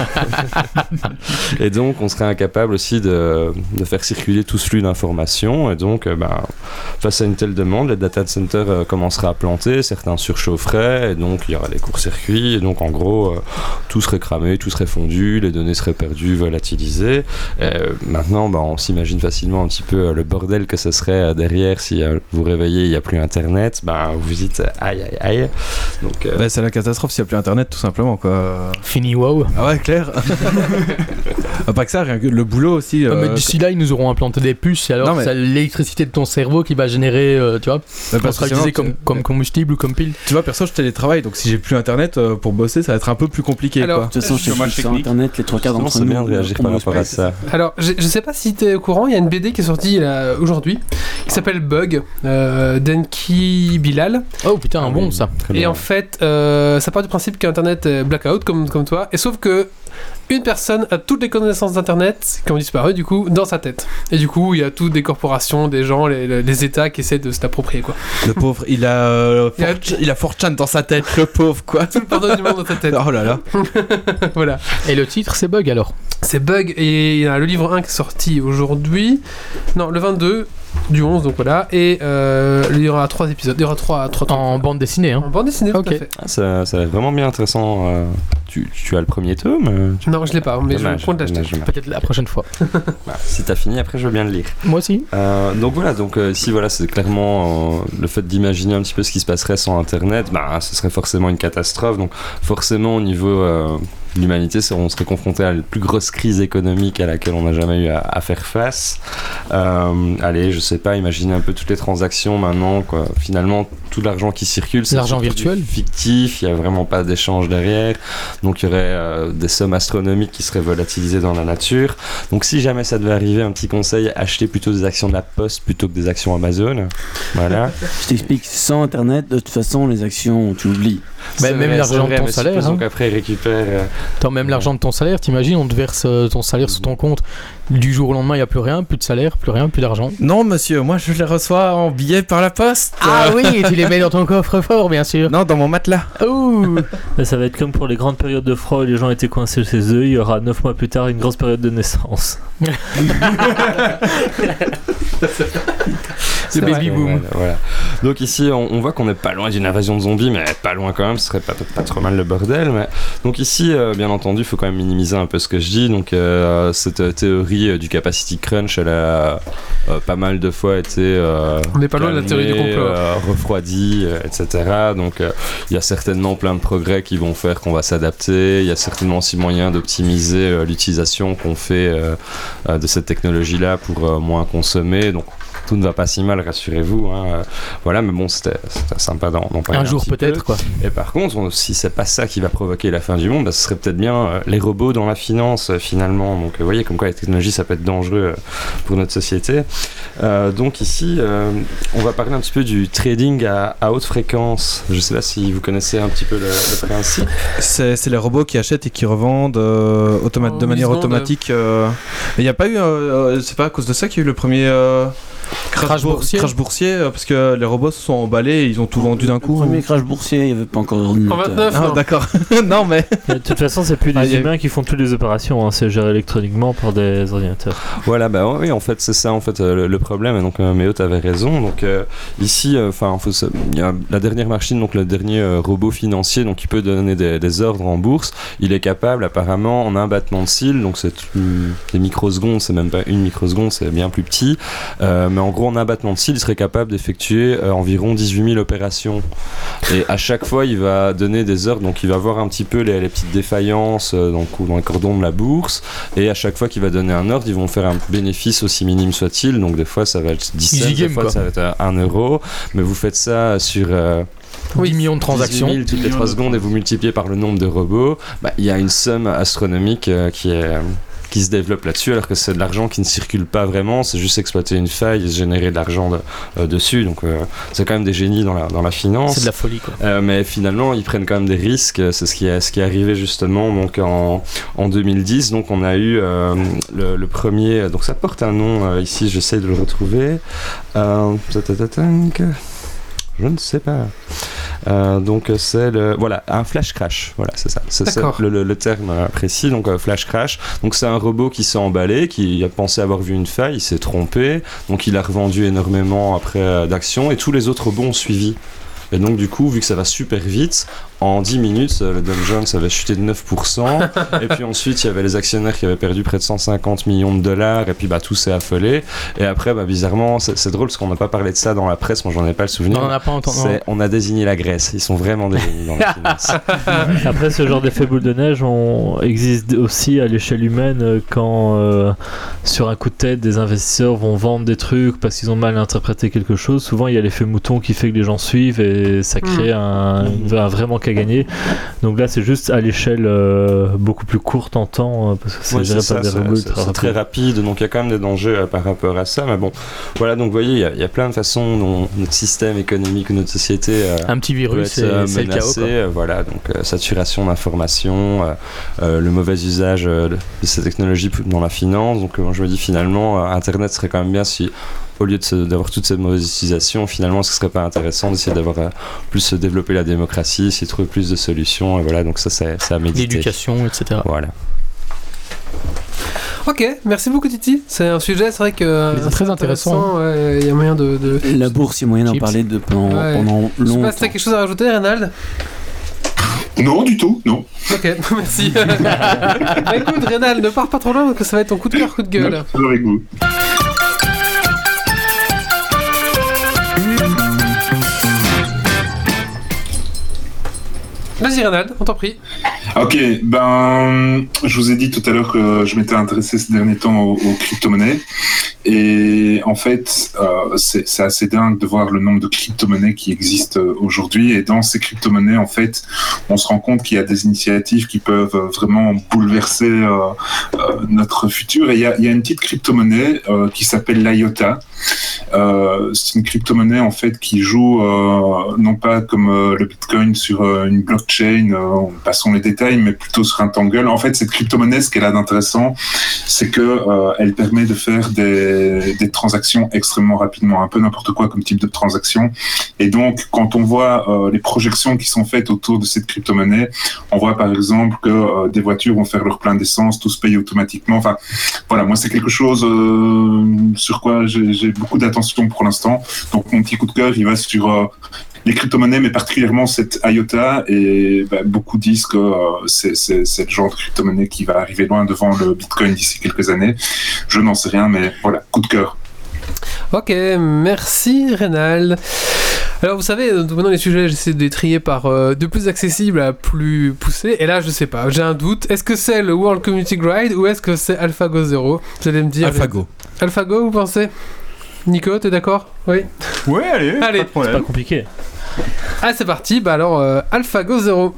et donc, on serait incapable aussi de, de faire circuler tout ce flux d'informations. Et donc, euh, bah, face à une telle demande, les data centers euh, commenceraient à planter, certains surchaufferaient, et donc il y aurait des courts-circuits. Et donc, en gros, euh, tout serait cramé, tout serait fondu, les données seraient perdues, volatilisées. Et, euh, maintenant, bah, on s'imagine facilement un petit peu euh, le bordel que ce serait euh, derrière si euh, vous réveillez, il n'y a plus Internet. Bah, vous vous dites aïe, aïe, aïe. Donc, euh... bah, c'est la catastrophe. catastrophe s'il n'y a plus internet, tout simplement, quoi. Fini, wow. Ah ouais, clair. Ah, pas que ça, rien que le boulot aussi. Ouais, euh, mais d'ici là, ils nous auront implanté des puces, et alors Non, mais- c'est l'électricité de ton cerveau qui va générer, euh, tu vois, bah, on parce sera que sinon, utilisé comme, tu- comme combustible ou comme pile. Tu vois, perso, je télétravaille, donc si j'ai plus internet euh, pour bosser, ça va être un peu plus compliqué. Alors, quoi. De toute façon, je Chômage sais sur technique. internet, les trois quarts Non, d'entre c'est nous. bien de réagir on par bosse rapport pas, à c'est ça. Alors, je, je sais pas si t'es au courant, il y a une B D qui est sortie là, aujourd'hui, qui s'appelle Bug, euh, d'Enki Bilal. Oh putain, un bon ça. Très Et bien. en fait, euh, ça part du principe qu'Internet est blackout, comme, comme toi, et sauf que une personne a toutes les connaissances d'Internet qui ont disparu, du coup, dans sa tête. Et du coup, il y a toutes des corporations, des gens, les, les- les États qui essaient de se l'approprier, quoi. Le pauvre, il a, euh, Il a- Fortune- il a Fortune dans sa tête, le pauvre, quoi. Tout le pardon du monde dans sa tête. Oh là là. Voilà. Et le titre, c'est Bug alors. C'est Bug, et il y a le livre un qui est sorti aujourd'hui. Non, le vingt-deux du onze, donc voilà. Et euh, il y aura trois épisodes. Il y aura trois, trois trucs. En bande dessinée, hein. En bande dessinée, tout Ok. à fait. Ah, ça, ça a l'air vraiment bien intéressant. euh, tu, tu as le premier tome euh, tu- Non, je l'ai pas, mais Dommage, je compte l'acheter. dommage, dommage. Peut-être la prochaine fois. Bah, si t'as fini, après je veux bien le lire. Moi aussi. Euh, donc voilà, donc euh, ici voilà, c'est clairement euh, le fait d'imaginer un petit peu ce qui se passerait sans Internet, bah ce serait forcément une catastrophe. Donc forcément au niveau euh, de l'humanité, c'est- on serait confronté à la plus grosse crise économique à laquelle on n'a jamais eu à, à faire face. Euh, allez, je sais pas, imaginez un peu toutes les transactions maintenant, quoi. Finalement, tout l'argent qui circule, c'est L'argent surtout virtuel. du fictif, il y a vraiment pas d'échange derrière. Donc il y aurait euh, des sommes astronomiques qui seraient volatilisées dans la nature. Donc si jamais ça devait arriver, un petit conseil, achetez plutôt des actions de la Poste plutôt que des actions Amazon. Voilà. Je t'explique, sans internet, de toute façon, les actions, tu oublies. Bah, C'est même vrai, l'argent c'est de vrai, ton mais salaire, supposons hein. qu'après ils récupèrent. euh, Attends, même l'argent de ton salaire, t'imagines, on te verse euh, ton salaire sur ton compte. Du jour au lendemain, il n'y a plus rien, plus de salaire, plus rien, plus d'argent. Non, monsieur, moi je les reçois en billets par la poste. Ah oui, tu les mets dans ton coffre-fort, bien sûr. Non, dans mon matelas. Ouh. Là, ça va être comme pour les grandes périodes de froid où les gens étaient coincés chez eux. Il y aura neuf mois plus tard une grosse période de naissance. C'est baby boom. Voilà, voilà. Donc ici, on, on voit qu'on n'est pas loin d'une invasion de zombies, mais pas loin quand même. Ce serait pas, pas trop mal le bordel. Mais... Donc ici, euh, bien entendu, il faut quand même minimiser un peu ce que je dis. Donc euh, cette euh, théorie euh, du capacity crunch, elle a euh, pas mal de fois été euh, On n'est pas loin de la théorie du calmée, complot. euh, refroidie, euh, et cetera. Donc euh, il y a certainement plein de progrès qui vont faire qu'on va s'adapter. Il y a certainement aussi moyen d'optimiser euh, l'utilisation qu'on fait euh, euh, de cette technologie-là pour euh, moins consommer. Donc tout ne va pas si mal, rassurez-vous. Hein. Euh, voilà, mais bon, c'était c'était sympa d'en d'en parler Un un jour petit peu. peut-être, quoi. Et par contre, on- si c'est pas ça qui va provoquer la fin du monde, bah, ce serait peut-être bien euh, les robots dans la finance euh, finalement. Donc, euh, vous voyez, comme quoi la technologie, ça peut être dangereux euh, pour notre société. Euh, donc ici, euh, on va parler un petit peu du trading à, à haute fréquence. Je sais pas si vous connaissez un petit peu le, le principe. C'est c'est les robots qui achètent et qui revendent euh, automa- En de manière huit secondes. automatique. euh. Mais il n'y a pas eu. euh, euh, c'est pas à cause de ça qu'il y a eu le premier euh, Crash bour- boursier. crash boursier, euh, parce que les robots se sont emballés et ils ont tout vendu d'un coup. Le premier crash boursier, il n'y avait pas encore En d'ordinateur. vingt-neuf, Ah, non. d'accord. Non, mais. De toute façon, c'est plus Ah, les il y a- humains qui font toutes les opérations. Hein. C'est géré électroniquement par des ordinateurs. Voilà, bah oui, en fait, c'est ça, en fait, euh, le, le problème. Et donc, euh, Méo, t'avais raison. Donc, euh, ici, enfin, il y a la dernière machine, donc le dernier euh, robot financier, donc qui peut donner des, des ordres en bourse. Il est capable, apparemment, en un battement de cils, donc c'est euh, des microsecondes, c'est même pas une microseconde, c'est bien plus petit. Euh, mais en gros, en un battement de cils, il serait capable d'effectuer euh, environ dix-huit mille opérations. Et à chaque fois, il va donner des ordres, donc il va voir un petit peu les, les petites défaillances euh, donc, dans les cordons de la bourse. Et à chaque fois qu'il va donner un ordre, ils vont faire un bénéfice aussi minime soit-il. Donc des fois, ça va être dix cents, Easy des game, fois, quoi. ça va être un euro. Mais vous faites ça sur euh, dix millions de transactions. dix-huit mille toutes les trois secondes et vous multipliez par le nombre de robots, bah, il y a une somme astronomique euh, qui est... qui se développe là-dessus, alors que c'est de l'argent qui ne circule pas vraiment, c'est juste exploiter une faille et se générer de l'argent de, euh, dessus, donc euh, c'est quand même des génies dans la, dans la finance. C'est de la folie, quoi. Euh, mais finalement, ils prennent quand même des risques, c'est ce qui est, ce qui est arrivé justement donc en, en deux mille dix, donc on a eu euh, le, le premier, donc ça porte un nom, euh, ici j'essaie de le retrouver, euh, tatatatank. Je ne sais pas. Euh, donc c'est le voilà un flash crash. Voilà, c'est ça. C'est, c'est le, le, le terme euh, précis. Donc euh, flash crash. Donc c'est un robot qui s'est emballé, qui a pensé avoir vu une faille, il s'est trompé. Donc il a revendu énormément après euh, d'actions et tous les autres robots ont suivi. Et donc du coup, vu que ça va super vite, en dix minutes, le Dow Jones avait chuté de neuf pour cent. Et puis ensuite, il y avait les actionnaires qui avaient perdu près de cent cinquante millions de dollars. Et puis bah, tout s'est affolé. Et après, bah, bizarrement, c'est, c'est drôle parce qu'on n'a pas parlé de ça dans la presse. Moi, j'en ai pas le souvenir. Non, on n'a pas entendu. C'est, on a désigné la Grèce. Ils sont vraiment des génies dans les finances. Après, ce genre d'effet boule de neige on existe aussi à l'échelle humaine quand, euh, sur un coup de tête, des investisseurs vont vendre des trucs parce qu'ils ont mal interprété quelque chose. Souvent, il y a l'effet mouton qui fait que les gens suivent et ça crée mmh. un, un vrai manque à gagner. Donc là, c'est juste à l'échelle euh, beaucoup plus courte en temps parce que c'est, ouais, c'est pas ça, des c'est, rebelles c'est, très, c'est très rapide. Donc il y a quand même des dangers euh, par rapport à ça. Mais bon, voilà. Donc vous voyez, il y, y a plein de façons dont notre système économique ou notre société euh, un petit virus, peut être, c'est, euh, menacé. C'est le chaos, euh, voilà. Donc euh, saturation d'informations, euh, euh, le mauvais usage euh, de ces technologies dans la finance. Donc euh, je me dis finalement, euh, Internet serait quand même bien si, au lieu de se, d'avoir toute cette mauvaise utilisation, finalement, ce serait pas intéressant d'essayer d'avoir euh, plus développer la démocratie, essayer de trouver plus de solutions. Et voilà, donc ça, c'est, c'est à méditer. L'éducation, et cetera. Voilà. Ok, merci beaucoup Titi. C'est un sujet, c'est vrai que c'est très intéressant. Il ouais, y a moyen de, de... La bourse, il y a moyen d'en parler de pendant, ouais. pendant longtemps. Je sais pas si t'as quelque chose à rajouter, Reynald. Non, du tout, non. Ok, merci. Bah, écoute, Reynald, ne pars pas trop loin parce que ça va être ton coup de cœur, coup de gueule. Non, avec vous. Vas-y Reynald, on t'en prie. Ok, ben, je vous ai dit tout à l'heure que je m'étais intéressé ces derniers temps aux, aux crypto-monnaies. Et en fait, euh, c'est, c'est assez dingue de voir le nombre de crypto-monnaies qui existent aujourd'hui. Et dans ces crypto-monnaies, en fait, on se rend compte qu'il y a des initiatives qui peuvent vraiment bouleverser euh, euh, notre futur. Et il y a, il y a une petite crypto-monnaie euh, qui s'appelle l'I O T A. Euh, c'est une crypto-monnaie en fait qui joue euh, non pas comme euh, le Bitcoin sur euh, une blockchain, euh, passons les détails, mais plutôt sur un Tangle. En fait, cette crypto-monnaie, ce qu'elle a d'intéressant, c'est que euh, elle permet de faire des, des transactions extrêmement rapidement, un peu n'importe quoi comme type de transaction. Et donc, quand on voit euh, les projections qui sont faites autour de cette crypto-monnaie, on voit par exemple que euh, des voitures vont faire leur plein d'essence, tout se paye automatiquement. Enfin, voilà, moi c'est quelque chose euh, sur quoi j'ai, j'ai beaucoup d'attention pour l'instant. Donc mon petit coup de cœur, il va sur euh, les crypto-monnaies, mais particulièrement cette I O T A. Et bah, beaucoup disent que euh, c'est, c'est, c'est le genre de crypto-monnaie qui va arriver loin devant le Bitcoin d'ici quelques années. Je n'en sais rien, mais voilà, coup de cœur. Ok, merci Reynald. Alors vous savez, maintenant les sujets, j'essaie de les trier par euh, de plus accessible à plus poussé. Et là, je sais pas, j'ai un doute. Est-ce que c'est le World Community Grid ou est-ce que c'est AlphaGo zéro ? Vous allez me dire. AlphaGo. AlphaGo, vous pensez ? Nico, t'es d'accord ? Oui. Ouais, allez, allez. Pas de problème. C'est pas compliqué. Ah, c'est parti. Bah alors, euh, AlphaGo zéro.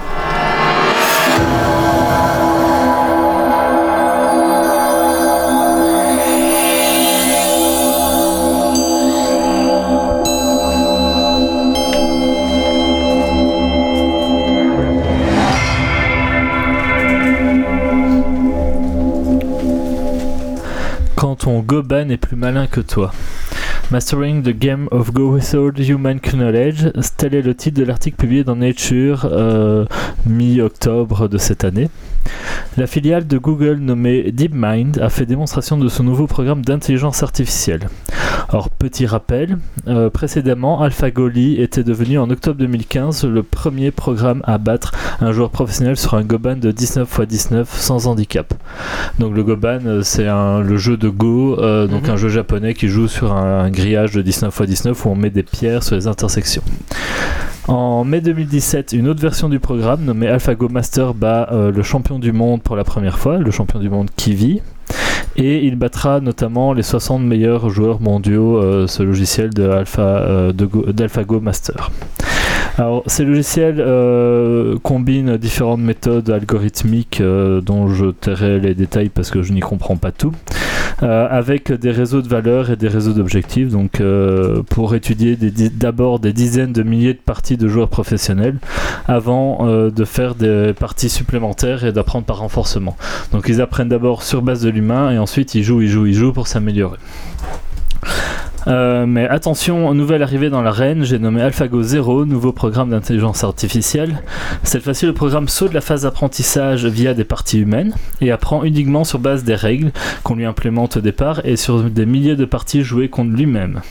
Quand ton Goban est plus malin que toi. Mastering the Game of Go Without Human Knowledge, tel est le titre de l'article publié dans Nature euh, mi-octobre de cette année. La filiale de Google nommée DeepMind a fait démonstration de son nouveau programme d'intelligence artificielle. Or, petit rappel, euh, précédemment, AlphaGo Lee était devenu en octobre deux mille quinze le premier programme à battre un joueur professionnel sur un Goban de dix-neuf par dix-neuf sans handicap. Donc le Goban, euh, c'est un, le jeu de Go, euh, donc mm-hmm. un jeu japonais qui joue sur un, un grillage de dix-neuf par dix-neuf où on met des pierres sur les intersections. En mai deux mille dix-sept, une autre version du programme nommée AlphaGo Master bat euh, le champion du monde pour la première fois, le champion du monde Kiwi. Et il battra notamment les soixante meilleurs joueurs mondiaux, euh, ce logiciel de Alpha, euh, de Go, d'AlphaGo Master. Alors, ces logiciels euh, combinent différentes méthodes algorithmiques euh, dont je tairai les détails parce que je n'y comprends pas tout, euh, avec des réseaux de valeurs et des réseaux d'objectifs, donc euh, pour étudier des, d'abord des dizaines de milliers de parties de joueurs professionnels avant euh, de faire des parties supplémentaires et d'apprendre par renforcement. Donc ils apprennent d'abord sur base de l'humain et ensuite ils jouent, ils jouent, ils jouent pour s'améliorer. Euh, mais attention, nouvelle arrivée dans l'arène, j'ai nommé AlphaGo zéro, nouveau programme d'intelligence artificielle. Cette fois-ci, le programme saute la phase d'apprentissage via des parties humaines et apprend uniquement sur base des règles qu'on lui implémente au départ et sur des milliers de parties jouées contre lui-même.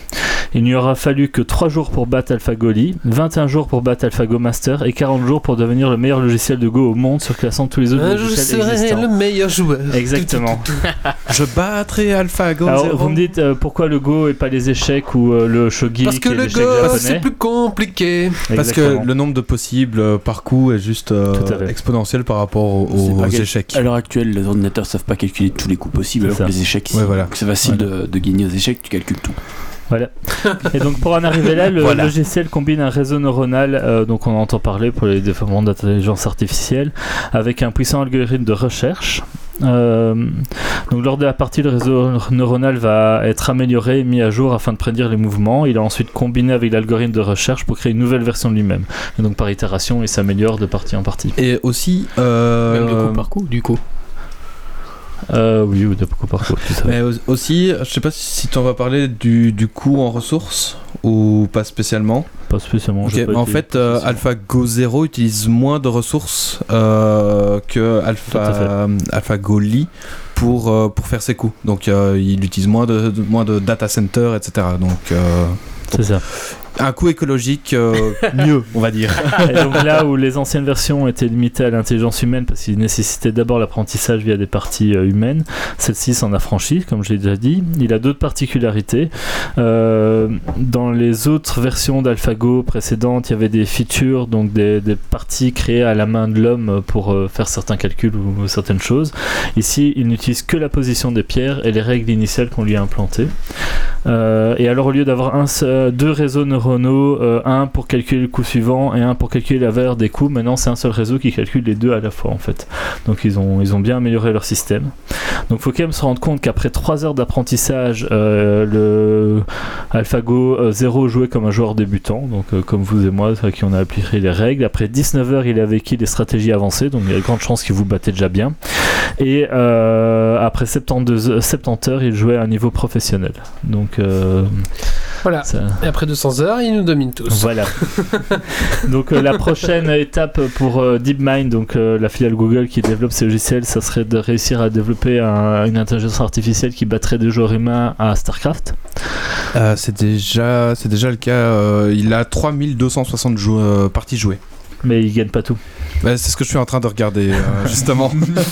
Il n'y aura fallu que trois jours pour battre AlphaGo Lee, vingt et un jours pour battre AlphaGo Master et quarante jours pour devenir le meilleur logiciel de Go au monde, surclassant tous les autres Un logiciels je serai existants. le meilleur joueur. Exactement. Je battrai AlphaGo Alors, zéro. vous me dites euh, pourquoi le Go et pas les échecs ou euh, le shogi Parce que qui est le l'échec Go, japonais. c'est plus compliqué. Parce Exactement. que le nombre de possibles euh, par coup est juste euh, Tout à fait. exponentiel par rapport aux, C'est aux pas quel- échecs. À l'heure actuelle, les ordinateurs savent pas calculer tous les coups possibles, C'est alors ça. que les échecs, Ouais, voilà. c'est facile Voilà. de, de gagner aux échecs, tu calcules tout. Voilà. Et donc pour en arriver là, le Voilà. logiciel combine un réseau neuronal, euh, donc on entend parler pour les développements d'intelligence artificielle, avec un puissant algorithme de recherche. Euh, donc lors de la partie, le réseau neuronal va être amélioré et mis à jour afin de prédire les mouvements. Il est ensuite combiné avec l'algorithme de recherche pour créer une nouvelle version de lui-même. Et donc par itération, il s'améliore de partie en partie. Et aussi, euh, Même de coup par coup, du coup. Euh, oui, ou de coup par coup. tout à fait. mais au- aussi, je sais pas si tu en vas parler du, du coût en ressources ou pas spécialement. Pas spécialement. Ok, j'ai pas mais en été fait, euh, précis. AlphaGo zéro utilise moins de ressources euh, que Tout à Alpha, AlphaGo Lee pour, euh, pour faire ses coups. Donc, euh, il utilise moins de, de- moins de data center, et cetera. Donc, euh, C'est ça. un coût écologique euh, mieux, on va dire. Et donc là où les anciennes versions étaient limitées à l'intelligence humaine parce qu'ils nécessitaient d'abord l'apprentissage via des parties euh, humaines, celle-ci s'en a franchi, comme je l'ai déjà dit. Il a d'autres particularités. Euh, dans les autres versions d'AlphaGo précédentes, il y avait des features, donc des, des parties créées à la main de l'homme pour euh, faire certains calculs ou, ou certaines choses. Ici, il n'utilise que la position des pierres et les règles initiales qu'on lui a implantées. Euh, et alors au lieu d'avoir un seul- deux réseaux neuronaux, euh, un pour calculer le coup suivant et un pour calculer la valeur des coups, maintenant c'est un seul réseau qui calcule les deux à la fois en fait. Donc ils ont, ils ont bien amélioré leur système. Donc il faut quand même se rendre compte qu'après trois heures d'apprentissage, euh, le AlphaGo euh, zéro jouait comme un joueur débutant, donc euh, comme vous et moi à qui on a appliqué les règles. Après dix-neuf heures, il a vécu des stratégies avancées, donc il y a de grandes chances qu'il vous battait déjà bien. Et euh, après soixante-douze, soixante-dix heures, il jouait à un niveau professionnel. Donc euh, Voilà. ça... Et après deux cents heures, il nous domine tous. Voilà. Donc euh, la prochaine étape pour euh, DeepMind, donc euh, la filiale Google qui développe ces logiciels, ça serait de réussir à développer un- une intelligence artificielle qui battrait des joueurs humains à StarCraft. Euh, c'est déjà, c'est déjà le cas. euh, il a trois mille deux cent soixante jou- euh, parties jouées. Mais ils gagnent pas tout. Bah, c'est ce que je suis en train de regarder, euh, justement.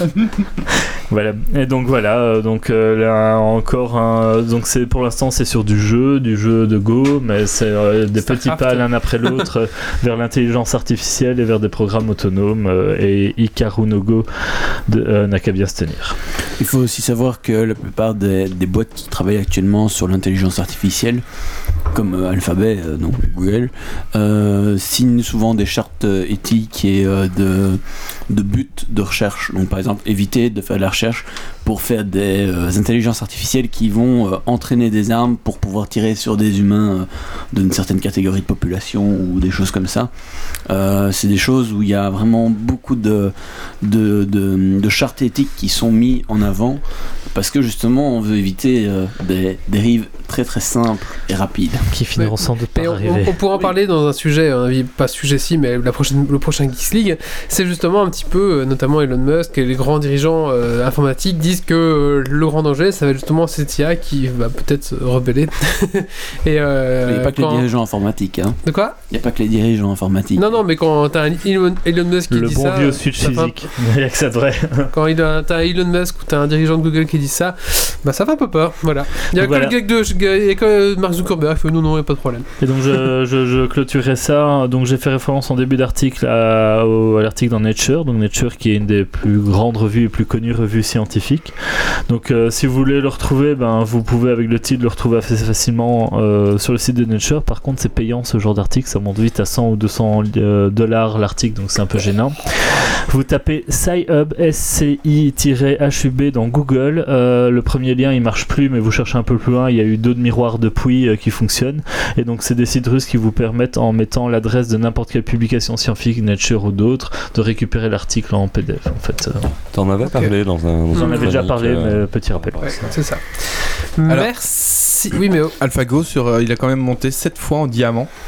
Voilà. Et donc voilà. euh, donc euh, là encore, un- donc c'est pour l'instant c'est sur du jeu, du jeu de Go, mais c'est euh, des petits Starcraft. pas l'un après l'autre euh, vers l'intelligence artificielle et vers des programmes autonomes. euh, et Hikaru no Go de, euh, n'a qu'à bien se tenir. Il faut aussi savoir que la plupart des, des boîtes qui travaillent actuellement sur l'intelligence artificielle, comme euh, Alphabet, euh, donc Google, euh, signent souvent des chartes euh, éthiques et euh, de, de buts de recherche. Donc par exemple, éviter de faire de la recherche pour faire des euh, intelligences artificielles qui vont euh, entraîner des armes pour pouvoir tirer sur des humains euh, d'une certaine catégorie de population ou des choses comme ça. Euh, c'est des choses où il y a vraiment beaucoup de, de, de, de chartes éthiques qui sont mises en avant parce que justement on veut éviter euh, des dérives très très simples et rapides. Qui finiront Mais- sans doute Mais par on, arriver. on- on pourra en parler dans un sujet, à mon avis, pas ce sujet-ci, mais la prochaine, le prochain Geeks League. C'est justement un petit peu, euh, notamment Elon Musk et les grands dirigeants euh, informatiques disent que euh, le grand danger, ça va être justement cette I A qui va peut-être se rebeller. et, euh, Il n'y a pas que quand- les dirigeants informatiques. Hein. De quoi Il n'y a pas que les dirigeants informatiques. Non, non, mais quand t'as un Elon, Elon Musk qui Le dit bon ça. vieux euh, switch ça fait un- physique. Il y a que ça de vrai. Quand il a- t'as Elon Musk ou t'as un dirigeant de Google qui dit ça, bah ça fait un peu peur. Voilà. Il y a Donc que voilà. le gag de il y a que Mark Zuckerberg qui fait non, non, il n'y a pas de problème. Et donc je, je, je clôturerai ça. Donc j'ai fait référence en début d'article à, au- à l'article dans Nature. Donc Nature qui est une des plus grandes revues et plus connues revues scientifiques. Donc euh, si vous voulez le retrouver, ben, vous pouvez avec le titre le retrouver assez facilement euh, sur le site de Nature. Par contre c'est payant ce genre d'article. Ça monte vite à cent ou deux cents euh, dollars l'article. Donc c'est un peu gênant. Vous tapez SciHub, S C I H U B dans Google. Euh, le premier lien il marche plus, mais vous cherchez un peu plus loin. Il y a eu d'autres miroirs depuis euh, qui fonctionnent. Et donc c'est des sites russes qui vous permettent, en mettant l'adresse de n'importe quelle publication scientifique, Nature ou d'autres, de récupérer l'article en P D F. En fait, euh, T'en avais parlé dans un. dans j'en une avais déjà chronique, parlé, euh, mais petit rappel. Ouais, c'est ça. Alors- Merci. Oui, mais oh, AlphaGo, sur, euh, il a quand même monté sept fois en diamant.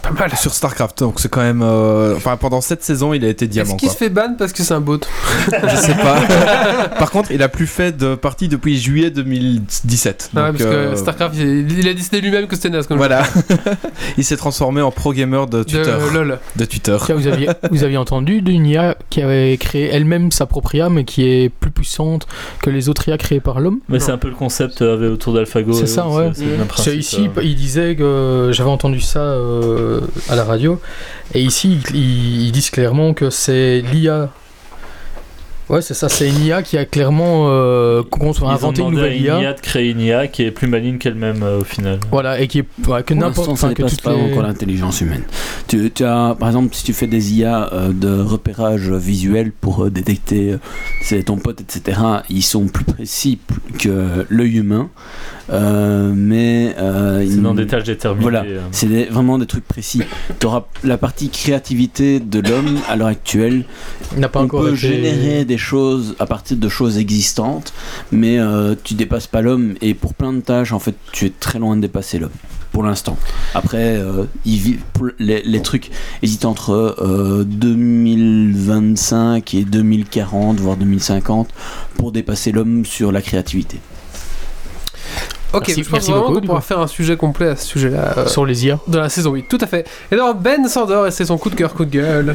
Pas mal. Sur StarCraft, donc c'est quand même. Euh... Enfin, pendant cette saison, il a été diamant. Est-ce qu'il quoi. se fait ban parce que c'est un bot? Je sais pas. Par contre, il a plus fait de parties depuis juillet deux mille dix-sept. Ah ouais, donc, parce euh... que StarCraft, il, il a décidé lui-même que c'était naze. Comme voilà. Il s'est transformé en pro gamer de Twitter. De LOL. De Twitter. Tiens, vous aviez, vous aviez entendu d'une I A qui avait créé elle-même sa propre I A, mais qui est plus puissante que les autres I A créées par l'homme? Mais c'est un peu le concept euh, autour d'AlphaGo. C'est ça, ouais. C'est, c'est le même Parce que principe, ici, euh. il disait que j'avais entendu ça euh, à la radio, et ici, ils, ils disent clairement que c'est l'I A. Ouais, c'est ça, c'est une I A qui a clairement euh, inventé une nouvelle I A. Une I A de créer une I A qui est plus maligne qu'elle-même euh, au final. Voilà, et qui est ouais, que Pour n'importe l'instant, ça enfin, que dépasse toutes pas les... encore l'intelligence humaine. Tu, tu as, par exemple, si tu fais des I A euh, de repérage visuel pour euh, détecter euh, c'est ton pote, et cetera, ils sont plus précis que l'œil humain. Euh, mais euh, c'est ils, dans des tâches déterminées. Voilà, euh. c'est des, vraiment des trucs précis. Tu auras la partie créativité de l'homme à l'heure actuelle. N'a pas on encore peut été... générer des choses à partir de choses existantes, mais euh, tu dépasses pas l'homme. Et pour plein de tâches, en fait, tu es très loin de dépasser l'homme. Pour l'instant. Après, euh, ils vivent, les, les trucs hésitent entre euh, deux mille vingt-cinq et deux mille quarante, voire deux mille cinquante, pour dépasser l'homme sur la créativité. Ok, merci, je pense merci vraiment beaucoup, qu'on pourra faire un sujet complet à ce sujet-là. Euh, sur les I A. Dans la saison huit, tout à fait. Et alors, Ben s'endort et c'est son coup de cœur, coup de gueule.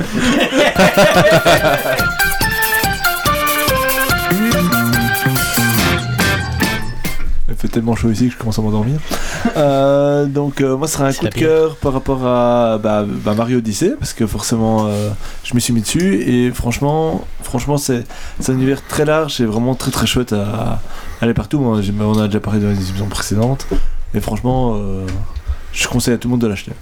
Il fait tellement chaud ici que je commence à m'endormir. euh, donc euh, moi ce sera un C'est coup la de pire. cœur par rapport à bah, bah, Mario Odyssey parce que forcément euh, je me suis mis dessus et franchement franchement c'est, c'est un univers très large et vraiment très très chouette à, à aller partout. Moi, j'ai- on a déjà parlé dans les émissions précédentes et franchement euh, je conseille à tout le monde de l'acheter.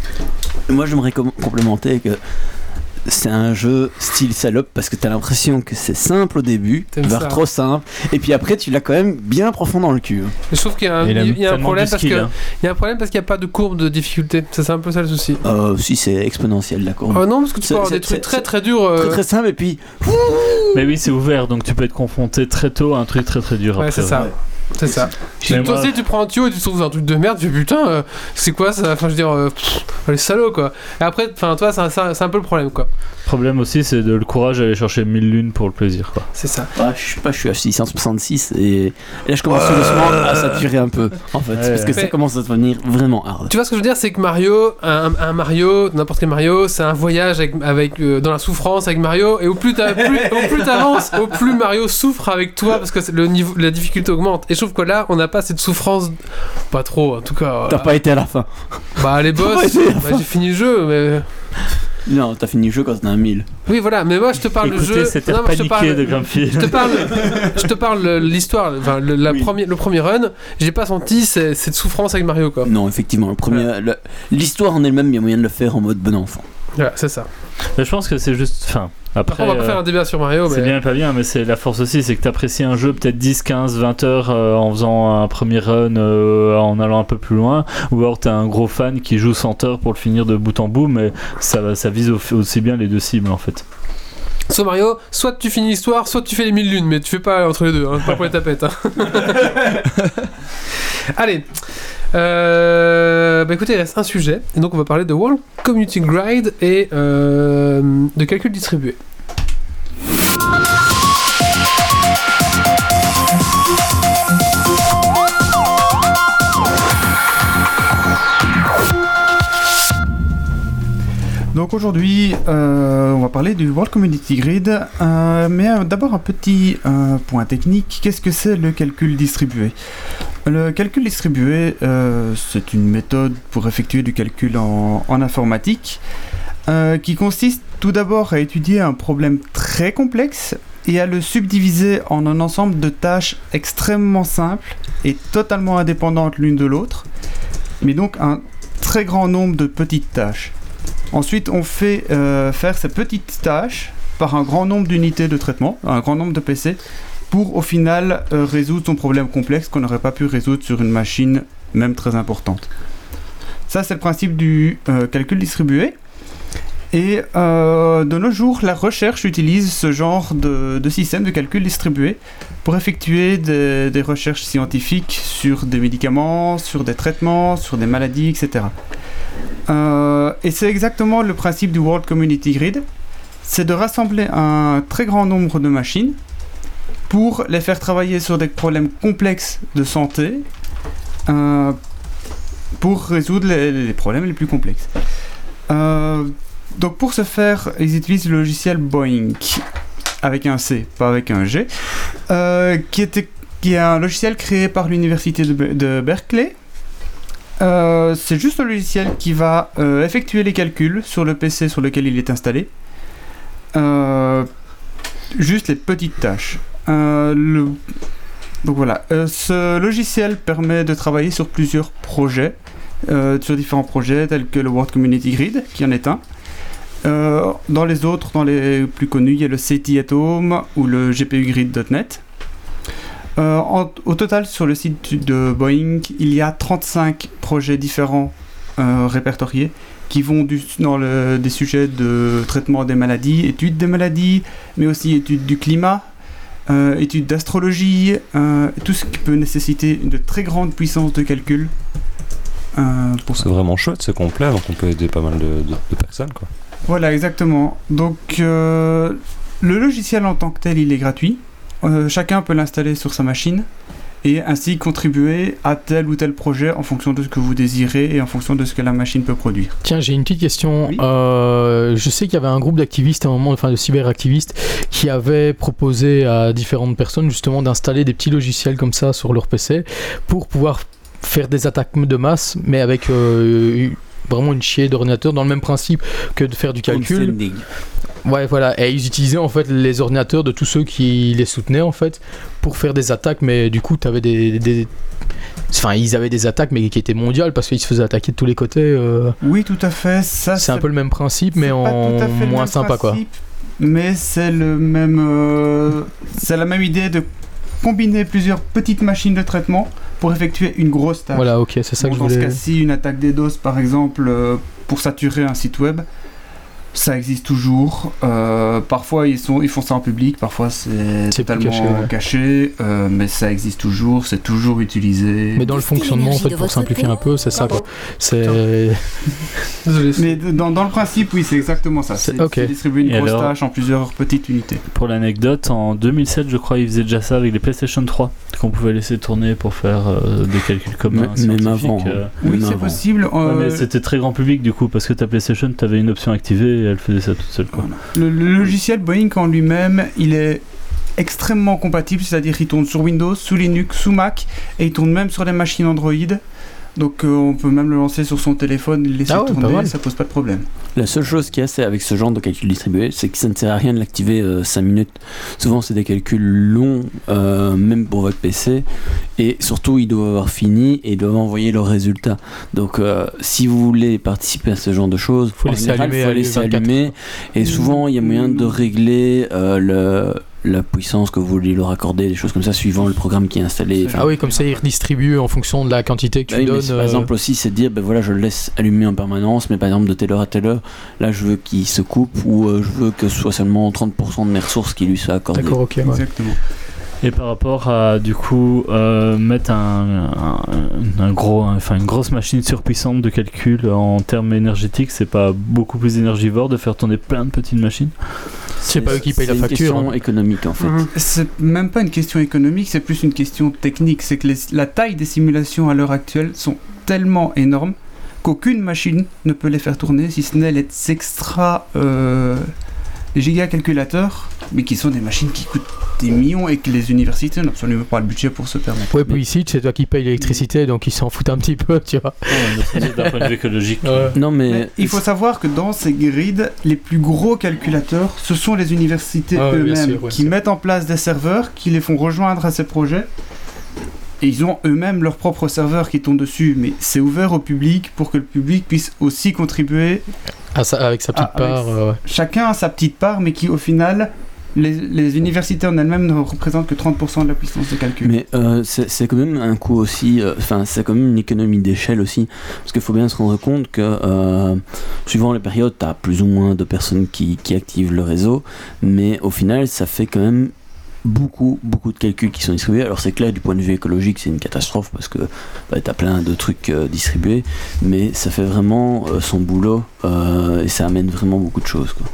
Moi, j'aimerais com- complémenter que c'est un jeu style salope parce que t'as l'impression que c'est simple au début, T'aimes voire ça. trop simple, et puis après tu l'as quand même bien profond dans le cul. hein. Je trouve qu'il y a un, Et il a il y a un tellement problème de parce skill, que hein. il y a un problème parce qu'il n'y a pas de courbe de difficulté. Ça, c'est un peu ça le souci. Euh, si c'est exponentiel, d'accord. Oh non, parce que tu C'est- peux avoir c'est- des trucs c'est- très très durs. euh, Très très simple, et puis Mais oui, c'est ouvert donc tu peux être confronté très tôt à un truc très très dur. Ouais, après, c'est ça. C'est ça. Mais Et toi moi- aussi, tu prends un tuyau et tu trouves un truc de merde, tu fais putain, euh, c'est quoi ça? Enfin, je veux dire, euh, pff, les salauds quoi. Et après, enfin, toi, c'est un, c'est un- c'est un peu le problème quoi. Le problème aussi, c'est de le courage d'aller chercher mille lunes pour le plaisir. Quoi. C'est ça. ah, je sais pas, je suis à six cent soixante-six et, et là je commence tout doucement à saturer un peu en fait, Ouais, parce que ouais. ça commence à devenir vraiment hard. Tu vois ce que je veux dire, c'est que Mario, un, un Mario, n'importe quel Mario, c'est un voyage avec, avec euh, dans la souffrance avec Mario. Et au plus t'as- plus, au plus t'avances, au plus Mario souffre avec toi parce que c'est- le niveau, la difficulté augmente. Et je trouve que là, on n'a pas cette souffrance, pas trop en tout cas. T'as euh, pas été à la fin. Bah les T'as pas boss, été à la bah, fin. j'ai fini le jeu, mais Non, t'as fini le jeu quand t'en as un mille. oui voilà. Mais moi je te parle Écoutez, du jeu. c'était Non, moi, je te paniqué parle- de Grumpy. Je te parle, je te parle de l'histoire, enfin le, la Oui. premier, le premier run, j'ai pas senti ce- cette souffrance avec Mario quoi. Non, effectivement, le premier, le- l'histoire en elle-même, il y a moyen de le faire en mode bon enfant. Voilà, c'est ça. Mais je pense que c'est juste. Enfin, Par après. contre, on va pas euh, faire un débat sur Mario, C'est mais bien et pas bien, mais c'est la force aussi, c'est que t'apprécies un jeu peut-être dix, quinze, vingt heures euh, en faisant un premier run, euh, en allant un peu plus loin, ou alors t'es un gros fan qui joue cent heures pour le finir de bout en bout, mais ça, va- ça vise au- aussi bien les deux cibles en fait. sur Mario, soit tu finis l'histoire, soit tu fais les mille lunes, mais tu fais pas entre les deux, hein, pas pour les tapettes. Hein. Allez. Euh, bah écoutez, il reste un sujet, et donc on va parler de World Community Grid et euh, de calcul distribué. Donc aujourd'hui, euh, on va parler du World Community Grid, euh, mais euh, d'abord un petit euh, point technique. Qu'est-ce que c'est le calcul distribué? Le calcul distribué, euh, c'est une méthode pour effectuer du calcul en, en informatique euh, qui consiste tout d'abord à étudier un problème très complexe et à le subdiviser en un ensemble de tâches extrêmement simples et totalement indépendantes l'une de l'autre, mais donc un très grand nombre de petites tâches. Ensuite, on fait euh, faire ces petites tâches par un grand nombre d'unités de traitement, un grand nombre de P C, pour au final euh, résoudre son problème complexe qu'on n'aurait pas pu résoudre sur une machine même très importante. Ça, c'est le principe du euh, calcul distribué. Et euh, de nos jours, la recherche utilise ce genre de, de système de calcul distribué pour effectuer des, des recherches scientifiques sur des médicaments, sur des traitements, sur des maladies, et cetera. Euh, et c'est exactement le principe du World Community Grid, c'est de rassembler un très grand nombre de machines pour les faire travailler sur des problèmes complexes de santé, euh, pour résoudre les, les problèmes les plus complexes. Euh, donc pour ce faire, ils utilisent le logiciel Boink, avec un C, pas avec un G, euh, qui, était, qui est un logiciel créé par l'université de, de Berkeley. Euh, c'est juste un logiciel qui va euh, effectuer les calculs sur le P C sur lequel il est installé. Euh, juste les petites tâches. Euh, le... Donc voilà, euh, ce logiciel permet de travailler sur plusieurs projets, euh, sur différents projets tels que le World Community Grid, qui en est un. Euh, dans les autres, dans les plus connus, il y a le C T at Home ou le G P U Grid point net. Euh, en, au total, sur le site de Boeing, il y a trente-cinq projets différents euh, répertoriés qui vont du, dans le, des sujets de traitement des maladies, études des maladies, mais aussi études du climat, euh, études d'astrologie, euh, tout ce qui peut nécessiter une très grande puissance de calcul. Euh, pour c'est vraiment chouette, c'est complet, donc on peut aider pas mal de, de, de personnes, quoi. Voilà, exactement. Donc, euh, le logiciel en tant que tel, il est gratuit. Euh, chacun peut l'installer sur sa machine et ainsi contribuer à tel ou tel projet en fonction de ce que vous désirez et en fonction de ce que la machine peut produire. Tiens, j'ai une petite question. Oui. Euh, je sais qu'il y avait un groupe d'activistes à un moment, enfin de cyberactivistes, qui avait proposé à différentes personnes justement d'installer des petits logiciels comme ça sur leur P C pour pouvoir faire des attaques de masse, mais avec euh, vraiment une chier d'ordinateur dans le même principe que de faire du calcul. Ouais, voilà, et ils utilisaient en fait les ordinateurs de tous ceux qui les soutenaient en fait pour faire des attaques, mais du coup t'avais des, des... Enfin, ils avaient des attaques mais qui étaient mondiales parce qu'ils se faisaient attaquer de tous les côtés. Euh... Oui, tout à fait. Ça, c'est, c'est un peu le même principe, mais en moins sympa, principe, quoi. Mais c'est le même, euh... c'est la même idée de combiner plusieurs petites machines de traitement pour effectuer une grosse tâche. Voilà, ok, c'est ça bon, que je dans voulais... Dans ce cas-ci, une attaque DDoS par exemple euh, pour saturer un site web. Ça existe toujours. Euh, parfois ils, sont, ils font ça en public, parfois c'est, c'est totalement caché, ouais. caché euh, mais ça existe toujours, c'est toujours utilisé. Mais dans le fonctionnement, en fait, pour simplifier un peu, c'est ça quoi. C'est... Désolé. Mais dans, dans le principe, oui, c'est exactement ça. C'est, c'est, okay. c'est distribuer une Et grosse alors, tâche en plusieurs petites unités. Pour l'anecdote, en deux mille sept, je crois, ils faisaient déjà ça avec les PlayStation trois, qu'on pouvait laisser tourner pour faire euh, des calculs communs. Mais, même avant. Euh, oui, même c'est avant. possible. Euh... Ouais, mais c'était très grand public du coup, parce que ta PlayStation, tu avais une option activée. Et elle faisait ça toute seule, quoi. Le, le logiciel Boeing en lui-même, il est extrêmement compatible, c'est-à-dire qu'il tourne sur Windows, sous Linux, sous Mac, et il tourne même sur les machines Android. Donc euh, on peut même le lancer sur son téléphone, le laisser ah ouais, tourner, ça pose pas de problème. La seule chose qu'il y a c'est avec ce genre de calcul distribué, c'est que ça ne sert à rien de l'activer euh, cinq minutes. Souvent c'est des calculs longs, euh, même pour votre P C, et surtout ils doivent avoir fini et ils doivent envoyer leurs résultats. Donc euh, si vous voulez participer à ce genre de choses, faut laisser général, allumer, faut laisser allumer, et souvent il y a moyen de régler euh, le... la puissance que vous voulez leur accorder, des choses comme ça, suivant le programme qui est installé. Enfin, ah oui, comme ça, ils redistribuent en fonction de la quantité que tu oui, donnes. Par euh... exemple, aussi, c'est de dire, ben voilà, je le laisse allumer en permanence, mais par exemple, de telle heure à telle heure, là, je veux qu'il se coupe, ou euh, je veux que ce soit seulement trente pour cent de mes ressources qui lui soient accordées. D'accord, ok. Ouais. Exactement. Et par rapport à, du coup, euh, mettre un, un, un gros, un, enfin, une grosse machine surpuissante de calcul en termes énergétiques, c'est pas beaucoup plus énergivore de faire tourner plein de petites machines? C'est pas eux qui payent la facture. C'est une question économique en fait. Mmh. C'est même pas une question économique, c'est plus une question technique. C'est que les, la taille des simulations à l'heure actuelle sont tellement énormes qu'aucune machine ne peut les faire tourner, si ce n'est les extra euh, les gigacalculateurs, mais qui sont des machines qui coûtent des millions et que les universités n'ont absolument pas le budget pour se permettre. Ouais, puis ici, c'est toi qui payes l'électricité, donc ils s'en foutent un petit peu, tu vois. Ouais, d'un point de vue écologique. Ouais. Non, mais... mais il faut savoir que dans ces grids, les plus gros calculateurs, ce sont les universités ah, eux-mêmes sûr, ouais, qui mettent en place des serveurs, qui les font rejoindre à ces projets. Et ils ont eux-mêmes leurs propres serveurs qui tournent dessus, mais c'est ouvert au public pour que le public puisse aussi contribuer. Ah, ça, avec sa petite ah, part. Euh, ouais. Chacun a sa petite part, mais qui au final, les, les universités en elles-mêmes ne représentent que trente pour cent de la puissance de calcul. Mais euh, c'est, c'est quand même un coût aussi, enfin euh, c'est quand même une économie d'échelle aussi, parce qu'il faut bien se rendre compte que euh, suivant les périodes, tu as plus ou moins de personnes qui, qui activent le réseau, mais au final, ça fait quand même beaucoup, beaucoup de calculs qui sont distribués. Alors c'est clair, du point de vue écologique, c'est une catastrophe parce que bah, tu as plein de trucs euh, distribués, mais ça fait vraiment euh, son boulot euh, et ça amène vraiment beaucoup de choses, quoi.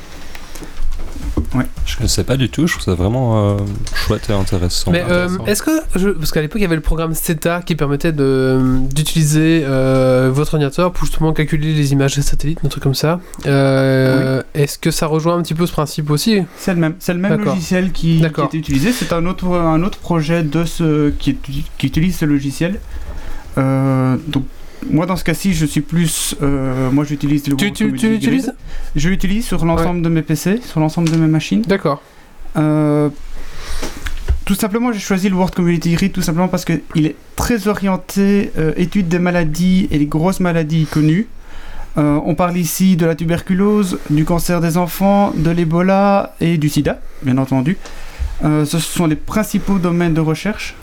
Ouais. Je ne sais pas du tout, je trouve ça vraiment euh, chouette et intéressant. Mais euh, est-ce que, je, parce qu'à l'époque il y avait le programme SETA qui permettait de, d'utiliser euh, votre ordinateur pour justement calculer les images satellites, un truc comme ça. Euh, oui. Est-ce que ça rejoint un petit peu ce principe aussi ? C'est le même, c'est le même logiciel qui, qui était utilisé. C'est un autre, un autre projet de ce, qui, qui utilise ce logiciel. Euh, donc moi dans ce cas-ci je suis plus euh, moi j'utilise le tu, tu, tu l'utilises je l'utilise sur l'ensemble ouais. de mes P C, sur l'ensemble de mes machines. D'accord. Euh, tout simplement j'ai choisi le World Community Grid tout simplement parce qu'il est très orienté euh, étude des maladies et les grosses maladies connues. Euh, on parle ici de la tuberculose, du cancer des enfants, de l'Ebola et du sida bien entendu. Euh, ce sont les principaux domaines de recherche.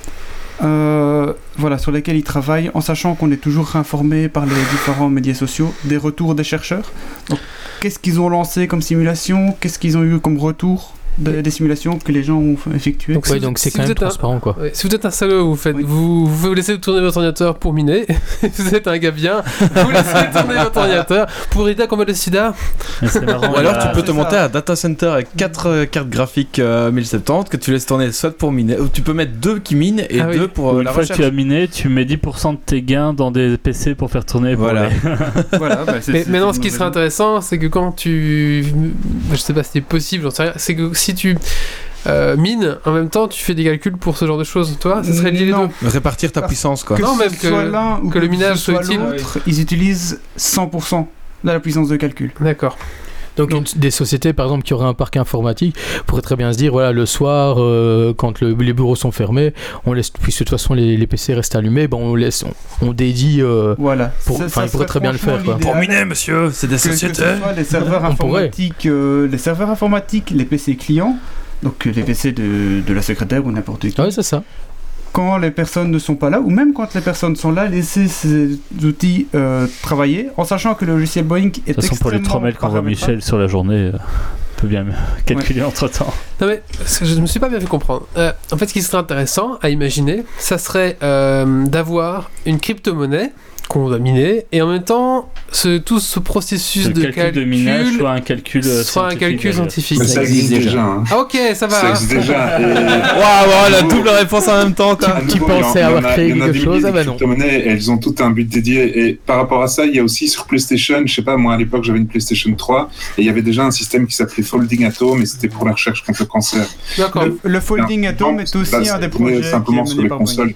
Euh, voilà, sur lesquels ils travaillent, en sachant qu'on est toujours informé par les différents médias sociaux des retours des chercheurs. Donc, qu'est-ce qu'ils ont lancé comme simulation, qu'est-ce qu'ils ont eu comme retour de, des simulations que les gens ont effectuées. Donc, ouais, donc c'est si quand même transparent, un, quoi. Ouais, si vous êtes un salaud, vous faites, oui. vous, vous laissez tourner votre ordinateur pour miner. Vous êtes un gars bien, vous laissez tourner votre ordinateur pour aider à combattre le sida. Marrant, ou alors tu peux te monter à un data center avec quatre euh, cartes graphiques euh, mille soixante-dix que tu laisses tourner soit pour miner, ou tu peux mettre deux qui minent et ah, deux oui. pour euh, une la fois recherche. Que tu as miné, tu mets dix pour cent de tes gains dans des P C pour faire tourner. Pour voilà. Les... voilà bah, c'est, mais c'est, maintenant, c'est ce qui serait intéressant, c'est que quand tu, je sais pas si c'est possible, j'en sais rien, c'est que si tu Euh, mine, en même temps tu fais des calculs pour ce genre de choses, toi ça serait lié les deux. Répartir ta puissance quoi. Que non, même que, soit l'un ou que, que le minage soit, soit utile. L'autre, ils utilisent cent pour cent de la puissance de calcul. D'accord. Donc, Donc une, des sociétés par exemple qui auraient un parc informatique pourraient très bien se dire voilà le soir euh, quand le, les bureaux sont fermés on laisse puisque de toute façon les, les P C restent allumés bon on laisse on, on dédie euh, voilà enfin ils pourraient très bien le faire quoi. Pour miner monsieur c'est des que, sociétés que ce soit les serveurs informatiques euh, les serveurs informatiques les P C clients donc les P C de, de la secrétaire ou n'importe qui. Ah oui c'est ça. Quand les personnes ne sont pas là, ou même quand les personnes sont là, laisser ces outils euh, travailler, en sachant que le logiciel Boeing est extrêmement... De toute façon, pour les trois mails qu'envoie Michel sur la journée, euh, on peut bien calculer ouais. entre-temps. Non mais, je ne me suis pas bien fait comprendre. Euh, en fait, ce qui serait intéressant à imaginer, ça serait euh, d'avoir une crypto-monnaie qu'on doit miner, et en même temps, ce, tout ce processus de calcul, calcul de minage, soit un calcul soit scientifique. un calcul scientifique. Mais ça existe déjà. Hein. Ah ok, ça va. Ça existe déjà. Et... Waouh, wow, la double réponse en même temps. Quoi. Tu pensais avoir créé quelque chose, ah bah non. Elles ont tout un but dédié, et par rapport à ça, il y a aussi sur PlayStation, je sais pas, moi à l'époque j'avais une PlayStation trois, et il y avait déjà un système qui s'appelait Folding Atom, et c'était pour la recherche contre le cancer. D'accord. Le, le Folding Atom est aussi là, un des projets simplement sur les consoles.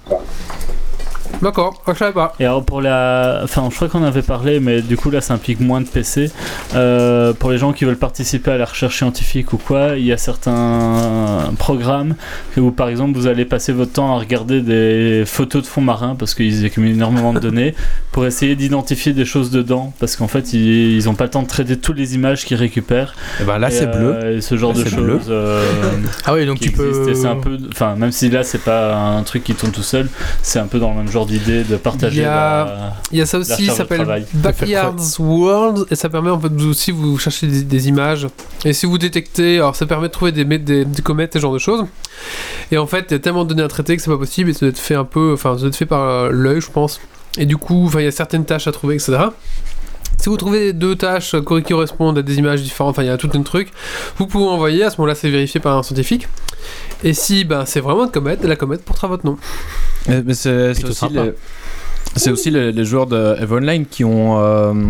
D'accord, je savais pas. Et alors pour la... Enfin, je crois qu'on avait parlé, mais du coup là ça implique moins de P C. Euh, pour les gens qui veulent participer à la recherche scientifique ou quoi, il y a certains programmes où par exemple vous allez passer votre temps à regarder des photos de fonds marins parce qu'ils accumulent énormément de données pour essayer d'identifier des choses dedans parce qu'en fait ils n'ont pas le temps de traiter toutes les images qu'ils récupèrent. Et ben là et c'est euh, bleu. Et ce genre là, de choses. Euh, ah oui, donc tu peux. Et c'est un peu... Enfin, même si là c'est pas un truc qui tourne tout seul, c'est un peu dans le même genre d'idée de partager. Il y a, la, il y a ça aussi, ça s'appelle Backyard's World, et ça permet en fait vous aussi vous cherchez des, des images. Et si vous détectez, alors ça permet de trouver des, des, des comètes, ce genre de choses. Et en fait, il y a tellement de données à traiter que c'est pas possible, et ça doit être fait un peu, enfin, ça doit être fait par l'œil, je pense. Et du coup, il y a certaines tâches à trouver, et cetera. Si vous trouvez deux tâches qui correspondent à des images différentes, enfin il y a tout un truc, vous pouvez envoyer, à ce moment-là c'est vérifié par un scientifique. Et si ben, c'est vraiment une comète, la comète portera votre nom. Mais, mais c'est, c'est aussi, les, c'est aussi les, les joueurs de EVE Online qui ont euh, euh,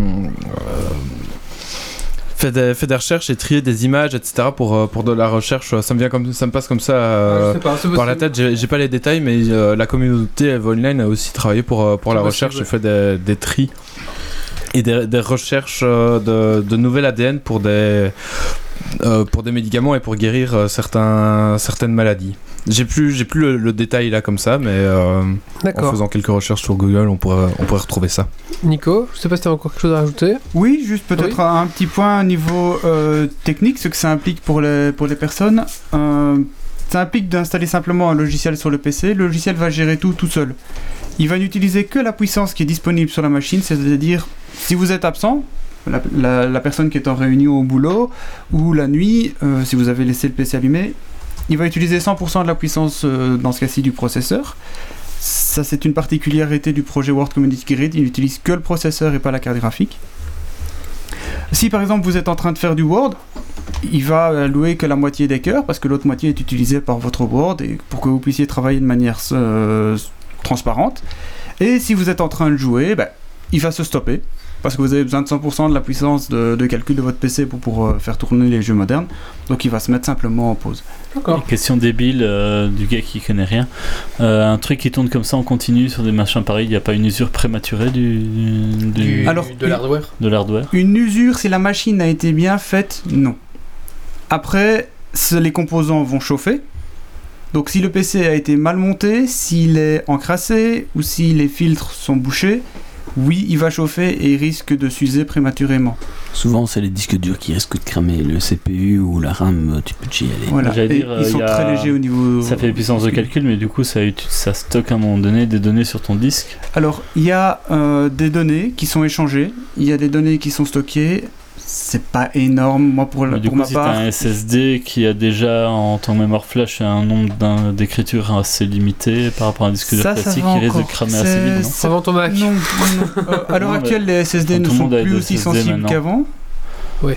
fait, des, fait des recherches et trié des images, et cetera pour, pour de la recherche. Ça me, vient comme, ça me passe comme ça euh, ah, pas, par la tête, j'ai, j'ai pas les détails, mais euh, la communauté EVE Online a aussi travaillé pour, pour la recherche et fait des, des tris. Et des, des recherches de, de nouvelles A D N pour des, euh, pour des médicaments et pour guérir euh, certains, certaines maladies. J'ai plus, j'ai plus le, le détail là comme ça, mais euh, en faisant quelques recherches sur Google, on pourrait, on pourrait retrouver ça. Nico, je sais pas si tu as encore quelque chose à rajouter. Oui, juste peut-être oui. un, un petit point au niveau euh, technique, ce que ça implique pour les, pour les personnes. Euh, ça implique d'installer simplement un logiciel sur le P C. Le logiciel va gérer tout tout seul. Il va n'utiliser que la puissance qui est disponible sur la machine, c'est-à-dire si vous êtes absent, la, la, la personne qui est en réunion au boulot, ou la nuit, euh, si vous avez laissé le P C allumé, il va utiliser cent pour cent de la puissance, euh, dans ce cas-ci, du processeur. Ça, c'est une particularité du projet World Community Grid. Il n'utilise que le processeur et pas la carte graphique. Si par exemple vous êtes en train de faire du Word, il va allouer que la moitié des cœurs parce que l'autre moitié est utilisée par votre Word et pour que vous puissiez travailler de manière euh, transparente. Et si vous êtes en train de jouer, bah, il va se stopper parce que vous avez besoin de cent pour cent de la puissance de, de calcul de votre P C pour, pour euh, faire tourner les jeux modernes. Donc il va se mettre simplement en pause. D'accord. Question débile euh, du gars qui connaît rien. Euh, un truc qui tourne comme ça en continu sur des machins pareils, il n'y a pas une usure prématurée du, du, Du- Alors, de l'hardware. de l'hardware? Une usure, si la machine a été bien faite, non. Après, ce- les composants vont chauffer. Donc si le P C a été mal monté, s'il est encrassé ou si les filtres sont bouchés, oui, il va chauffer et il risque de s'user prématurément. Souvent, c'est les disques durs qui risquent de cramer. Le C P U ou la RAM, tu peux t'y aller. Voilà. J'allais Et dire, euh, ils sont y a- très légers au niveau... Ça fait des puissances de calcul, mais du coup, ça, uti- ça stocke à un moment donné des données sur ton disque. Alors, il y a euh, des données qui sont échangées, il y a des données qui sont stockées. C'est pas énorme, moi pour, la, Mais du pour coup, ma si part. t'as un S S D qui a déjà en tant que mémoire flash un nombre d'un- d'écriture assez limité par rapport à un disque dur Ça, ça classique, va il risque de encore. cramer assez C'est- vite, non c'est- Avant ton Mac. Non, non, non. Euh, à l'heure Non, actuelle, mais les S S D quand ne tout le sont monde a plus des aussi S S D sensibles maintenant. qu'avant. Oui.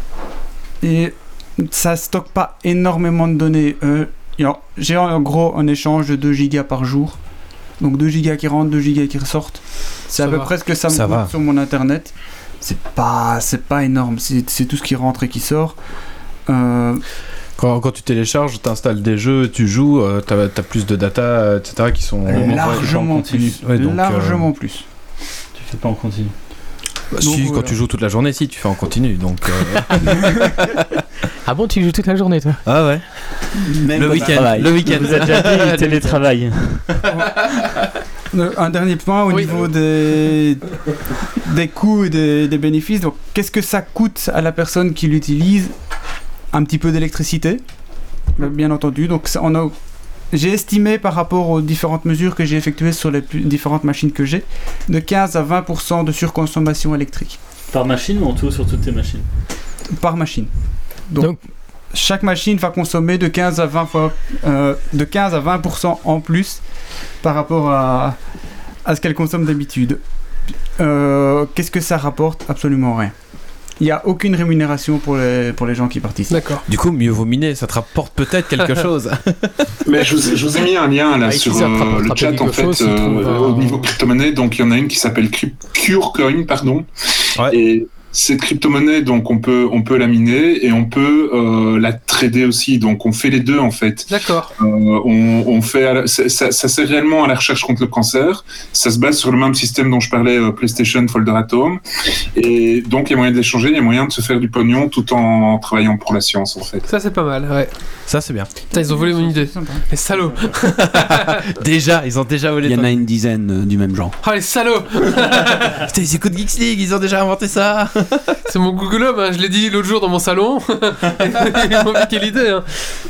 Et ça stocke pas énormément de données. Euh, alors, j'ai en gros un échange de deux gigas par jour. Donc deux gigas qui rentrent, deux gigas qui ressortent. C'est Ça à peu va. près ce que ça me Ça coûte va. sur mon internet. C'est pas, c'est pas énorme. C'est c'est tout ce qui rentre et qui sort. Euh, Quand, quand tu télécharges, tu installes des jeux, tu joues, euh, t'as as plus de data, euh, et cetera qui sont largement continu. plus. Ouais, donc, largement plus. Tu fais pas en continu. Bah, Donc, si, quand voilà. tu joues toute la journée, si tu fais en continu. Donc, euh, Ah bon, tu joues toute la journée, toi? ah ouais. Même Le au week-end. travail. Le week-end. Vous êtes déjà dit télétravail. Euh, Un dernier point au Oui. niveau des, des coûts et des, des bénéfices. Donc, qu'est-ce que ça coûte à la personne qui l'utilise? Un petit peu d'électricité, bien entendu. Donc, ça, on a, j'ai estimé par rapport aux différentes mesures que j'ai effectuées sur les plus- différentes machines que j'ai, de quinze à vingt pour cent de surconsommation électrique Par machine ou en tout sur toutes tes machines? par machine. Donc, Donc- chaque machine va consommer de quinze à vingt fois, euh, de quinze à vingt pour cent en plus par rapport à, à ce qu'elle consomme d'habitude. Euh, qu'est-ce que ça rapporte? Absolument rien. Il n'y a aucune rémunération pour les, pour les gens qui participent. D'accord. Du coup, mieux vaut miner, ça te rapporte peut-être quelque chose. Mais je vous, ai, je vous ai mis un lien là Ah, sur ici, ça te euh, rapportera le pas chat en quelque fait chose, si tu euh, trouves un- au niveau crypto-monnaie. Donc il y en a une qui s'appelle Cryp- Curecoin, pardon. Ouais. Et cette crypto-monnaie, donc on peut on peut la miner et on peut euh, la trader aussi. Donc on fait les deux en fait. D'accord. Euh, on, on fait à la- ça, ça, ça sert réellement à la recherche contre le cancer. Ça se base sur le même système dont je parlais, euh, PlayStation, Folder Atom. Et donc il y a moyen de l'échanger, il y a moyen de se faire du pognon tout en travaillant pour la science en fait. Ça, c'est pas mal, ouais. Ça, c'est bien. Putain, ils ont volé mon idée. Les salauds. Déjà, ils ont déjà volé Il y en ton- a une dizaine euh, du même genre. Ah, les salauds. Putain, ils écoutent Geeks League, ils ont déjà inventé ça. C'est mon Google Home, hein, je l'ai dit l'autre jour dans mon salon. Ils m'ont piqué l'idée. Hein.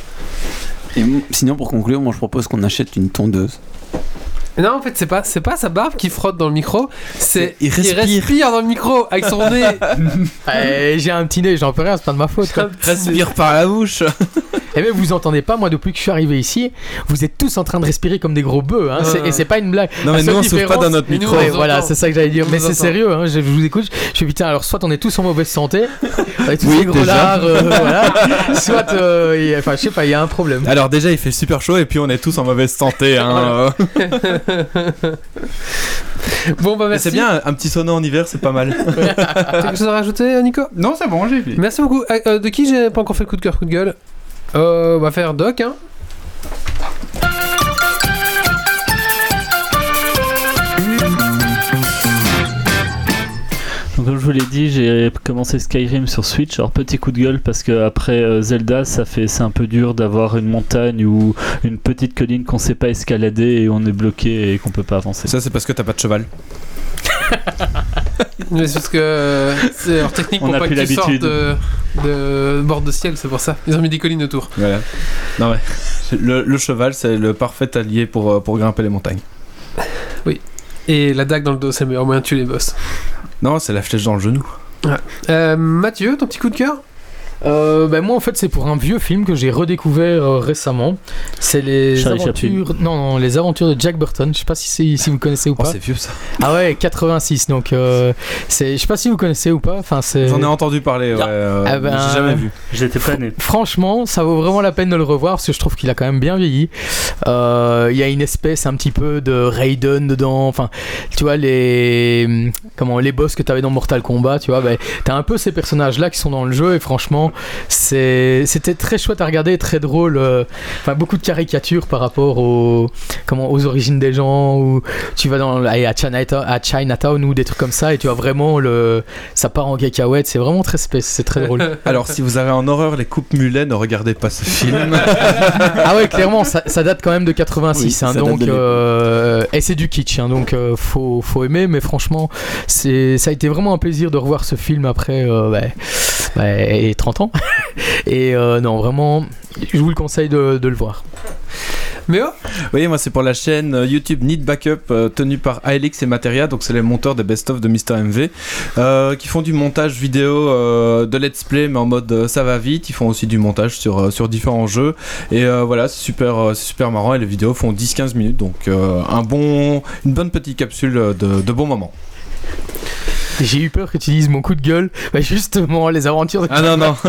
Et m- sinon, pour conclure, moi je propose qu'on achète une tondeuse. Mais non, en fait, c'est pas, c'est pas sa barbe qui frotte dans le micro, c'est Il respire. il respire dans le micro avec son nez. Eh, j'ai un petit nez, j'en peux rien, c'est pas de ma faute. Quoi. Respire par la bouche. Et même vous entendez pas, moi depuis que je suis arrivé ici, vous êtes tous en train de respirer comme des gros bœufs, hein, Euh. c'est- et c'est pas une blague. Non, La mais seule nous, on souffle pas différence- dans notre Et nous, micro. on Ouais, vous voilà, entend. c'est ça que j'allais dire. On Mais vous c'est entend. sérieux, hein, je, je vous écoute. Je suis putain, alors soit on est tous en mauvaise santé, avec tous Oui, ces gros déjà. lards, euh, voilà, soit, euh, il y a- enfin, je sais pas, il y a un problème. Alors déjà, il fait super chaud et puis on est tous en mauvaise santé. Hein. Bon, bah Mais merci. c'est bien, un petit sono en hiver, c'est pas mal. T'as quelque chose à rajouter, Nico? Non, c'est bon, j'ai fini. Merci beaucoup. Euh, euh, de qui j'ai pas encore fait le coup de cœur, coup de gueule? Euh, on va faire Doc, hein. Donc comme je vous l'ai dit, j'ai commencé Skyrim sur Switch. Alors petit coup de gueule parce que après euh, Zelda, ça fait c'est un peu dur d'avoir une montagne ou une petite colline qu'on sait pas escalader et on est bloqué et qu'on peut pas avancer. Ça, c'est parce que t'as pas de cheval. Mais c'est parce que euh, c'est leur technique On pour a pas que plus tu sortes l'habitude. de, de bord de ciel, c'est pour ça. Ils ont mis des collines autour. Voilà. Non, ouais. Le, le cheval, c'est le parfait allié pour, euh, pour grimper les montagnes. Et la dague dans le dos, c'est le meilleur moyen de tuer les boss. Non, c'est la flèche dans le genou. Euh, Mathieu, ton petit coup de cœur? Euh, ben moi en fait c'est pour un vieux film que j'ai redécouvert euh, récemment. C'est les Charlie aventures, non, non les aventures de Jack Burton. Je sais pas si c'est, si vous connaissez ou Oh, pas. c'est vieux ça. Ah ouais, quatre-vingt-six. Donc euh, c'est, je sais pas si vous connaissez ou pas. Enfin c'est. J'en ai entendu parler, ouais. euh, Ah ben, J'ai jamais vu. J'étais pas né. Franchement, ça vaut vraiment la peine de le revoir parce que je trouve qu'il a quand même bien vieilli. Euh, Il y a une espèce un petit peu de Raiden dedans. Enfin, tu vois les comment les boss que t'avais dans Mortal Kombat. Tu vois, ben, t'as un peu ces personnages-là qui sont dans le jeu et franchement, c'est c'était très chouette à regarder, très drôle. euh, Enfin, beaucoup de caricatures par rapport aux comment aux origines des gens. Ou tu vas dans allez, à Chinatown, à Chinatown ou des trucs comme ça et tu vois vraiment le ça part en cacahuète. C'est vraiment très space, c'est très drôle. Alors, si vous avez en horreur les coupes mulets, ne regardez pas ce film. Ah ouais, clairement, ça, ça date quand même de quatre-vingt-six, Oui, hein, ça date donc de l'époque. euh, et c'est du kitsch, hein, donc euh, faut faut aimer, mais franchement, c'est ça a été vraiment un plaisir de revoir ce film après euh, bah, bah, et trente ans. Et euh, non, vraiment, je vous le conseille de, de le voir. Mais oh, Oui, moi c'est pour la chaîne euh, YouTube Need Backup euh, tenue par Alix et Materia, donc c'est les monteurs des best-of de Mister M V euh, qui font du montage vidéo euh, de let's play mais en mode euh, ça va vite. Ils font aussi du montage sur, euh, sur différents jeux et euh, voilà, c'est super, euh, c'est super marrant et les vidéos font dix à quinze minutes, donc euh, un bon, une bonne petite capsule de, de bons moments. J'ai eu peur que tu dises mon coup de gueule, bah justement les aventures de Ah non non.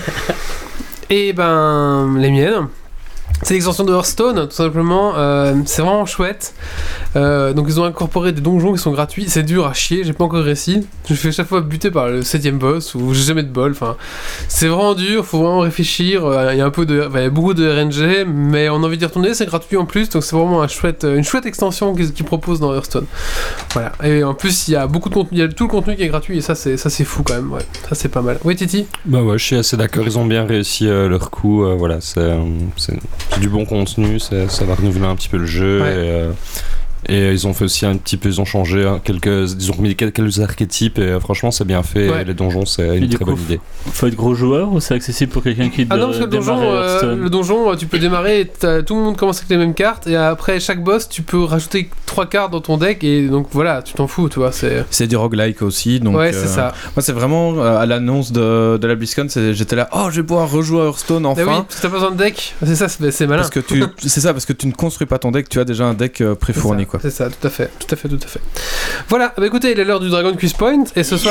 et ben les miennes. C'est l'extension de Hearthstone, tout simplement. Euh, c'est vraiment chouette. Euh, donc ils ont incorporé des donjons qui sont gratuits. C'est dur à chier, j'ai pas encore réussi. Je me fais chaque fois buter par le septième boss ou j'ai jamais de bol. Enfin, c'est vraiment dur, faut vraiment réfléchir. Il y a un peu de, enfin, il y a beaucoup de R N G, mais on a envie d'y retourner. C'est gratuit en plus, donc c'est vraiment un chouette, une chouette extension qu'ils, qu'ils proposent dans Hearthstone. Voilà. Et en plus, il y a beaucoup de contenu, il y a tout le contenu qui est gratuit et ça, c'est ça, c'est fou quand même. Ouais, ça c'est pas mal. Oui, Titi. Bah ouais, je suis assez d'accord. Ils ont bien réussi euh, leur coup. Euh, voilà, c'est, euh, c'est, c'est du bon contenu. C'est, ça va renouveler un petit peu le jeu. Ouais. Et, euh, et ils ont fait aussi un petit peu, ils ont changé hein, quelques, ils ont remis quelques archétypes et euh, franchement c'est bien fait. Ouais. Et les donjons c'est Et une du très coup, bonne idée. Faut être gros joueur ou c'est accessible pour quelqu'un qui Ah non, parce que le donjon, démarre euh, Hearthstone le donjon, euh, tu peux démarrer, et t'as- tout le monde commence avec les mêmes cartes, et après chaque boss, tu peux rajouter trois cartes dans ton deck, et donc voilà, tu t'en fous, tu vois. C'est... C'est du roguelike aussi, donc ouais, euh, c'est ça. moi c'est vraiment euh, à l'annonce de, de la BlizzCon, c'est, j'étais là, oh je vais pouvoir rejouer à Hearthstone enfin. Bah oui, parce que t'as pas besoin de deck, c'est ça, c'est, c'est malin. Parce que tu, c'est ça, parce que tu ne construis pas ton deck, tu as déjà un deck euh, préfourni c'est ça, quoi. C'est ça, tout à fait, tout à fait, tout à fait. Voilà, bah écoutez, il est l'heure du Dragon Quiz Point, et ce soir...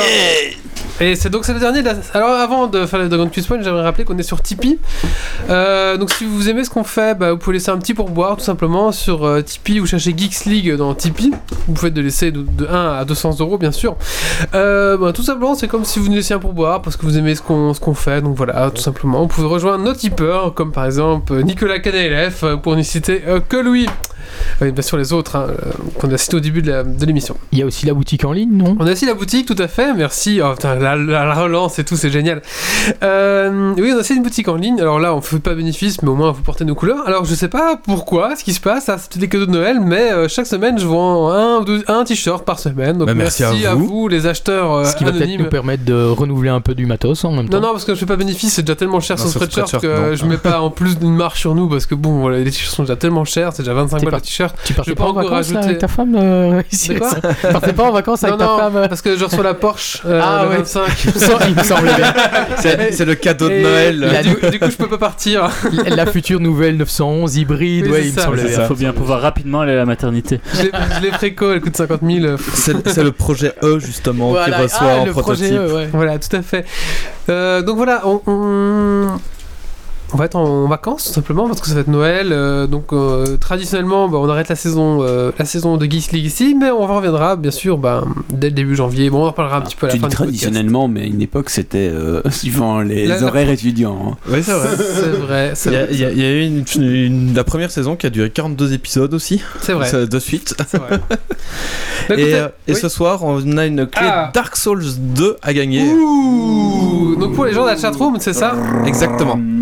Et c'est donc c'est le dernier de la... Alors avant de faire le Dragon Quiz Point, j'aimerais rappeler qu'on est sur Tipeee. Euh, donc si vous aimez ce qu'on fait, bah, vous pouvez laisser un petit pourboire tout simplement sur euh, Tipeee, vous cherchez Geeks League dans Tipeee. Vous pouvez de laisser de, de un à deux cents euros bien sûr. Euh, bah, tout simplement c'est comme si vous nous laissiez un pourboire parce que vous aimez ce qu'on, ce qu'on fait. Donc voilà, tout simplement. Vous pouvez rejoindre nos tipeurs comme par exemple Nicolas Canelef pour ne citer euh, que lui. Oui, bien sûr les autres hein, euh, qu'on a cités au début de, la, de l'émission. Il y a aussi la boutique en ligne, non? On a aussi la boutique, tout à fait, merci. Oh putain, la, la, la relance et tout, c'est génial. Euh, oui, on a aussi une boutique en ligne. Alors là, on fait pas bénéfice, mais au moins vous portez nos couleurs. Alors je sais pas pourquoi, ce qui se passe, ça, c'est des cadeaux de Noël, mais euh, chaque semaine, je vends un, deux, un t-shirt par semaine. Donc Bah, merci, merci à à, vous. vous. les acheteurs euh, Ce qui va peut-être anonymes. nous permettre de renouveler un peu du matos en même temps. Non, non, parce que je fais pas bénéfice, c'est déjà tellement cher Non, sur sur Spreadshirt Spreadshirt, que non. je mets pas en plus d'une marge sur nous parce que bon, voilà, les t-shirts sont déjà tellement chers, c'est déjà vingt-cinq T'es balles pas- le t-shirt. Tu partais Je vais pas pas en encore vacances là, rajouter- avec ta femme euh, ici De quoi Tu partais pas en vacances avec Non, ta non, femme euh, parce que je reçois la Porsche euh, Ah le ouais. vingt-cinq. il me semble- il me semblait bien. C'est, c'est le cadeau de Et- Noël. Il a- du, du coup, je peux pas partir. La future nouvelle neuf cent onze hybride, Oui, ouais, c'est il me ça, semble c'est bien. ça. Il faut bien pouvoir rapidement aller à la maternité. Je l'ai, je l'ai préco, elle coûte cinquante mille. C'est, c'est le projet E justement Voilà. qui reçoit Ah, en le prototype. projet, ouais. Voilà, tout à fait. Euh, donc voilà, on, on... on va être en vacances tout simplement parce que ça va être Noël. euh, donc euh, traditionnellement, bah, on arrête la saison, euh, la saison de Geeks League ici, mais on reviendra bien sûr bah, dès le début janvier. Bon, on en reparlera un petit peu à la Tu fin dis du podcast. traditionnellement, mais à une époque c'était euh, suivant les La- la- horaires étudiants. hein. Oui, c'est vrai. C'est vrai, c'est Il y a, vrai. il y a- il y a eu une, une- la première saison qui a duré quarante-deux épisodes aussi. C'est vrai. Ça, de suite. C'est vrai. Bah, Et, écoutez, euh, et oui. ce soir, on a une clé Ah. Dark Souls deux à gagner. Ouh, donc pour les gens de la chatroom, c'est ça? Exactement. Donc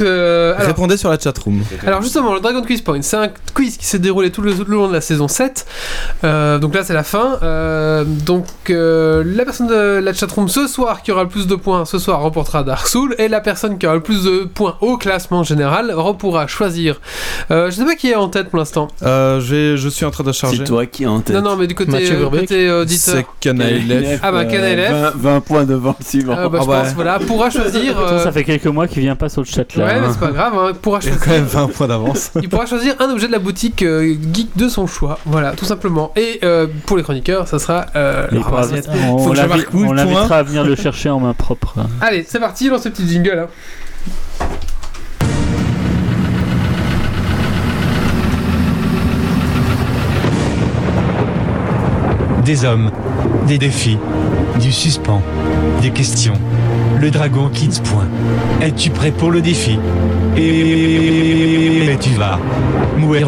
euh, alors, Répondez sur la chatroom. alors justement, le Dragon Quiz Point, c'est un quiz qui s'est déroulé tout le, tout le long de la saison sept. Euh, donc là, c'est la fin. Euh, donc euh, la personne de la chatroom ce soir qui aura le plus de points, ce soir remportera Dark Souls. Et la personne qui aura le plus de points au classement général pourra choisir. Euh, je sais pas qui est en tête pour l'instant. Euh, je, je suis en train de charger. C'est toi qui est en tête. Non, non, mais du côté, Mathieu euh, Verbeek. côté euh, auditeur. C'est Canailef. Ah bah Canailef. vingt, vingt points devant le suivant. Euh, bah, je Ah bah. pense, voilà, pourra choisir. Attends, euh, ça fait quelques mois qu'il vient pas sur le chat là. Ouais, mais hein. c'est pas grave, hein, pourra Il y a choisir. quand même vingt points d'avance. Il pourra choisir un objet de la boutique euh, geek de son choix. Voilà, tout simplement. Et euh, pour les chroniqueurs, ça sera. Euh, Il le pourra ramasse- venir- on Faut que je l'invi- marque où, le on point l'invitera à venir le chercher en main propre. Allez, c'est parti, lance ce petit jingle. Hein. Des hommes, des défis, du suspens, des questions. Le Dragon Kids Point. Es-tu prêt pour le défi? Et tu vas mourir.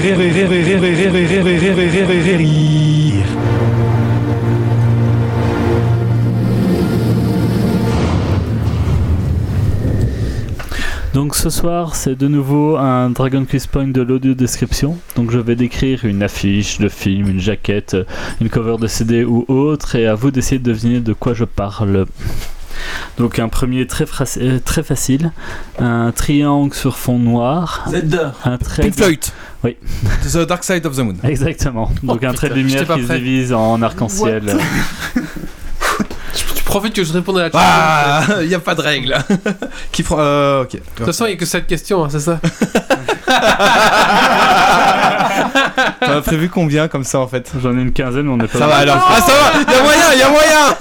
Donc ce soir, c'est de nouveau un Dragon Quiz Point de l'audio description. Donc je vais décrire une affiche de film, une jaquette, une cover de C D ou autre, et à vous d'essayer de deviner de quoi je parle. Donc un premier très, fra- euh, très facile, un triangle sur fond noir, Zelda. un trait Pink de- Floyd. Oui. The Dark Side of the Moon. Exactement. Donc Oh, un trait de putain, lumière j'étais pas qui se prêt. divise en arc-en-ciel. Tu profites que je réponde à la question. Ah, il n'y a pas de règle. Qui prend. Euh, ok. De toute façon, il n'y a que cette question, hein, c'est ça. T'en as prévu combien comme ça en fait? J'en ai une quinzaine, mais on n'est pas. Ça va alors. Ah, ça va. Il y a moyen, il y a moyen.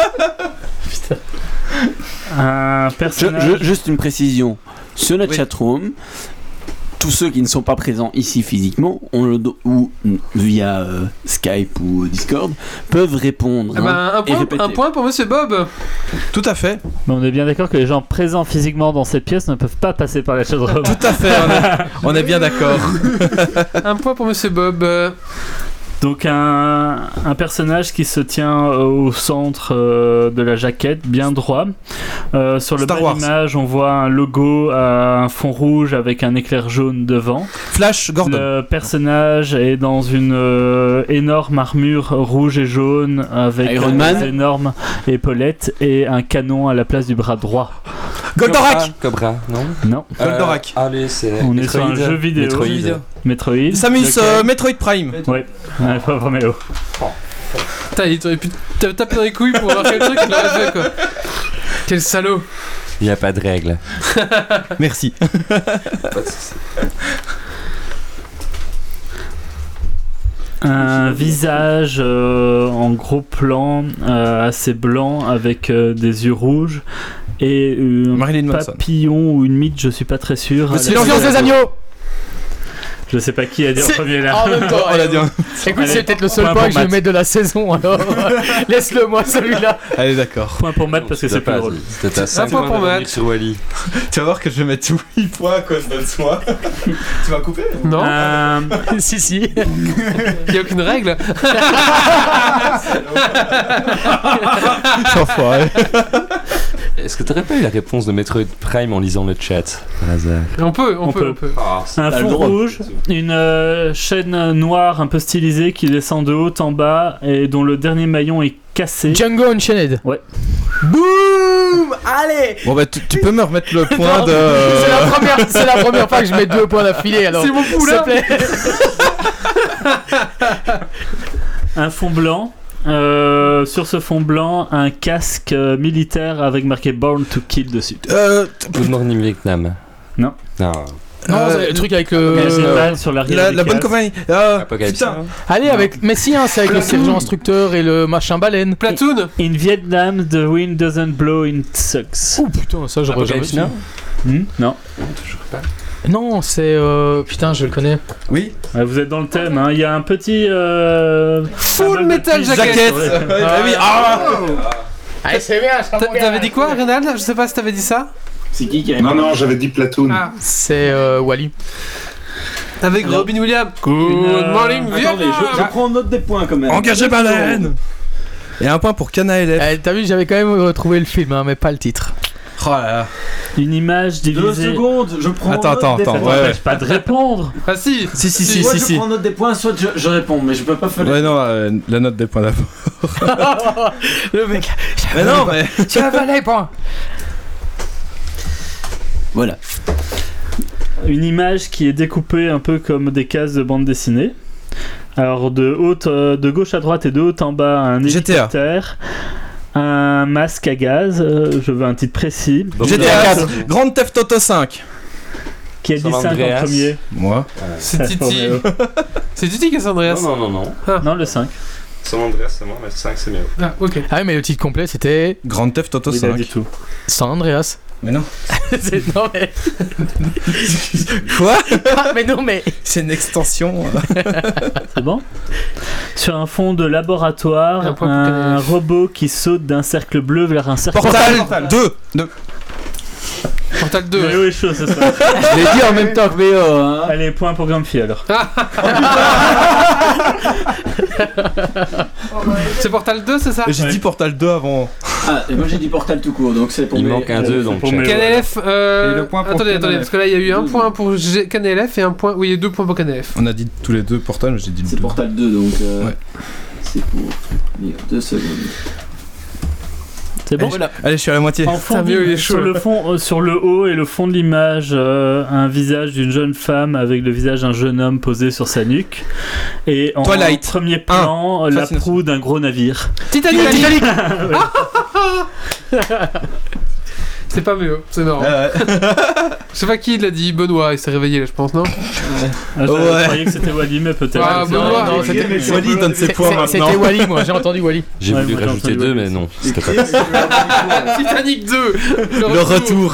Un Je- personnage. je- juste une précision. Sur la Oui. chatroom, tous ceux qui ne sont pas présents ici physiquement, on le do- ou mm, via euh, Skype ou Discord, peuvent répondre. Eh ben, hein, un, et point, répéter. un point pour Monsieur Bob. Tout à fait. Mais on est bien d'accord que les gens présents physiquement dans cette pièce ne peuvent pas passer par la chatroom. Tout à fait. On est, on est bien d'accord. Un point pour Monsieur Bob. Euh, Donc un, un personnage qui se tient euh, au centre euh, de la jaquette, bien droit. Euh, sur le Star bas Wars. de l'image, on voit un logo à un fond rouge avec un éclair jaune devant. Flash Gordon. Le personnage est dans une euh, énorme armure rouge et jaune avec Iron euh, Man. des énormes épaulettes et un canon à la place du bras droit. Goldorak. Cobra, non Non, Goldorak. Euh, Allez, c'est. on est sur un jeu vidéo. Metroid. Jeu vidéo. Metroid. Samus Lequel euh, Metroid Prime. Ouais, Alpha Romeo. Putain, il aurait pu t- taper dans les couilles pour voir quel truc il aurait fait, quoi. Quel salaud. Il n'y a pas de règle. Merci. Pas de soucis. Un visage euh, en gros plan, euh, assez blanc avec euh, des yeux rouges et un Marilyn Manson. papillon ou une mythe, je suis pas très sûr. Le À silence la- des agneaux. Je sais pas qui a dit en C'est- premier là. En même temps, On l'a dit. hein. écoute, Allez, c'est peut-être le seul point point pour que je vais Matt. mettre de la saison, alors laisse-le moi celui-là. Allez, d'accord. Point pour Matt parce que c'est plus drôle. C'était à cinq point points pour de Matt. revenir sur Wally. Tu vas voir que je vais mettre huit points à cause de toi. Tu vas couper? Non, Euh, si, si. il n'y a aucune règle. Enfoiré. Est-ce que t'aurais pas eu la réponse de Metroid Prime en lisant le chat par hasard? On peut, on, On peut, peut. on peut. un T'as le fond droit. rouge, une euh, chaîne noire un peu stylisée qui descend de haut en bas et dont le dernier maillon est cassé. Django Unchained. Boum. Allez. Bon bah tu, tu peux me remettre le point Non, de. C'est la première, c'est la première fois que je mets deux points d'affilée. Alors, C'est mon s'il te poulain. plaît. Un fond blanc. Euh, sur ce fond blanc, un casque euh, militaire avec marqué Born to Kill dessus. Euh, Good Morning Vietnam. Non. Non. Non, Euh, c'est le truc avec Il y a le. une balle sur l'arrière la, du la bonne casque. compagnie. Euh, Apocalypse. putain. Allez, avec. Mais si, hein, c'est avec le sergent instructeur et le machin baleine. Platoon. In Vietnam, the wind doesn't blow, it sucks. Oh putain, ça j'aurais jamais Apocalypse su. Now. Hmm non. Non, c'est. Euh... Putain, je le connais. Oui. Ouais, vous êtes dans le thème, hein. Il y a un petit. Euh... Full symbole de metal cuisse. jacket. Jaquette. Ouais. Ouais, bah oui. Ah. Allez, c'est bien, ça T'a- T'avais dit quoi, Renald? Je sais pas si t'avais dit ça. C'est qui qui a Non, non, j'avais dit Platoon. Ah. C'est euh, Wally. Avec Alors, Robin Williams. Good euh, morning, Attendez, Vietnam. je, je prends note des points quand même. Engagé baleine. Et un point pour Cana L F. Eh, T'as vu, j'avais quand même retrouvé le film, hein, mais pas le titre. Oh là là. Une image Deux divisée. secondes, je prends Attends, note attends, des attends, points. ouais, ouais. T'empêches pas de répondre. Ah si. Si, si, si, Soit si, je si. prends note des points, soit je, je réponds, mais je peux pas faire les Ouais, non, euh, la note des points d'abord. Le mec. Mais non, mais. Tu as les points. Voilà. Une image qui est découpée un peu comme des cases de bande dessinée. Alors de haute, euh, de gauche à droite et de haut en bas, un G T A. hélicoptère, un masque à gaz. euh, je veux un titre précis. G T A quatre, Grand Theft Auto cinq. Qui a dit San cinq en Andreas. premier? Moi. C'est Titi. C'est Titi qui a San Andreas. Non, non, non, non. Ah. Non, le cinq. San Andreas, c'est moi, mais cinq, c'est mieux. Ah, ok. Ah oui, mais le titre complet c'était Grand Theft Auto Il a dit cinq. tout. San Andreas. Mais non. C'est- non mais. Quoi? Ah, mais non mais. C'est une extension. C'est bon? Sur un fond de Un laboratoire, point pour un K D F. robot qui saute d'un cercle bleu vers un cercle Portal deux. deux. Portal deux. Méo est chaud ce soir. Je l'ai dit en même temps que Méo. Hein. Allez, point pour Grumpy alors. C'est Portal deux, c'est ça? J'ai Ouais. dit Portal deux avant. Ah, et moi j'ai dit Portal tout court, donc c'est pour Il mes- manque un deux, donc. pour check. mes- K N L F, euh... Et le point pour attendez, K N L F. attendez, parce que là il y a eu un point pour G- K N L F et un point. Oui, il y a deux points pour K N L F. On a dit tous les deux Portal, mais j'ai dit le C'est deux. Portal deux, donc euh, Ouais. c'est pour lire deux secondes. C'est bon? Voilà. Allez, je suis à la moitié. En fond, Putain, Méo, il est chaud, sur, là. le fond, euh, sur le haut et le fond de l'image, euh, un visage d'une jeune femme avec le visage d'un jeune homme posé sur sa nuque. Et en Twilight. premier plan, euh, la Fascination. proue d'un gros navire. Titanic, Titanic. C'est pas Méo, c'est marrant. Ouais, ouais. Je sais pas qui l'a dit, Benoît, il s'est réveillé là, je pense, non? Ah, je Ouais. croyais que c'était Wally, mais peut-être. Ah, C'est- Benoît, non, c'était- Wally donne ses C'est- points c'est- maintenant. C'était Wally, moi j'ai entendu Wally. J'ai Ouais, voulu moi, j'ai rajouter entendu deux, Wally. mais non. C'était pas Titanic deux. Le retour.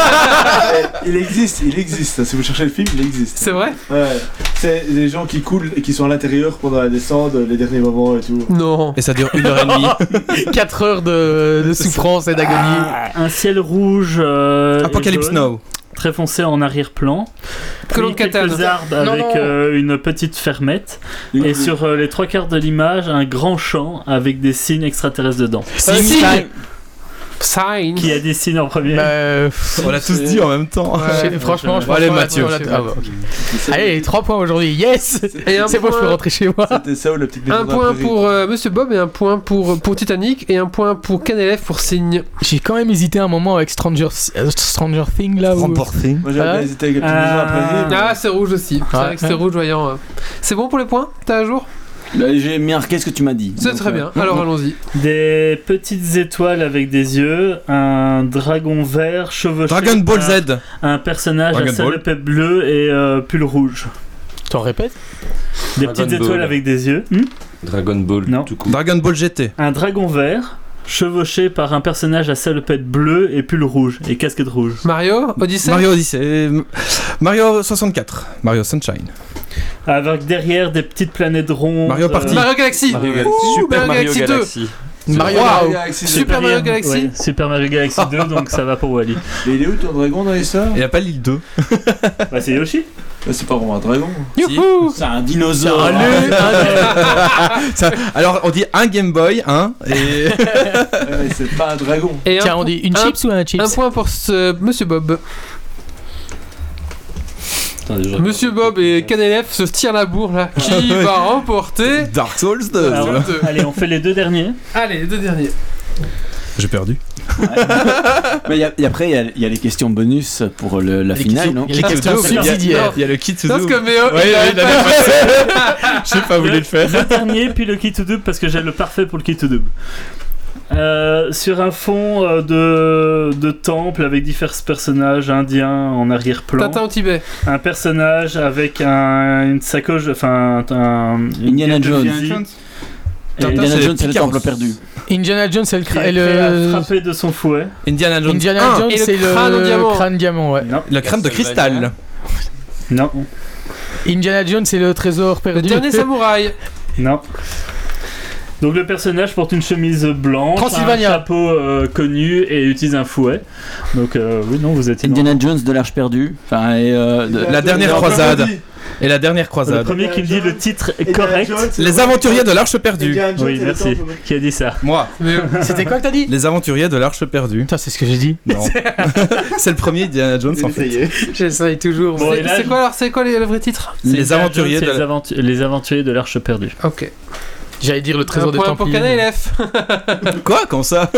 Il existe, il existe. Si vous cherchez le film, il existe. C'est vrai? Ouais. C'est des gens qui coulent et qui sont à l'intérieur pendant la descente, les derniers moments et tout. Non. Et ça dure une heure et demie. quatre heures de, de souffrance et d'agonie. Un ciel rouge. euh, Apocalypse et jaune, Now. très foncé en arrière-plan. Colombe Puis quelques Catane. arbres Non, avec non. euh, une petite fermette. Et sur euh, les trois quarts de l'image, un grand champ avec des signes extraterrestres dedans. Sign. Sign. Sign. Qui a des signes en premier? Bah, On l'a tous dit en même temps. je sais- franchement, je Bon, allez, pense pas Mathieu. qu'on l'a- Ah, bah, ok. Allez, trois points aujourd'hui, yes. Et un C'est bon, je peux point- rentrer chez moi. C'était ça ou la petite maison Un dans la point prairie. pour euh, Monsieur Bob et un point pour, pour Titanic et un point pour K N L F pour Signe. J'ai quand même hésité un moment avec Stranger, euh, Stranger Things là. Où... Moi j'avais Ah. bien hésité avec la petite maison dans la prairie. mais- Ah, c'est rouge aussi. C'est Ouais. vrai que c'était rouge voyant. euh. C'est bon pour les points? T'es à jour? Là, j'ai marqué ce que tu m'as dit. C'est Donc, très euh, bien. Alors allons-y. Des petites étoiles avec des yeux, un dragon vert chevauché Dragon Ball par Z. un personnage Dragon à Ball. salopette bleue et euh, pull rouge. T'en répètes? Des Dragon petites Ball. étoiles avec des yeux. Hmm Dragon Ball, Non. tout court. Dragon Ball G T. Un dragon vert chevauché par un personnage à salopette bleue et pull rouge et casquette rouge. Mario, Odyssey. Mario Odyssey. Mario soixante-quatre. Mario Sunshine. Avec derrière des petites planètes rondes. Mario Party. Mario Galaxy. Mario Ouh, Galaxy. Super Mario Galaxy deux. Galaxy. Mario Waouh. Galaxy, Super Mario Super Galaxy. ouais, Super Mario Galaxy deux, donc ça va pour Wally. Mais il est où ton dragon dans l'histoire? Il n'y a pas l'île deux. Bah, c'est Yoshi. Bah, c'est pas vraiment un dragon. Youhou. C'est un dinosaure. Un leu- Ça- Alors on dit un Game Boy, hein, et Ouais, mais c'est pas un dragon. Et Tiens, un, on dit une un- chips ou un chips? un point pour ce, Monsieur Bob. Monsieur Bob et K N L F se tirent la bourre là. Qui va remporter? Dark Souls deux. Alors, deux. allez, on fait les deux derniers. Allez, les deux derniers. J'ai perdu. Mais y a- et après, il y a- il y, a les questions bonus pour le- la Les finale, questions- non? il y a les questions Il y a- subsidiaires. Il y a le kit to Parce do. que Méo, Ouais, il il avait avait pas pas J'ai pas voulu le faire. Le dernier, puis le kit to double parce que j'ai le parfait pour le kit to double. Euh, sur un fond euh, de, de temple avec différents personnages indiens en arrière-plan. Tintin au Tibet. Un personnage avec un- une sacoche, enfin un, une Indiana guette de Jones. fusil. Et Tintin, Indiana c'est Jones, les c'est le Picaros. temple perdu. Indiana Jones, c'est le, qui cra- est et prêt à le... frapper de son fouet. Indiana Jones. Indiana un. Jones, et le c'est crâne le au diamant. crâne diamant, ouais. Non, La crème de cristal. non, Indiana Jones, c'est le trésor Le perdu. dernier samouraï. non. Donc le personnage porte une chemise blanche, Transylvania. un chapeau euh, connu et utilise un fouet. Donc euh, oui, non, vous étiez dans- Indiana Jones de l'Arche perdue. Enfin, et, euh, de- La dernière Il a encore croisade. dit. Et la dernière Le croisade. premier qui me dit le titre est correct. Les aventuriers de l'Arche perdue. Oui, merci. Qui a dit ça? Moi. C'était quoi que t'as dit? Les aventuriers de l'Arche perdue. Putain, c'est ce que j'ai dit. Non. C'est le premier Indiana Jones en fait. J'essaye toujours. Bon, C'est et là, c'est quoi alors? C'est quoi les- le vrai titre? Les Indiana aventuriers Jones de et les, la- aventu- les aventuriers de l'Arche perdue. Ok. J'allais dire le trésor Un de point Templier. pour Canalef. Quoi, comme ça?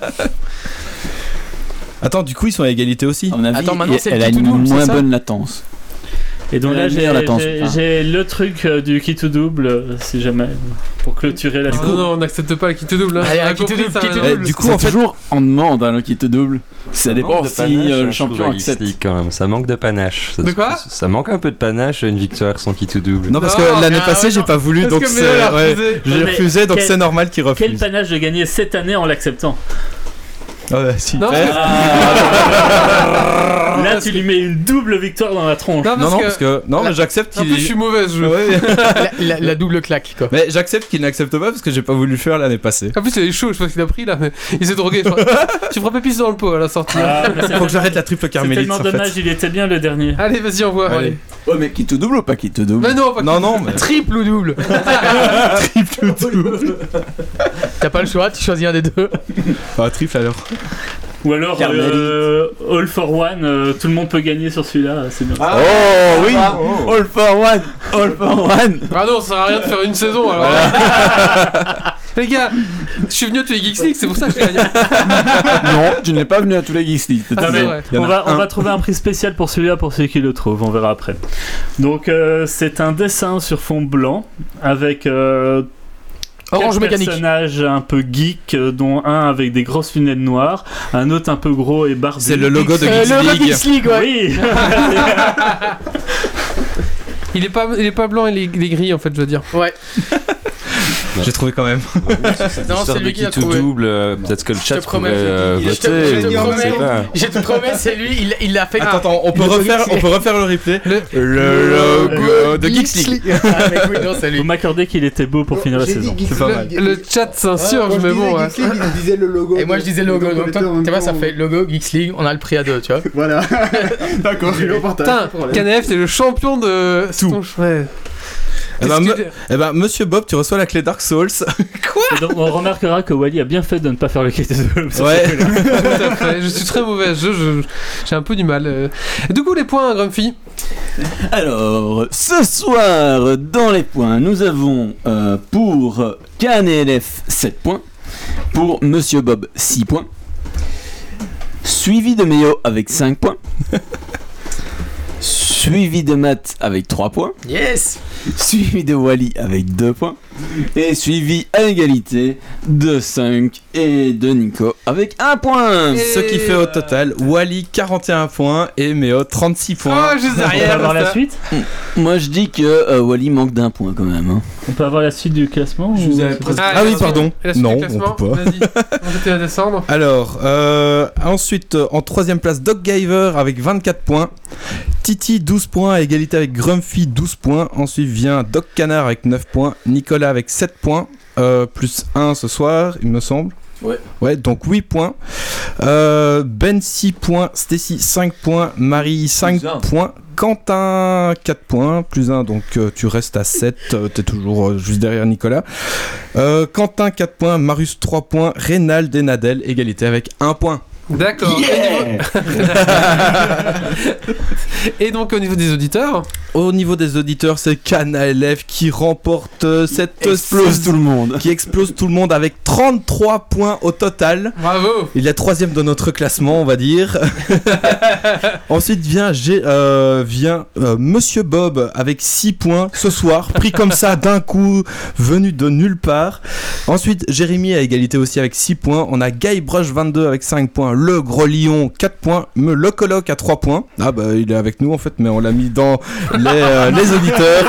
Attends, du coup ils sont à égalité aussi. À mon avis, Attends, maintenant, c'est elle le a kit une to double, moins c'est ça bonne latence. Et donc Elle a là, une j'ai, meilleure latence, j'ai- enfin. j'ai le truc euh, du kit ou double, euh, si jamais, pour clôturer la Non, non, on n'accepte pas le kit double. hein. Allez, On a un kit compris, double, ça, kit hein. double. Eh, du coup C'est en fait, toujours en demande hein, le kit double. Ça dépend manque de si panache, euh, hein, le je trouve, champion à accepte. Geeks League, quand même. Ça manque de panache. Ça, De quoi ça, ça manque un peu de panache à une victoire sans kit ou double. non parce que Non, l'année ah, passée ouais, j'ai non. pas voulu Parce donc que c'est Méo l'a ouais, refusé. j'ai Mais refusé donc quel- c'est normal qu'il Quel refuse. panache de gagner cette année en l'acceptant? Ouais, super. Non, parce que- Là, tu lui mets une double victoire dans la tronche. Non, Non parce non que- parce que non mais j'accepte En qu'il plus, je suis mauvaise, je. Ouais. La, la- la double claque, quoi. Mais j'accepte qu'il n'accepte pas parce que j'ai pas voulu le faire l'année passée. En plus, il est chaud, je sais pas ce qu'il a pris là, mais il s'est drogué. Je crois. Tu feras pépisse dans le pot à la sortie. Ah, mais c'est Faut que tellement- j'arrête la triple c'est carmélite tellement en dommage, fait. il était bien le dernier. Allez, vas-y, envoie. Allez. Ouais, mais kit double ou pas kit double? Mais non, pas Non non mais Triple ou double? triple double. T'as pas le choix, tu choisis un des deux. Ah triple alors. Ou alors, Carmélite. euh, All for One, euh, tout le monde peut gagner sur celui-là, c'est bien. Oh oui, all for one, all for one. Ah non, ça sert à rien de faire une saison alors. Les gars, je suis venu à tous les Geeks League, c'est pour ça que je gagne. Non, tu n'es pas venu à tous les Geeks League. Ah, c'est vrai. Il y en On a va, on un. va trouver un prix spécial pour celui-là, pour ceux qui le trouvent, on verra après. Donc, euh, c'est un dessin sur fond blanc avec euh, Orange quatre mécanique. personnages un peu geeks, euh, dont un avec des grosses lunettes noires, un autre un peu gros et barbu. C'est le logo de Euh, Geeks le logo League. Geeks League, ouais. Oui. Il est pas, il est pas blanc, il est, il est gris en fait, je veux dire. Ouais. J'ai trouvé quand même. Non, c'est lui qui l'a kit ou trouvé. double, euh, peut-être que le chat te promets, pourrait euh, je te- voter. je te ou je promets. sais pas. Je te promets, c'est lui, il il l'a fait. Attends, attends, on peut le refaire, Geeks on peut refaire le replay. Le- Le logo de Geeks League. Ah, mais oui, non, c'est lui. Vous m'accordez qu'il était beau pour finir la saison. C'est pas mal. Le, le chat s'insurge, mais bon. Ouais. Il disait le logo. Et moi je disais logo, donc toi, tu vois, ça fait logo Geeks League, on a le prix à deux, tu vois. Voilà. D'accord, je le partage. Putain, Canef, c'est le champion de. Tout. Ouais. Eh ben, Qu'est-ce me- que tu- eh ben, monsieur Bob, tu reçois la clé Dark Souls. Et donc, on remarquera que Wally a bien fait de ne pas faire le kit de double. Ouais. Tout à fait. Je suis très mauvais, je, je- j'ai un peu du mal. euh. Et du coup, les points, Grumpy. Alors, ce soir, dans les points, nous avons euh, pour K N L F sept points, pour Monsieur Bob six points, suivi de Méo avec cinq points, suivi de Matt avec trois points, Yes. suivi de Wally avec deux points, et suivi à égalité de cinq et de Nico avec un point. Et- Ce qui fait au total Wally quarante et un points et Méo trente-six points. Oh, juste On peut derrière. avoir la ça. suite Moi je dis que euh, Wally manque d'un point quand même. hein. On peut avoir la suite du classement Je ou- vous avais presque- Ah oui, la suite- pardon. la suite Non, du classement, on peut pas. Vas-y, on va à descendre. Alors, euh, ensuite, euh, en troisième place, Doc Giver avec vingt-quatre points. Titi, douze points, à égalité avec Grumpy, douze points. Ensuite vient Doc Canard avec neuf points. Nicolas avec sept points, euh, plus un ce soir, il me semble. Ouais. Ouais, donc huit points. Euh, Ben, six points. Stacy, cinq points. Marie, cinq Plus un. points. Quentin, quatre points. Plus un, donc euh, tu restes à sept. Euh, T'es toujours euh, juste derrière Nicolas. Euh, Quentin, quatre points. Marius, trois points. Rénal et Nadel, égalité avec un point. D'accord. Et donc au niveau des auditeurs, Au niveau des auditeurs, c'est Canalef qui remporte euh, cette Explose tout le monde. qui explose tout le monde avec trente-trois points au total. bravo. Il est troisième de notre classement, on va dire. Ensuite vient, G- euh, vient euh, Monsieur Bob avec six points ce soir, pris comme ça d'un coup, venu de nulle part. Ensuite, Jérémy à égalité aussi avec six points. On a Guy Brush vingt-deux avec cinq points. Le Gros Lion quatre points. Me Le Coloc à trois points. Ah bah il est avec nous en fait, mais on l'a mis dans les, euh, les auditeurs.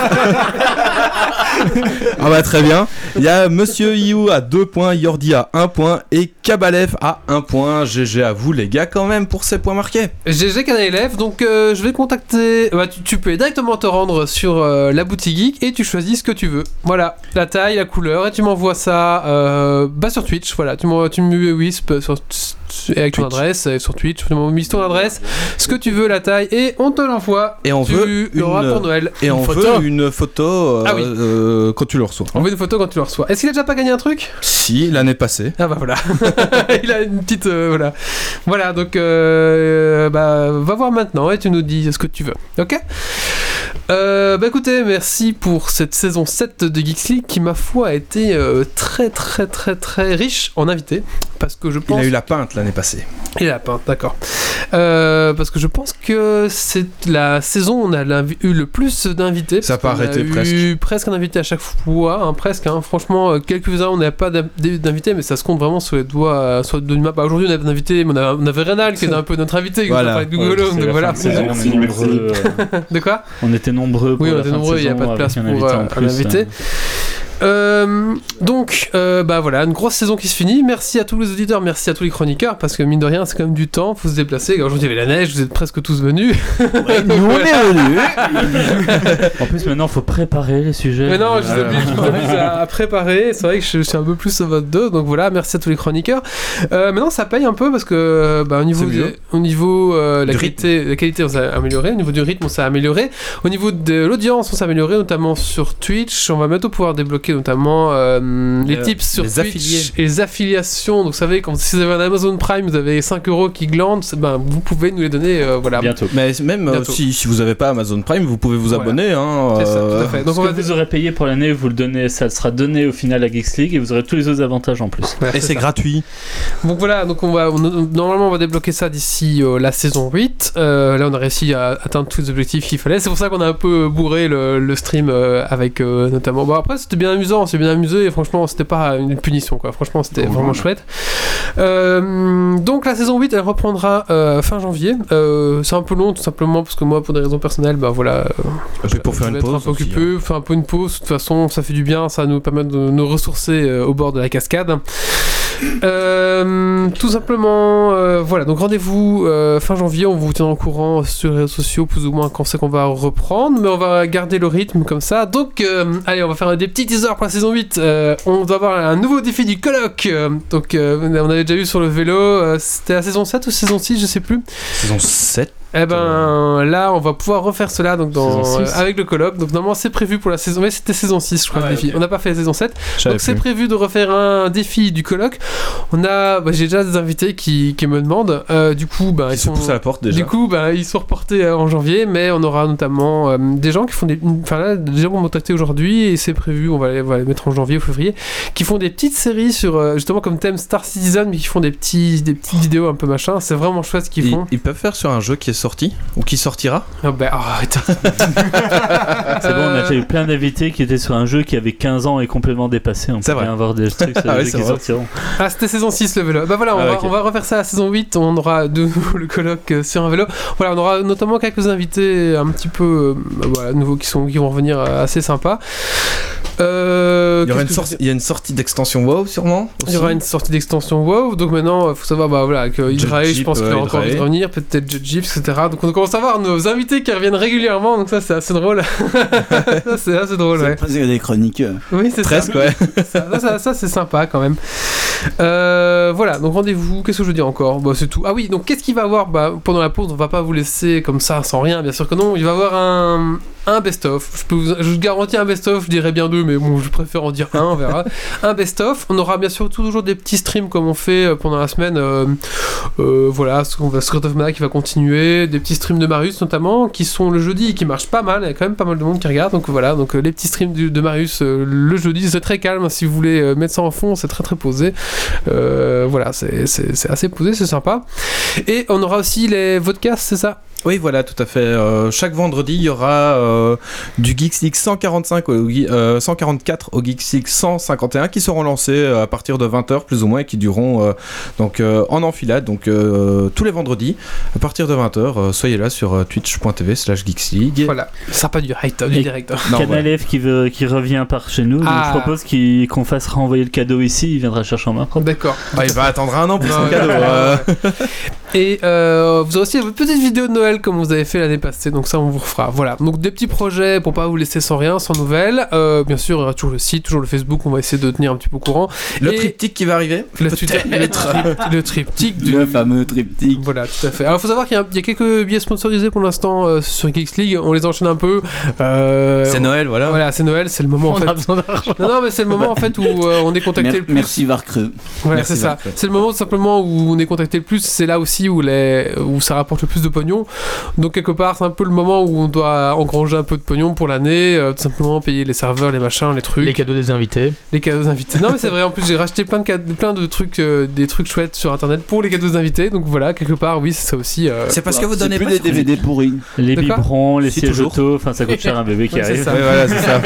Ah bah très bien. Il y a Monsieur You à deux points, Yordi à un point et Kabalev a un point. G G à vous les gars quand même pour ces points marqués. G G Canalef, donc euh, je vais contacter. Bah, tu, tu peux directement te rendre sur euh, la boutique geek et tu choisis ce que tu veux. Voilà, la taille, la couleur et tu m'envoies ça euh, bah, sur Twitch. Voilà, tu me tu me wisp sur avec ton adresse euh, sur Twitch. Tu me ton adresse, ce que tu veux, la taille et on te l'envoie. Et on tu veut l'auras une pour Noël. Et une on photo. veut une photo euh, ah oui. euh, quand tu le reçois. On veut une photo quand tu le reçois. Est-ce qu'il a déjà pas gagné un truc? Si, l'année passée. Ah bah voilà. Il a une petite euh, voilà. Voilà, donc euh, bah va voir maintenant et tu nous dis ce que tu veux. OK? Euh, bah écoutez, merci pour cette saison sept de Geeks League qui ma foi a été euh, très très très très riche en invités parce que je pense... Il a eu la pinte l'année passée. Il a la pinte, d'accord. Euh, parce que je pense que c'est la saison où on a eu le plus d'invités. Ça n'a pas arrêté presque. presque. Eu presque un invité à chaque fois, hein, presque. Hein. Franchement, quelques-uns on n'a pas d'invités, mais ça se compte vraiment sur les doigts, sur les doigts d'une main. Bah, aujourd'hui on avait un invité, mais on avait, on avait Rénal qui était un peu notre invité, qui voilà. nous a parlé de Google Home, Ouais, donc voilà. Saison, on est nombreux, euh... De quoi? On était nombreux. Pour oui, on la était fin nombreux. Il n'y a pas de place pour un euh, un invité. Euh, donc, euh, bah voilà, une grosse saison qui se finit. Merci à tous les auditeurs, merci à tous les chroniqueurs, parce que mine de rien, c'est quand même du temps, faut se déplacer. Aujourd'hui, il y avait la neige, vous êtes presque tous venus. Ouais, nous, on est venus. En plus, maintenant, il faut préparer les sujets. Mais non, je vous oblige, je vous oblige à préparer. C'est vrai que je suis un peu plus à votre dos, donc voilà, merci à tous les chroniqueurs. Euh, maintenant, ça paye un peu parce que, bah, au niveau, des, au niveau euh, la qualité, la qualité, on s'est amélioré. Au niveau du rythme, on s'est amélioré. Au niveau de l'audience, on s'est amélioré, notamment sur Twitch. On va bientôt pouvoir débloquer notamment euh, les euh, tips sur les Twitch affiliés. et les affiliations. Donc, vous savez, quand si vous avez un Amazon Prime, vous avez cinq euros qui glandent, ben, vous pouvez nous les donner. Euh, voilà. Bientôt. Mais même euh, si, si vous n'avez pas Amazon Prime, vous pouvez vous voilà. abonner. Hein, c'est ça, euh... tout à fait. Donc, ce on que va... vous aurez payé pour l'année, vous le donnez, ça sera donné au final à Geeks League et vous aurez tous les autres avantages en plus. Ouais, et c'est, c'est gratuit. Donc voilà, donc on va, on, normalement on va débloquer ça d'ici euh, la saison huit. Euh, là on a réussi à atteindre tous les objectifs qu'il fallait. C'est pour ça qu'on a un peu bourré le, le stream euh, avec euh, notamment. Bon après c'était bien amusant, on s'est bien amusé et franchement c'était pas une punition quoi. Franchement c'était oh, vraiment ouais. chouette. Euh, donc la saison huit elle reprendra euh, fin janvier. Euh, c'est un peu long tout simplement parce que moi pour des raisons personnelles, bah voilà. Euh, pour faire une pause. Un peu occupé, hein. Faire un peu une pause. De toute façon ça fait du bien, ça nous permet de nous ressourcer euh, au bord de la cascade. Euh, tout simplement, euh, voilà. Donc rendez-vous euh, fin janvier. On vous tient au courant sur les réseaux sociaux, plus ou moins quand c'est qu'on va reprendre, mais on va garder le rythme comme ça. Donc, euh, allez, on va faire des petits teasers pour la saison huit. Euh, on doit avoir un nouveau défi du colloque. Euh, donc, euh, on avait déjà eu sur le vélo. Euh, c'était la saison sept ou saison six, je sais plus. Saison sept. Eh ben là on va pouvoir refaire cela donc dans, euh, avec le colloque. Donc normalement c'est prévu pour la saison, mais c'était saison six je crois. Ah ouais, le défi. Okay. On n'a pas fait la saison sept. J'avais donc c'est plus. Prévu de refaire un défi du colloque. On a, bah, j'ai déjà des invités qui, qui me demandent. Euh, du coup bah, ils, ils sont poussent à la porte déjà. Du coup bah, ils sont reportés en janvier, mais on aura notamment euh, des gens qui font des, enfin là des gens vont me contacter aujourd'hui et c'est prévu. On va les, on va les mettre en janvier ou février, qui font des petites séries sur euh, justement comme thème Star Citizen, mais qui font des petits des petites vidéos un peu machin. C'est vraiment chouette ce qu'ils ils, font. Ils peuvent faire sur un jeu qui est sorti ou qui sortira. Oh bah, oh, c'est bon, on a déjà eu plein d'invités qui étaient sur un jeu qui avait quinze ans et complètement dépassé. On peut bien avoir des trucs sur les ah jeux ouais, qui sortiront. Ah, c'était saison six le vélo. Bah voilà, on, ah, va, okay. on va refaire ça à la saison huit. On aura de nouveau le colloque sur un vélo. Voilà, on aura notamment quelques invités un petit peu euh, voilà, nouveaux qui, sont, qui vont revenir assez sympas. Euh, il, y aura une sorti, il y a une sortie d'extension WoW sûrement aussi. Il y aura une sortie d'extension WoW. Donc maintenant, il faut savoir bah, voilà, que Hydrae, je pense qu'il a euh, encore envie de revenir. Peut-être Judge Jeep, et cetera. Donc on commence à avoir nos invités qui reviennent régulièrement. Donc ça, c'est assez drôle. ça, c'est assez drôle. C'est ouais. presque des chroniqueurs. Oui, c'est presque, ça. ouais. ça, ça, ça, ça, c'est sympa quand même. Euh, voilà, donc rendez-vous. Qu'est-ce que je veux dire encore bah, c'est tout. Ah oui, donc qu'est-ce qu'il va y avoir bah, pendant la pause? On va pas vous laisser comme ça sans rien, bien sûr que non. Il va y avoir un, un best-of. Je, peux vous, je vous garantis un best-of, je dirais bien deux, mais bon, je préfère en dire un, on verra. Un best-of. On aura bien sûr toujours des petits streams comme on fait pendant la semaine. Euh, euh, voilà, Secret of Mana qui va continuer. Des petits streams de Marius notamment, qui sont le jeudi et qui marchent pas mal. Il y a quand même pas mal de monde qui regarde. Donc voilà, donc euh, les petits streams du, de Marius euh, le jeudi, c'est très calme. Hein, si vous voulez euh, mettre ça en fond, c'est très très posé. Euh, voilà, c'est, c'est, c'est assez posé, c'est sympa. Et on aura aussi les vodcasts, c'est ça? Oui, voilà, tout à fait. Euh, chaque vendredi, il y aura euh, du Geeks League cent quarante-cinq au, euh, cent quarante-quatre au Geeks League cent cinquante et un qui seront lancés euh, à partir de vingt heures plus ou moins et qui dureront euh, donc, euh, en enfilade, donc euh, tous les vendredis à partir de vingt heures. Euh, soyez là sur euh, twitch.tv slash Geeks League. Voilà, ça sera pas du direct. Du direct. Canal F qui, veut, qui revient par chez nous, Ah. donc je propose qu'il, qu'on fasse renvoyer le cadeau ici, il viendra chercher en main propre. D'accord. Ah, il va attendre un an pour son Ouais, cadeau. ouais, euh. ouais. Et euh, vous aurez aussi votre petite vidéo de Noël comme vous avez fait l'année passée, donc ça on vous refera. Voilà, donc des petits projets pour pas vous laisser sans rien, sans nouvelles. Euh, bien sûr, il y aura toujours le site, toujours le Facebook, on va essayer de tenir un petit peu au courant. Le Et triptyque qui va arriver. le, tu- le, tri- le triptyque du... Le fameux triptyque. Voilà, tout à fait. Alors, il faut savoir qu'il y a, il y a quelques billets sponsorisés pour l'instant euh, sur Geeks League. On les enchaîne un peu. Euh, C'est Noël, voilà. Voilà, c'est Noël, c'est le moment en On fait. a besoin d'argent. Non, non, mais c'est le moment en fait où euh, on est contacté Mer- le plus. merci Varcreux. Voilà, Merci, c'est ça. Varcreux. C'est le moment tout simplement où on est contacté le plus. C'est là aussi où, les... où ça rapporte le plus de pognon. Donc, quelque part, c'est un peu le moment où on doit engranger un peu de pognon pour l'année. euh, tout simplement payer les serveurs, les machins, les trucs. Les cadeaux des invités. Les cadeaux d'invités. Non mais c'est vrai, en plus j'ai racheté plein de, cade- plein de trucs, euh, des trucs chouettes sur internet pour les cadeaux d'invités. Donc voilà, quelque part, oui, c'est ça aussi. euh, C'est parce que vous C'est donnez plus pas des sur- D V D pourris. Les De quoi biberons, les Si, sièges toujours. auto, enfin ça coûte cher un bébé qui Ouais, c'est arrive. ça. Ouais, voilà, c'est ça.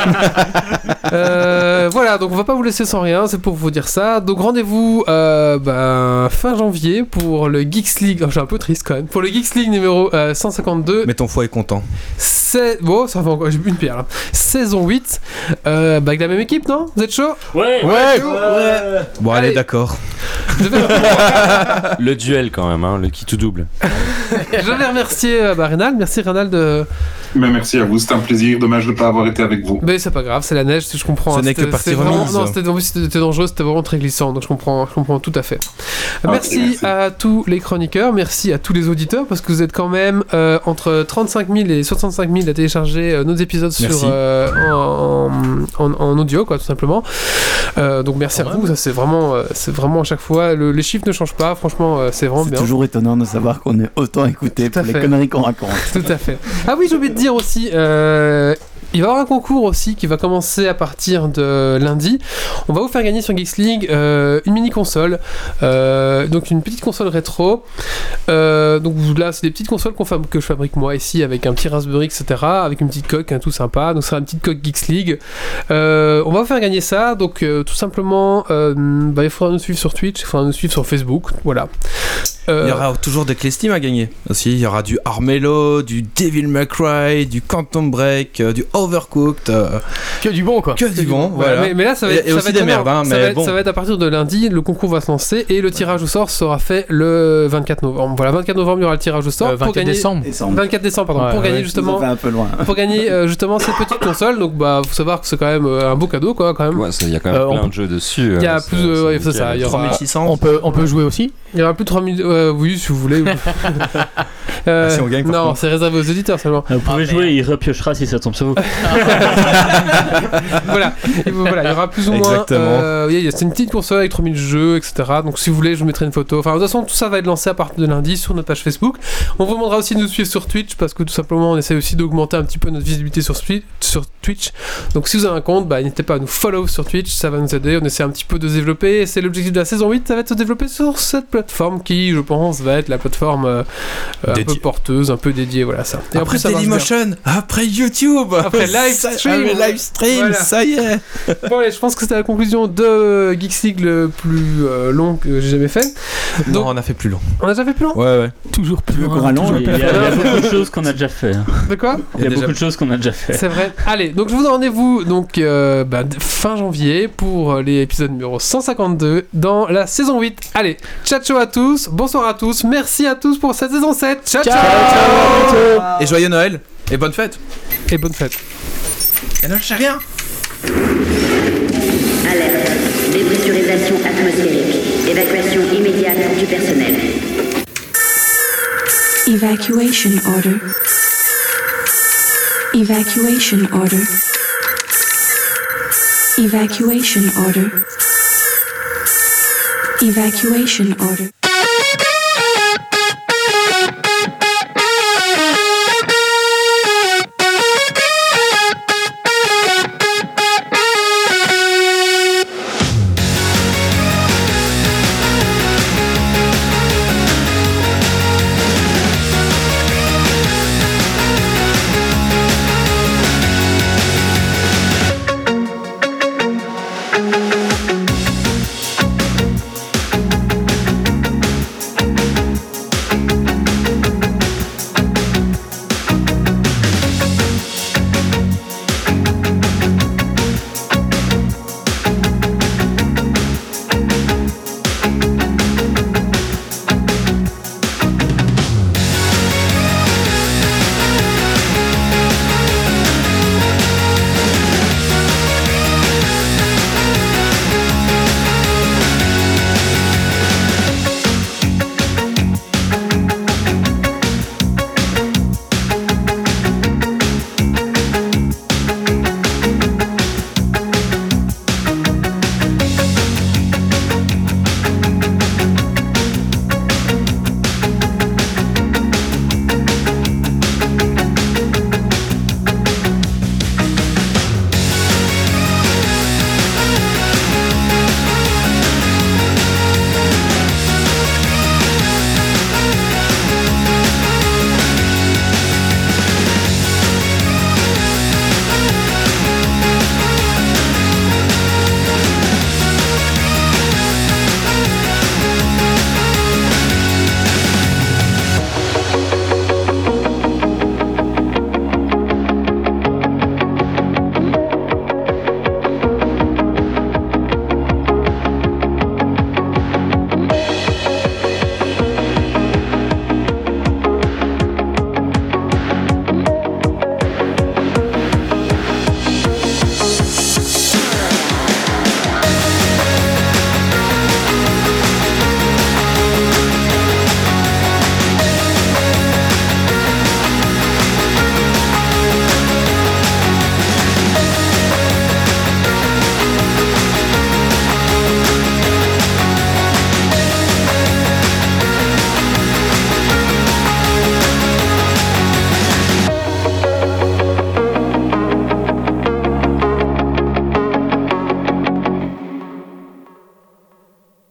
Euh, voilà, donc on va pas vous laisser sans rien, c'est pour vous dire ça. Donc rendez-vous euh, ben, fin janvier pour le Geeks League. Oh, je suis un peu triste quand même. Pour le Geeks League numéro euh, cent cinquantedeux. Mais ton foie est content. C'est bon, ça va encore. J'ai bu une pierre là. Saison huit. Euh, bah, avec la même équipe, non? Vous êtes chaud? Ouais, Ouais, Bon, allez, Allez. d'accord. Je vais, Le duel quand même, hein, le qui tout double. je vais remercier euh, bah, Rénal. Merci Rénal de. Mais merci à vous, c'était un plaisir. Dommage de ne pas avoir été avec vous. Mais c'est pas grave, c'est la neige, je comprends. Ce hein, n'est que c'était- partie c'était vraiment- remise. Non, c'était, en plus, c'était dangereux, c'était vraiment très glissant, donc je comprends, je comprends tout à fait. Ok, merci, merci. à tous les chroniqueurs, merci à tous les auditeurs, parce que vous êtes quand même euh, entre trente-cinq mille et soixante-cinq mille à télécharger euh, nos épisodes sur, Merci. euh, en, en, en audio, quoi, tout simplement. Euh, donc merci à vous, ça c'est vraiment, euh, c'est vraiment à chaque fois, le- les chiffres ne changent pas, franchement, euh, c'est vraiment C'est bien. toujours étonnant de savoir qu'on est autant écouté Tout à pour les fait. conneries qu'on raconte. Tout à fait. Ah oui, j'ai oublié de dire aussi, euh, il va y avoir un concours aussi qui va commencer à partir de lundi. On va vous faire gagner sur Geeks League euh, une mini console, euh, donc une petite console rétro. Euh, donc là, c'est des petites consoles qu'on fab- que je fabrique moi ici avec un petit Raspberry, et cetera. Avec une petite coque, hein, tout sympa. Donc, ça sera une petite coque Geeks League. Euh, on va vous faire gagner ça. Donc, euh, tout simplement, euh, bah, il faudra nous suivre sur Twitch, il faudra nous suivre sur Facebook. Voilà. Euh, Il y aura toujours des clés Steam à gagner aussi. Il y aura du Armello, du Devil May Cry, du Quantum Break, euh, du Overcooked. euh, Que du bon, quoi. que du bon, Voilà, voilà. Mais, mais là, ça va Et- être, et ça aussi va être des énorme. merdes, hein, ça, mais va être, bon. ça va être à partir de lundi, le concours va se lancer et le tirage au sort sera fait le vingt-quatre novembre. Voilà, vingt-quatre novembre, il y aura le tirage au sort Euh, pour vingt-quatre gagner. décembre. Décembre. vingt-quatre décembre, pardon, Ouais, pour ouais, gagner ouais. justement. Ça fait un peu loin. Pour gagner euh, justement cette petite console, donc bah faut savoir que c'est quand même euh, un beau cadeau quoi quand même. Ouais, il y a quand même Euh, on plein peut- de jeux dessus. Il y a euh, plus c'est- de- c'est ouais, c'est ça, nickel. il y aura- trois mille six cents. On peut, on peut jouer aussi. Il y aura plus de trois mille euh, oui si vous voulez. Euh, Ah, si on gagne, par non, contre. c'est réservé aux éditeurs seulement. Vous pouvez jouer, il repiochera si ça tombe sur vous. Voilà. Et voilà, il y aura plus ou moins. Exactement. euh, oui, c'est une petite console avec trois mille jeux, et cetera. Donc si vous voulez, je vous mettrai une photo. Enfin, de toute façon, tout ça va être lancé à partir de lundi sur notre page Facebook. On vous demandera aussi de nous suivre sur Twitch parce que tout simplement, on essaie aussi d'augmenter un petit peu notre visibilité sur, Swi- sur Twitch. Donc si vous avez un compte, bah, n'hésitez pas à nous follow sur Twitch, ça va nous aider. On essaie un petit peu de se développer. Et c'est l'objectif de la saison huit, ça va être de se développer sur cette plateforme qui, je pense, va être la plateforme euh, un Dédiée. peu porteuse, un peu dédiée. Voilà ça. Et en Après plus, ça marche bien. Dailymotion, après YouTube, Après live Ça- stream. ah, mais live stream, Voilà. ça y est. Bon allez, je pense que c'était la conclusion de Geeks League le plus euh, long que j'ai jamais fait. Donc, Non, on a fait plus long. on a déjà fait plus long. Ouais, ouais. Toujours plus veux loin, qu'on rallonge toujours Il y, a, plus il y a loin. beaucoup de choses qu'on a déjà fait. hein. De quoi? Il y a déjà- beaucoup de choses qu'on a déjà fait. C'est vrai. Allez, donc je vous donne rendez-vous donc euh, bah, d- fin janvier pour euh, l'épisode numéro cent cinquante-deux dans la saison huit. Allez, ciao ciao à tous, bonsoir à tous, merci à tous pour cette saison sept. Ciao ciao, Et joyeux Noël et bonne fête. et bonne fête. Et ne lâchez rien. Alerte. Dépressurisation atmosphérique. Évacuation immédiate du personnel. Evacuation order. Evacuation order. Evacuation order. Evacuation order.